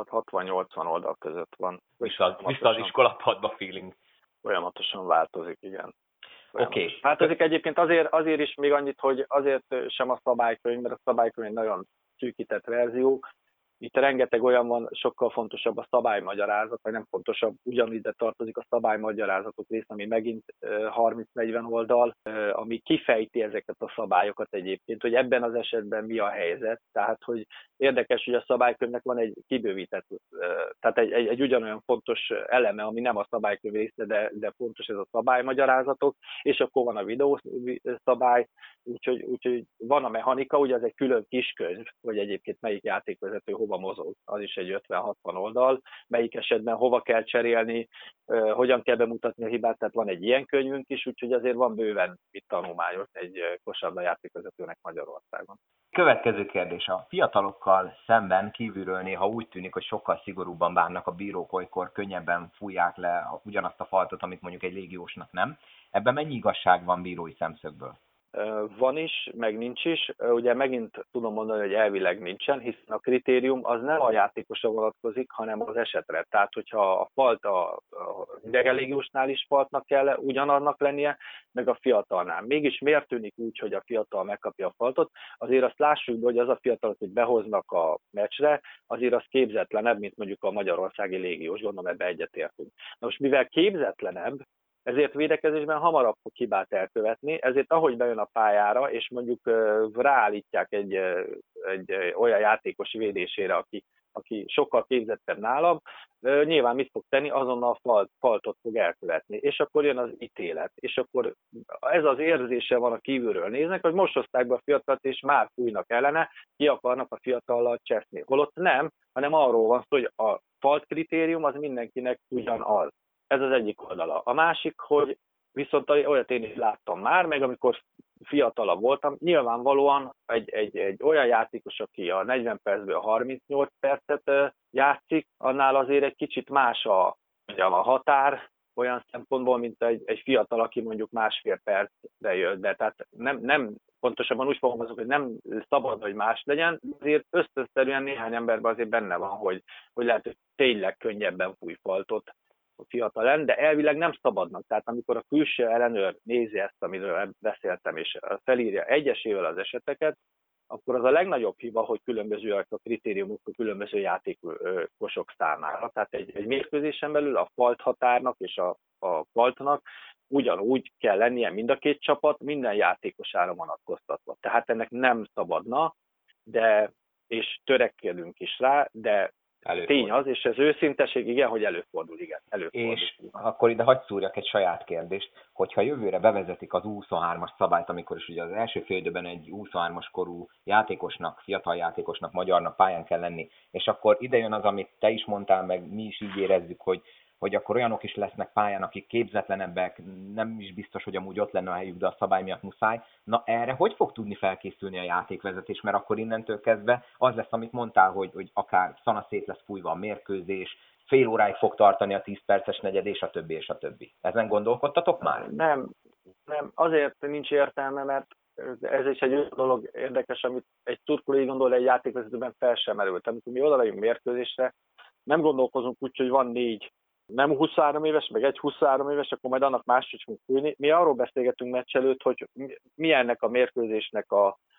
60-80 oldal között van. Vissza az iskolapadba feeling. Folyamatosan változik, igen. Oké. Változik egyébként azért is még annyit, hogy azért sem a szabálykönyv, mert a szabálykönyv egy nagyon szűkített verzió. Itt rengeteg olyan van, sokkal fontosabb a szabálymagyarázat, vagy nem fontosabb, ugyanide tartozik a szabálymagyarázatok rész, ami megint 30-40 oldal, ami kifejti ezeket a szabályokat egyébként, hogy ebben az esetben mi a helyzet. Tehát, hogy érdekes, hogy a szabálykönyvnek van egy kibővített, tehát egy ugyanolyan fontos eleme, ami nem a szabálykönyv része, de fontos ez a szabálymagyarázatok, és akkor van a videószabály, úgyhogy van a mechanika, ugye ez egy külön kiskönyv, hogy egyébként melyik játékvezető hova mozog, az is egy 50-60 oldal, melyik esetben hova kell cserélni, hogyan kell bemutatni a hibát, tehát van egy ilyen könyvünk is, úgyhogy azért van bőven itt tanulmányos egy kosárlabda játékvezetőnek Magyarországon. Következő kérdés. A fiatalokkal szemben kívülről néha úgy tűnik, hogy sokkal szigorúbban bánnak a bírók, olykor könnyebben fújják le ugyanazt a faltot, amit mondjuk egy légiósnak nem. Ebben mennyi igazság van bírói szemszögből? Van is, meg nincs is. Ugye megint tudom mondani, hogy elvileg nincsen, hiszen a kritérium az nem a játékosra vonatkozik, hanem az esetre. Tehát, hogyha a falt a idegen légiósnál is faltnak kell ugyanannak lennie, meg a fiatalnál. Mégis miért tűnik úgy, hogy a fiatal megkapja a faltot? Azért azt lássuk, hogy az a fiatal, hogy behoznak a meccsre, azért az képzetlenebb, mint mondjuk a magyarországi légiós, gondolom ebbe egyetértünk. Na most mivel képzetlenebb, ezért védekezésben hamarabb fog hibát elkövetni, ezért ahogy bejön a pályára, és mondjuk ráállítják egy olyan játékos védésére, aki sokkal képzettebb nálam, nyilván mit fog tenni, azonnal faltot fog elkövetni. És akkor jön az ítélet. És akkor ez az érzése van, a kívülről néznek, hogy most hozták be a fiatalt, és már fújnak ellene, ki akarnak a fiatallal cseszni. Holott nem, hanem arról van szó, hogy a falt kritérium az mindenkinek ugyanaz. Ez az egyik oldala. A másik, hogy viszont olyat én is láttam már, meg amikor fiatalabb voltam, nyilvánvalóan egy olyan játékos, aki a 40 percből a 38 percet játszik, annál azért egy kicsit más a határ olyan szempontból, mint egy fiatal, aki mondjuk másfél percre jött be. Tehát nem pontosabban úgy fogalmazok, hogy nem szabad, hogy más legyen, azért ösztönszerűen néhány emberben azért benne van, hogy lehet, hogy tényleg könnyebben fúj faltot a fiatal, de elvileg nem szabadnak. Tehát amikor a külső ellenőr nézi ezt, amiről beszéltem, és felírja egyesével az eseteket, akkor az a legnagyobb hiba, hogy különbözőek a kritériumok a különböző játékosok számára. Tehát egy mérkőzésen belül a falt határnak és a faltnak ugyanúgy kell lennie mind a két csapat, minden játékosára vonatkoztatva. Tehát ennek nem szabadna, és törekedünk is rá, de tény az, és ez őszinteség, igen, hogy előfordul. És akkor ide hadd szúrjak egy saját kérdést, hogyha jövőre bevezetik az U23-as szabályt, amikor is ugye az első fél időben egy U23-as korú játékosnak, fiatal játékosnak, magyarnak pályán kell lenni, és akkor ide jön az, amit te is mondtál, meg mi is így érezzük, hogy akkor olyanok is lesznek pályán, akik képzetlenebbek, nem is biztos, hogy amúgy ott lenne a helyük, de a szabály miatt muszáj. Na erre hogy fog tudni felkészülni a játékvezetés? Mert akkor innentől kezdve az lesz, amit mondtál, hogy akár szanaszét lesz fújva a mérkőzés, fél óráig fog tartani a 10 perces negyed, és a többi, és a többi. Ezen gondolkodtatok már? Nem, azért nincs értelme, mert ez is egy olyan dolog érdekes, amit egy szurkoló így gondol, egy játékvezetőben fel sem merült. Amikor mi oda vagyunk mérkőzésre, nem gondolkozunk úgy, hogy van 4 nem 23 éves, meg egy 23 éves, akkor majd annak máshogy fogunk fújni. Mi arról beszélgetünk meccs előtt, hogy mi ennek a mérkőzésnek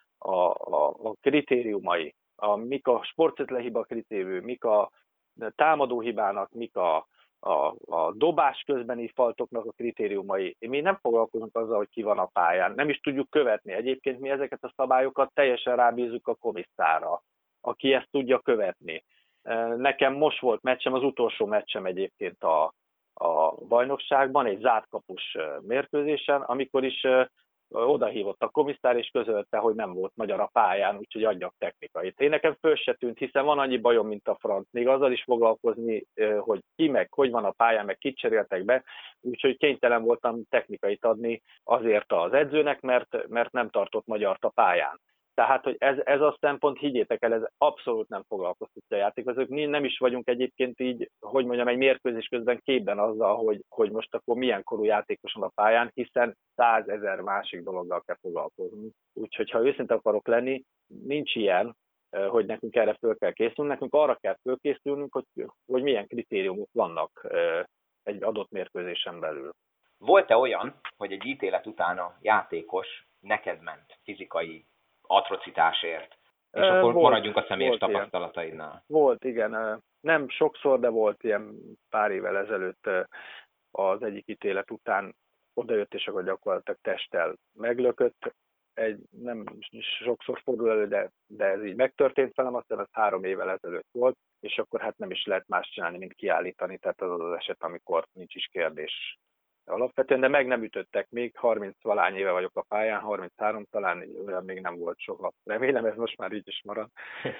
a kritériumai, mik a sportszerűtlen hiba kritérium, mik a támadó hibának, mik a dobás közbeni faltoknak a kritériumai. Mi nem foglalkozunk azzal, hogy ki van a pályán. Nem is tudjuk követni. Egyébként mi ezeket a szabályokat teljesen rábízzuk a komisszára, aki ezt tudja követni. Nekem most volt meccsem, az utolsó meccsem egyébként a bajnokságban, egy zártkapus mérkőzésen, amikor is odahívott a komisszár, és közölte, hogy nem volt magyar a pályán, úgyhogy adjak technikait. Én nekem föl se tűnt, hiszen van annyi bajom, mint a franc. Még azzal is foglalkozni, hogy ki meg, hogy van a pályán, meg kit cseréltek be, úgyhogy kénytelen voltam technikait adni azért az edzőnek, mert nem tartott magyart a pályán. Tehát, hogy ez a szempont, higgyétek el, ez abszolút nem foglalkoztatja a játékvezetők. Mi nem is vagyunk egyébként így, hogy mondjam, egy mérkőzés közben képben azzal, hogy most akkor milyen korú játékos van a pályán, hiszen 100 000 másik dologgal kell foglalkozni. Úgyhogy, ha őszinte akarok lenni, nincs ilyen, hogy nekünk erre föl kell készülnünk, nekünk arra kell fölkészülnünk, hogy milyen kritériumok vannak egy adott mérkőzésen belül. Volt-e olyan, hogy egy ítélet után a játékos neked ment fizikai atrocitásért? És akkor maradjunk a személyes tapasztalataidnál. Volt, igen. Nem sokszor, de volt ilyen pár évvel ezelőtt az egyik ítélet után odajött, és akkor gyakorlatilag testtel meglökött. Nem sokszor fordul elő, de ez így megtörtént velem, aztán az 3 évvel ezelőtt volt, és akkor hát nem is lehet más csinálni, mint kiállítani, tehát az eset, amikor nincs is kérdés alapvetően, de meg nem ütöttek még, 30-valány éve vagyok a pályán, 33 talán, olyan még nem volt soha. Remélem ez most már így is marad,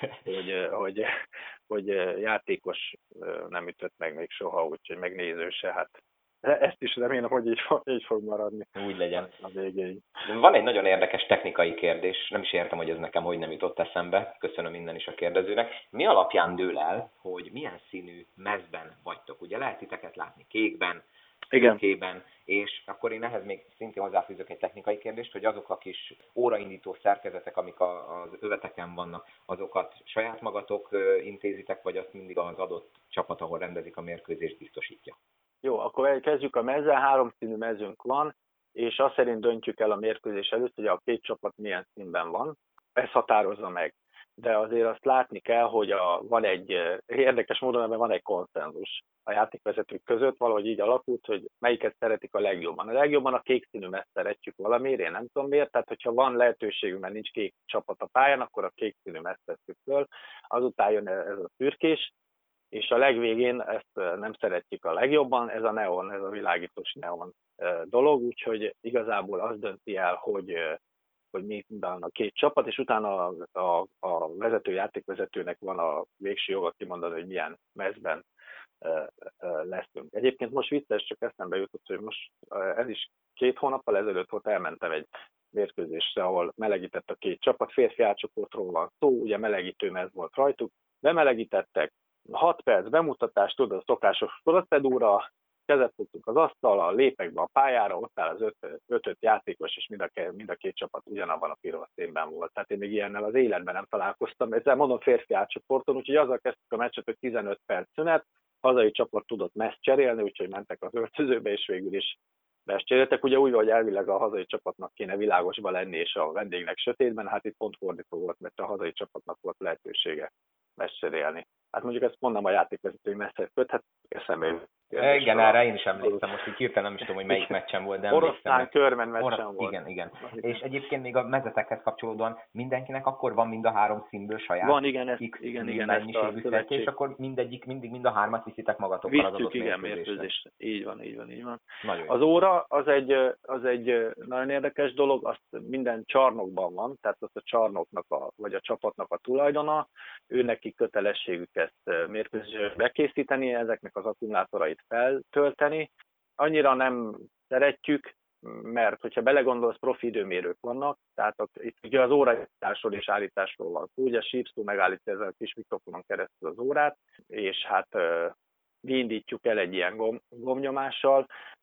hogy játékos nem ütött meg még soha, úgyhogy megnéző se, hát ezt is remélem, hogy így fog maradni. Úgy legyen. A végéig. Van egy nagyon érdekes technikai kérdés, nem is értem, hogy ez nekem hogy nem jutott eszembe, köszönöm innen is a kérdezőnek. Mi alapján dől el, hogy milyen színű mezben vagytok? Ugye lehet titeket látni kékben, szürkében, és akkor én ehhez még szintén hozzáfűzök egy technikai kérdést, hogy azok a kis óraindító szerkezetek, amik az öveteken vannak, azokat saját magatok intézitek, vagy azt mindig az adott csapat, ahol rendezik a mérkőzést, biztosítja? Jó, akkor kezdjük a mezzel, 3 színű mezőnk van, és azt szerint döntjük el a mérkőzés előtt, hogy a 2 csapat milyen színben van. Ez határozza meg. De azért azt látni kell, hogy van egy érdekes módon, ebben van egy konszenzus a játékvezetők között, valahogy így alakult, hogy melyiket szeretik a legjobban. A legjobban a kék színű mezt szeretjük valamiért, én nem tudom miért, tehát hogyha van lehetőségünk, mert nincs kék csapat a pályán, akkor a kék színű mezt tesszük föl, azután jön ez a szürkés, és a legvégén ezt nem szeretjük a legjobban, ez a neon, ez a világítós neon dolog, úgyhogy igazából az dönti el, hogy mi van a 2 csapat, és utána a játékvezetőnek van a végső joga kimondani, hogy milyen mezben leszünk. Egyébként most vicces, csak eszembe jutott, hogy most ez is 2 hónappal ezelőtt volt, elmentem egy mérkőzésre, ahol melegített a 2 csapat, férfi átcsoportról van szó, ugye melegítő mez volt rajtuk, bemelegítettek, 6 perc bemutatás, tudod, a szokásos procedúra, kezet fogtunk az asztalra, lépek be a pályára, ott áll az 5 játékos, és mind a 2 csapat ugyanabban a piros színben volt. Tehát én még ilyennel az életben nem találkoztam. Ezzel mondom férfi átcsoporton, úgyhogy azzal kezdtük a meccset, hogy 15 perc szünet, hazai csapat tudott mezt cserélni, úgyhogy mentek az öltözőbe, és végül is mezt cseréltek. Ugye úgy, hogy elvileg a hazai csapatnak kéne világosba lenni, és a vendégnek sötétben, hát itt pont fordító volt, mert a hazai csapatnak volt lehetősége mezt cserélni. Hát mondjuk ezt mondom a játékvezetői messzhez köthet, eszembe. Igen, erre én is emlékszem, most így hirtelen nem is tudom, hogy melyik meccsen volt, de Oroszlán Körmen meccsen volt. Igen. És egyébként még a mezetekhez kapcsolódóan mindenkinek akkor van mind a 3 színből saját? Van, igen, mennyiségű szekés, és akkor mindig mind a 3-at viszitek magatokkal az adott mérkőzésre. Így van. Nagyon az óra az egy nagyon érdekes dolog, azt minden csarnokban van, tehát azt a csarnoknak vagy a csapatnak a tulajdona, ő neki kötelességük ezt mérkőzésre bekészíteni, ezeknek az akkumulátorait feltölteni. Annyira nem szeretjük, mert hogyha belegondolsz, profi időmérők vannak, tehát itt ugye az óraállításról és állításról van szó, ugye sípszó megállítja ezzel a kis mikrofonon keresztül az órát, és hát mi indítjuk el egy ilyen gombnyomással.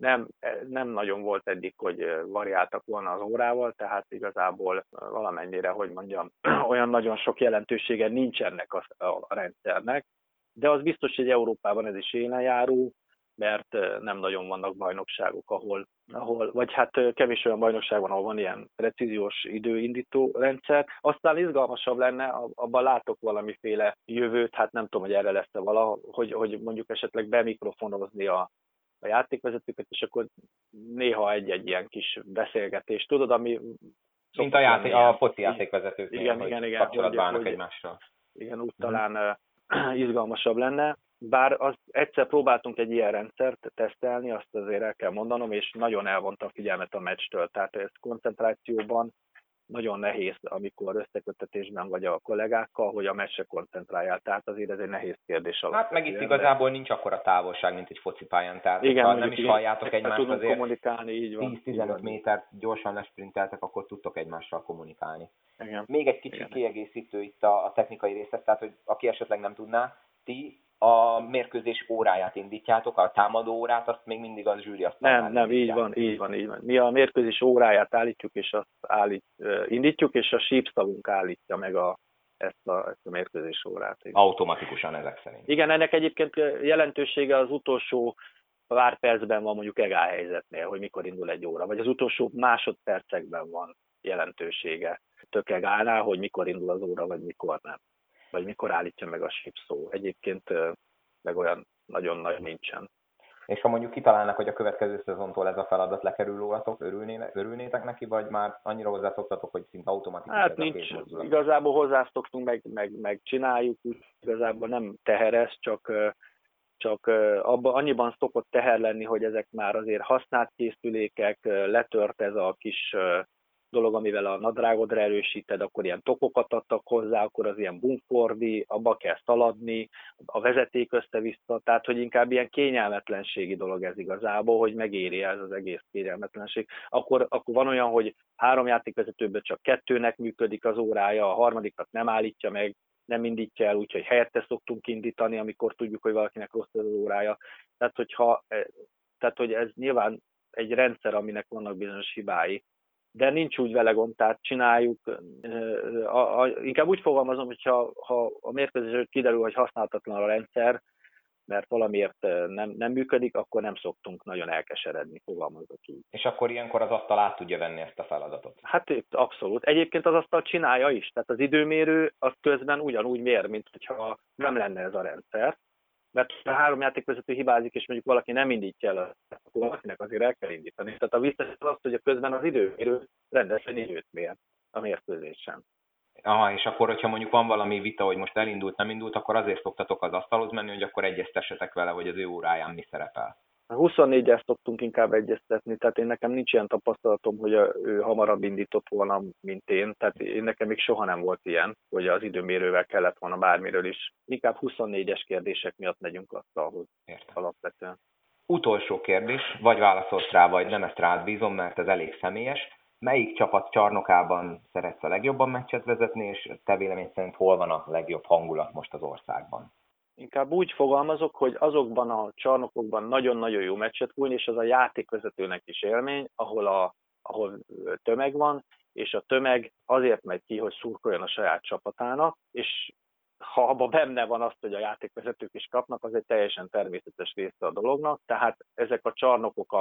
Nem nagyon volt eddig, hogy variáltak volna az órával, tehát igazából valamennyire, hogy mondjam, olyan nagyon sok jelentősége nincs ennek a rendszernek, de az biztos, hogy Európában ez is élenjáró, mert nem nagyon vannak bajnokságok, ahol vagy hát kevés olyan bajnokság van, ahol van ilyen precíziós időindító rendszer. Aztán izgalmasabb lenne, abban látok valamiféle jövőt, hát nem tudom, hogy erre lesz-e hogy mondjuk esetleg bemikrofonozni a játékvezetőket, és akkor néha egy ilyen kis beszélgetés, tudod, ami... Mint a foci játékvezetők, igen, kapcsolatban állnak hogy egymással. Igen, úgy talán izgalmasabb lenne, Bár egyszer próbáltunk egy ilyen rendszert tesztelni, azt azért el kell mondanom, és nagyon elvonta a figyelmet a meccstől. Tehát ez koncentrációban nagyon nehéz, amikor összeköttetésben vagy a kollégákkal, hogy a meccsre koncentráljál. Tehát azért ez egy nehéz kérdés alapvetően. Hát meg itt igazából nincs akkora távolság, mint egy focipályán. Tehát igen, ha nem is halljátok egymást, azért kommunikálni, így van. 10-15 métert gyorsan lesprinteltek, akkor tudtok egymással kommunikálni. Igen. Még egy kicsi kiegészítő itt a technikai részhez, tehát hogy aki esetleg nem tudná, ti a mérkőzés óráját indítjátok, a támadó órát, azt még mindig az zsűri asztalnál Nem, így van. Mi a mérkőzés óráját állítjuk, és azt indítjuk, és a sípszavunk állítja meg ezt a mérkőzés órát. Igen. Automatikusan ezek szerint. Igen, ennek egyébként jelentősége az utolsó pár percben van mondjuk egálhelyzetnél, hogy mikor indul egy óra, vagy az utolsó másodpercekben van jelentősége tök egálnál, hogy mikor indul az óra, vagy mikor nem. Vagy mikor állítja meg a sípszó. Egyébként meg olyan nagyon nagy nincsen. És ha mondjuk kitalálnak, hogy a következő szezontól ez a feladat lekerül rólatok, örülnétek neki, vagy már annyira hozzászoktatok, hogy szinte automatikus hát ez nincs, a kézmozdulat? igazából hozzászoktunk, meg csináljuk, úgy igazából nem teheres, csak annyiban szokott teher lenni, hogy ezek már azért használt készülékek, letört ez a kis dolog, amivel a nadrágodra erősíted, akkor ilyen tokokat adtak hozzá, akkor az ilyen bumfordi, abba kell szaladni, a vezeték össze-vissza, tehát hogy inkább ilyen kényelmetlenségi dolog ez igazából, hogy megéri ez az egész kényelmetlenség. Akkor van olyan, hogy 3 játékvezetőből csak 2-nek működik az órája, a harmadikat nem állítja meg, nem indítja el, úgyhogy helyette szoktunk indítani, amikor tudjuk, hogy valakinek rossz az órája. Tehát, hogy ez nyilván egy rendszer, aminek vannak bizonyos hibái, de nincs úgy vele gond, tehát csináljuk. Inkább úgy fogalmazom, hogy ha a mérkőzésről kiderül, hogy használhatatlan a rendszer, mert valamiért nem működik, akkor nem szoktunk nagyon elkeseredni, fogalmazok így. És akkor ilyenkor az asztal át tudja venni ezt a feladatot? Hát abszolút. Egyébként az asztal csinálja is, tehát az időmérő az közben ugyanúgy mér, mint hogyha nem lenne ez a rendszer. Mert ha 3 játékvezető hibázik, és mondjuk valaki nem indítja el, akkor valakinek azért el kell indítani. Tehát a vissza az, hogy a közben az időmérő rendesen időt mér a mérkőzésen. Aha, és akkor, hogyha mondjuk van valami vita, hogy most elindult, nem indult, akkor azért szoktatok az asztalhoz menni, hogy akkor egyeztessetek vele, hogy az ő óráján mi szerepel. 24-el szoktunk inkább egyeztetni, tehát nekem nincs ilyen tapasztalatom, hogy ő hamarabb indított volna, mint én. Tehát nekem még soha nem volt ilyen, hogy az időmérővel kellett volna bármiről is. Inkább 24-es kérdések miatt megyünk asztalhoz alapvetően. Utolsó kérdés, vagy válaszolsz rá, vagy nem, ezt rád bízom, mert ez elég személyes. Melyik csapat csarnokában szeretsz a legjobban meccset vezetni, és te vélemény szerint hol van a legjobb hangulat most az országban? Inkább úgy fogalmazok, hogy azokban a csarnokokban nagyon-nagyon jó meccset fújni, és az a játékvezetőnek is élmény, ahol tömeg van, és a tömeg azért megy ki, hogy szurkoljon a saját csapatának, és ha abban benne van azt, hogy a játékvezetők is kapnak, az egy teljesen természetes része a dolognak, tehát ezek a csarnokok,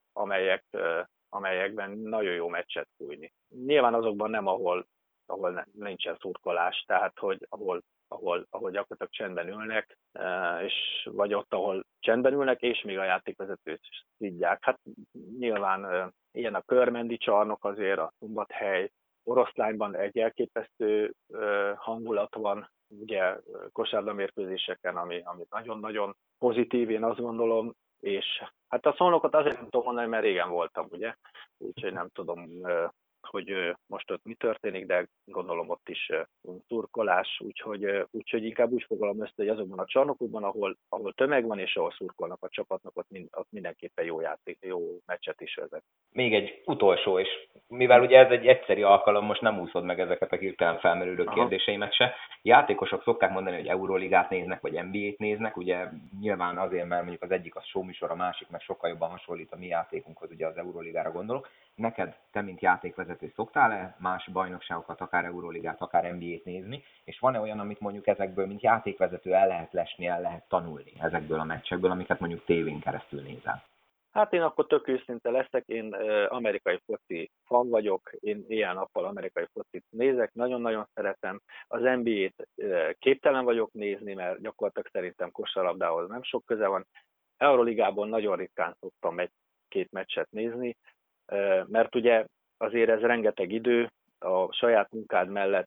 amelyekben nagyon jó meccset fújni. Nyilván azokban nem, ahol nincsen szurkolás, tehát hogy ahol gyakorlatilag csendben ülnek, és vagy ott, ahol csendben ülnek, és még a játékvezetőt is szidják. Hát nyilván ilyen a körmendi csarnok azért, a Szombathely, Oroszlányban egy elképesztő hangulat van, ugye kosárlabdamérkőzéseken, ami nagyon-nagyon pozitív, én azt gondolom, és hát a Szolnokot azért nem tudom mondani, mert régen voltam, ugye, úgyhogy nem tudom, hogy most ott mi történik, de gondolom ott is szurkolás, úgyhogy inkább úgy fogalom össze, hogy azokban a csarnokokban, ahol tömeg van, és ahol szurkolnak a csapatnak, ott mindenképpen jó meccset is vezet. Még egy utolsó, és mivel ugye ez egy egyszeri alkalom, most nem úszod meg ezeket a hirtelen felmerülő kérdéseimet se. Játékosok szokták mondani, hogy Euróligát néznek, vagy NBA-t néznek, ugye nyilván azért, mert mondjuk az egyik az showműsor, a másik meg sokkal jobban hasonlít a mi játékunkhoz, ugye az Euróligára gondolok. Neked, te mint játékvezető szoktál-e más bajnokságokat, akár Euróligát, akár NBA-t nézni, és van-e olyan, amit mondjuk ezekből, mint játékvezető el lehet lesni, el lehet tanulni ezekből a meccsekből, amiket mondjuk tévén keresztül nézel? Hát én akkor tök őszinte leszek, én amerikai foci fan vagyok, én éjjel-nappal amerikai focit nézek, nagyon-nagyon szeretem. Az NBA-t képtelen vagyok nézni, mert gyakorlatilag szerintem kosárlabdához nem sok köze van. Euroligában nagyon ritkán szoktam egy-két meccset nézni, mert ugye azért ez rengeteg idő, a saját munkád mellett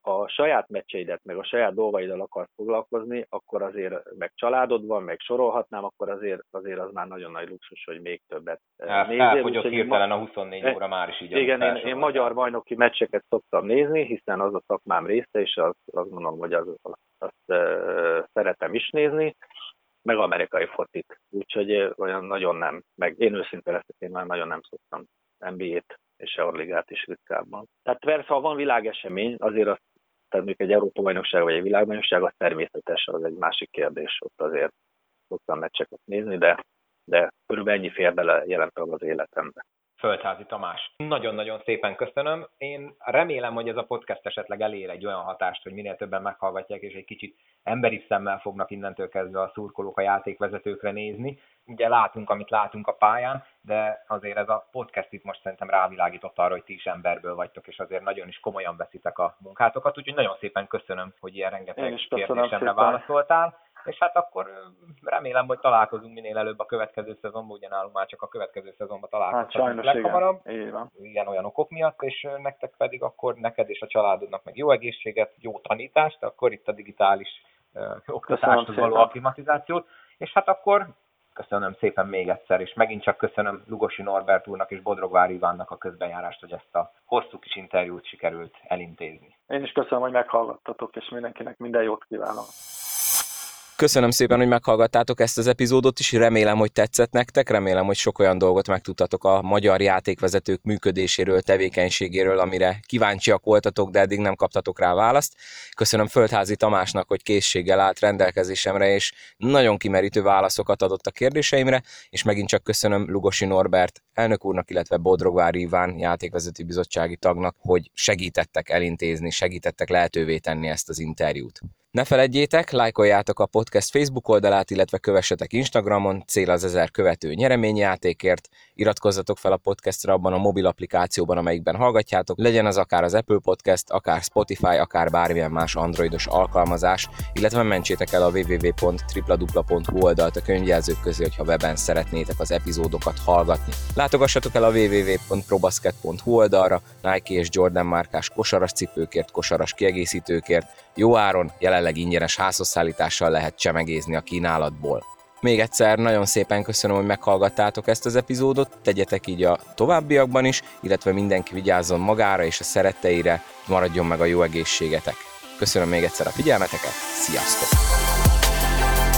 a saját meccseidet, meg a saját dolgaiddal akarsz foglalkozni, akkor azért, meg családod van, meg sorolhatnám, akkor azért az már nagyon nagy luxus, hogy még többet nézzél. Felfogyott hirtelen a 24 óra már is így. Igen, én magyar bajnoki meccseket szoktam nézni, hiszen az a szakmám része, és azt mondom, hogy azt szeretem is nézni, meg amerikai fotit. Úgyhogy olyan nagyon nem, meg én őszinte leszek, én már nagyon nem szoktam NBA-t és Euroligát is ritkábban. Tehát persze, ha van világesemény, azért azt, tehát mondjuk egy Európa-bajnokság vagy egy világbajnokság, az természetes, az egy másik kérdés, ott azért szoktam meccseket nézni, de körülbelül ennyi fér bele jelentően az életembe. Földházi Tamás. Nagyon-nagyon szépen köszönöm. Én remélem, hogy ez a podcast esetleg elér egy olyan hatást, hogy minél többen meghallgatják, és egy kicsit emberi szemmel fognak innentől kezdve a szurkolók a játékvezetőkre nézni. Ugye látunk, amit látunk a pályán, de azért ez a podcast itt most szerintem rávilágított arra, hogy ti is emberből vagytok, és azért nagyon is komolyan veszitek a munkátokat, úgyhogy nagyon szépen köszönöm, hogy ilyen rengeteg kérdésemre válaszoltál. És hát akkor remélem, hogy találkozunk minél előbb a következő szezonban, ugye nálunk már csak a következő szezonban találkozhatunk leghamarabb. Igen, olyan okok miatt, és nektek pedig akkor neked és a családodnak meg jó egészséget, jó tanítást, akkor itt a digitális oktatáshoz való akklimatizációt, és hát akkor köszönöm szépen még egyszer, és megint csak köszönöm Lugosi Norbert úrnak és Bodrogvári Ivánnak a közbenjárást, hogy ezt a hosszú kis interjút sikerült elintézni. Én is köszönöm, hogy meghallgattatok, és mindenkinek minden jót kívánok. Köszönöm szépen, hogy meghallgattátok ezt az epizódot is, remélem, hogy tetszett nektek, remélem, hogy sok olyan dolgot megtudtatok a magyar játékvezetők működéséről, tevékenységéről, amire kíváncsiak voltatok, de eddig nem kaptatok rá választ. Köszönöm Földházi Tamásnak, hogy készséggel állt rendelkezésemre, és nagyon kimerítő válaszokat adott a kérdéseimre, és megint csak köszönöm Lugosi Norbert elnök úrnak, illetve Bodrogvári Iván játékvezető bizottsági tagnak, hogy segítettek elintézni, segítettek lehetővé tenni ezt az interjút. Ne feledjétek, lájkoljátok a podcast Facebook oldalát, illetve kövessetek Instagramon, cél az 1000 követő nyereményjátékért, iratkozzatok fel a podcastra abban a mobil applikációban, amelyikben hallgatjátok, legyen az akár az Apple Podcast, akár Spotify, akár bármilyen más androidos alkalmazás, illetve mentsétek el a www.tripladupla.hu oldalt a könyvjelzők közé, hogyha weben szeretnétek az epizódokat hallgatni. Látogassatok el a www.probasket.hu oldalra, Nike és Jordan márkás kosaras cipőkért, kosaras kiegészítőkért, jó áron, jelenleg ingyenes házhozszállítással lehet csemegézni a kínálatból. Még egyszer nagyon szépen köszönöm, hogy meghallgattátok ezt az epizódot, tegyetek így a továbbiakban is, illetve mindenki vigyázzon magára és a szeretteire, maradjon meg a jó egészségetek. Köszönöm még egyszer a figyelmeteket, sziasztok!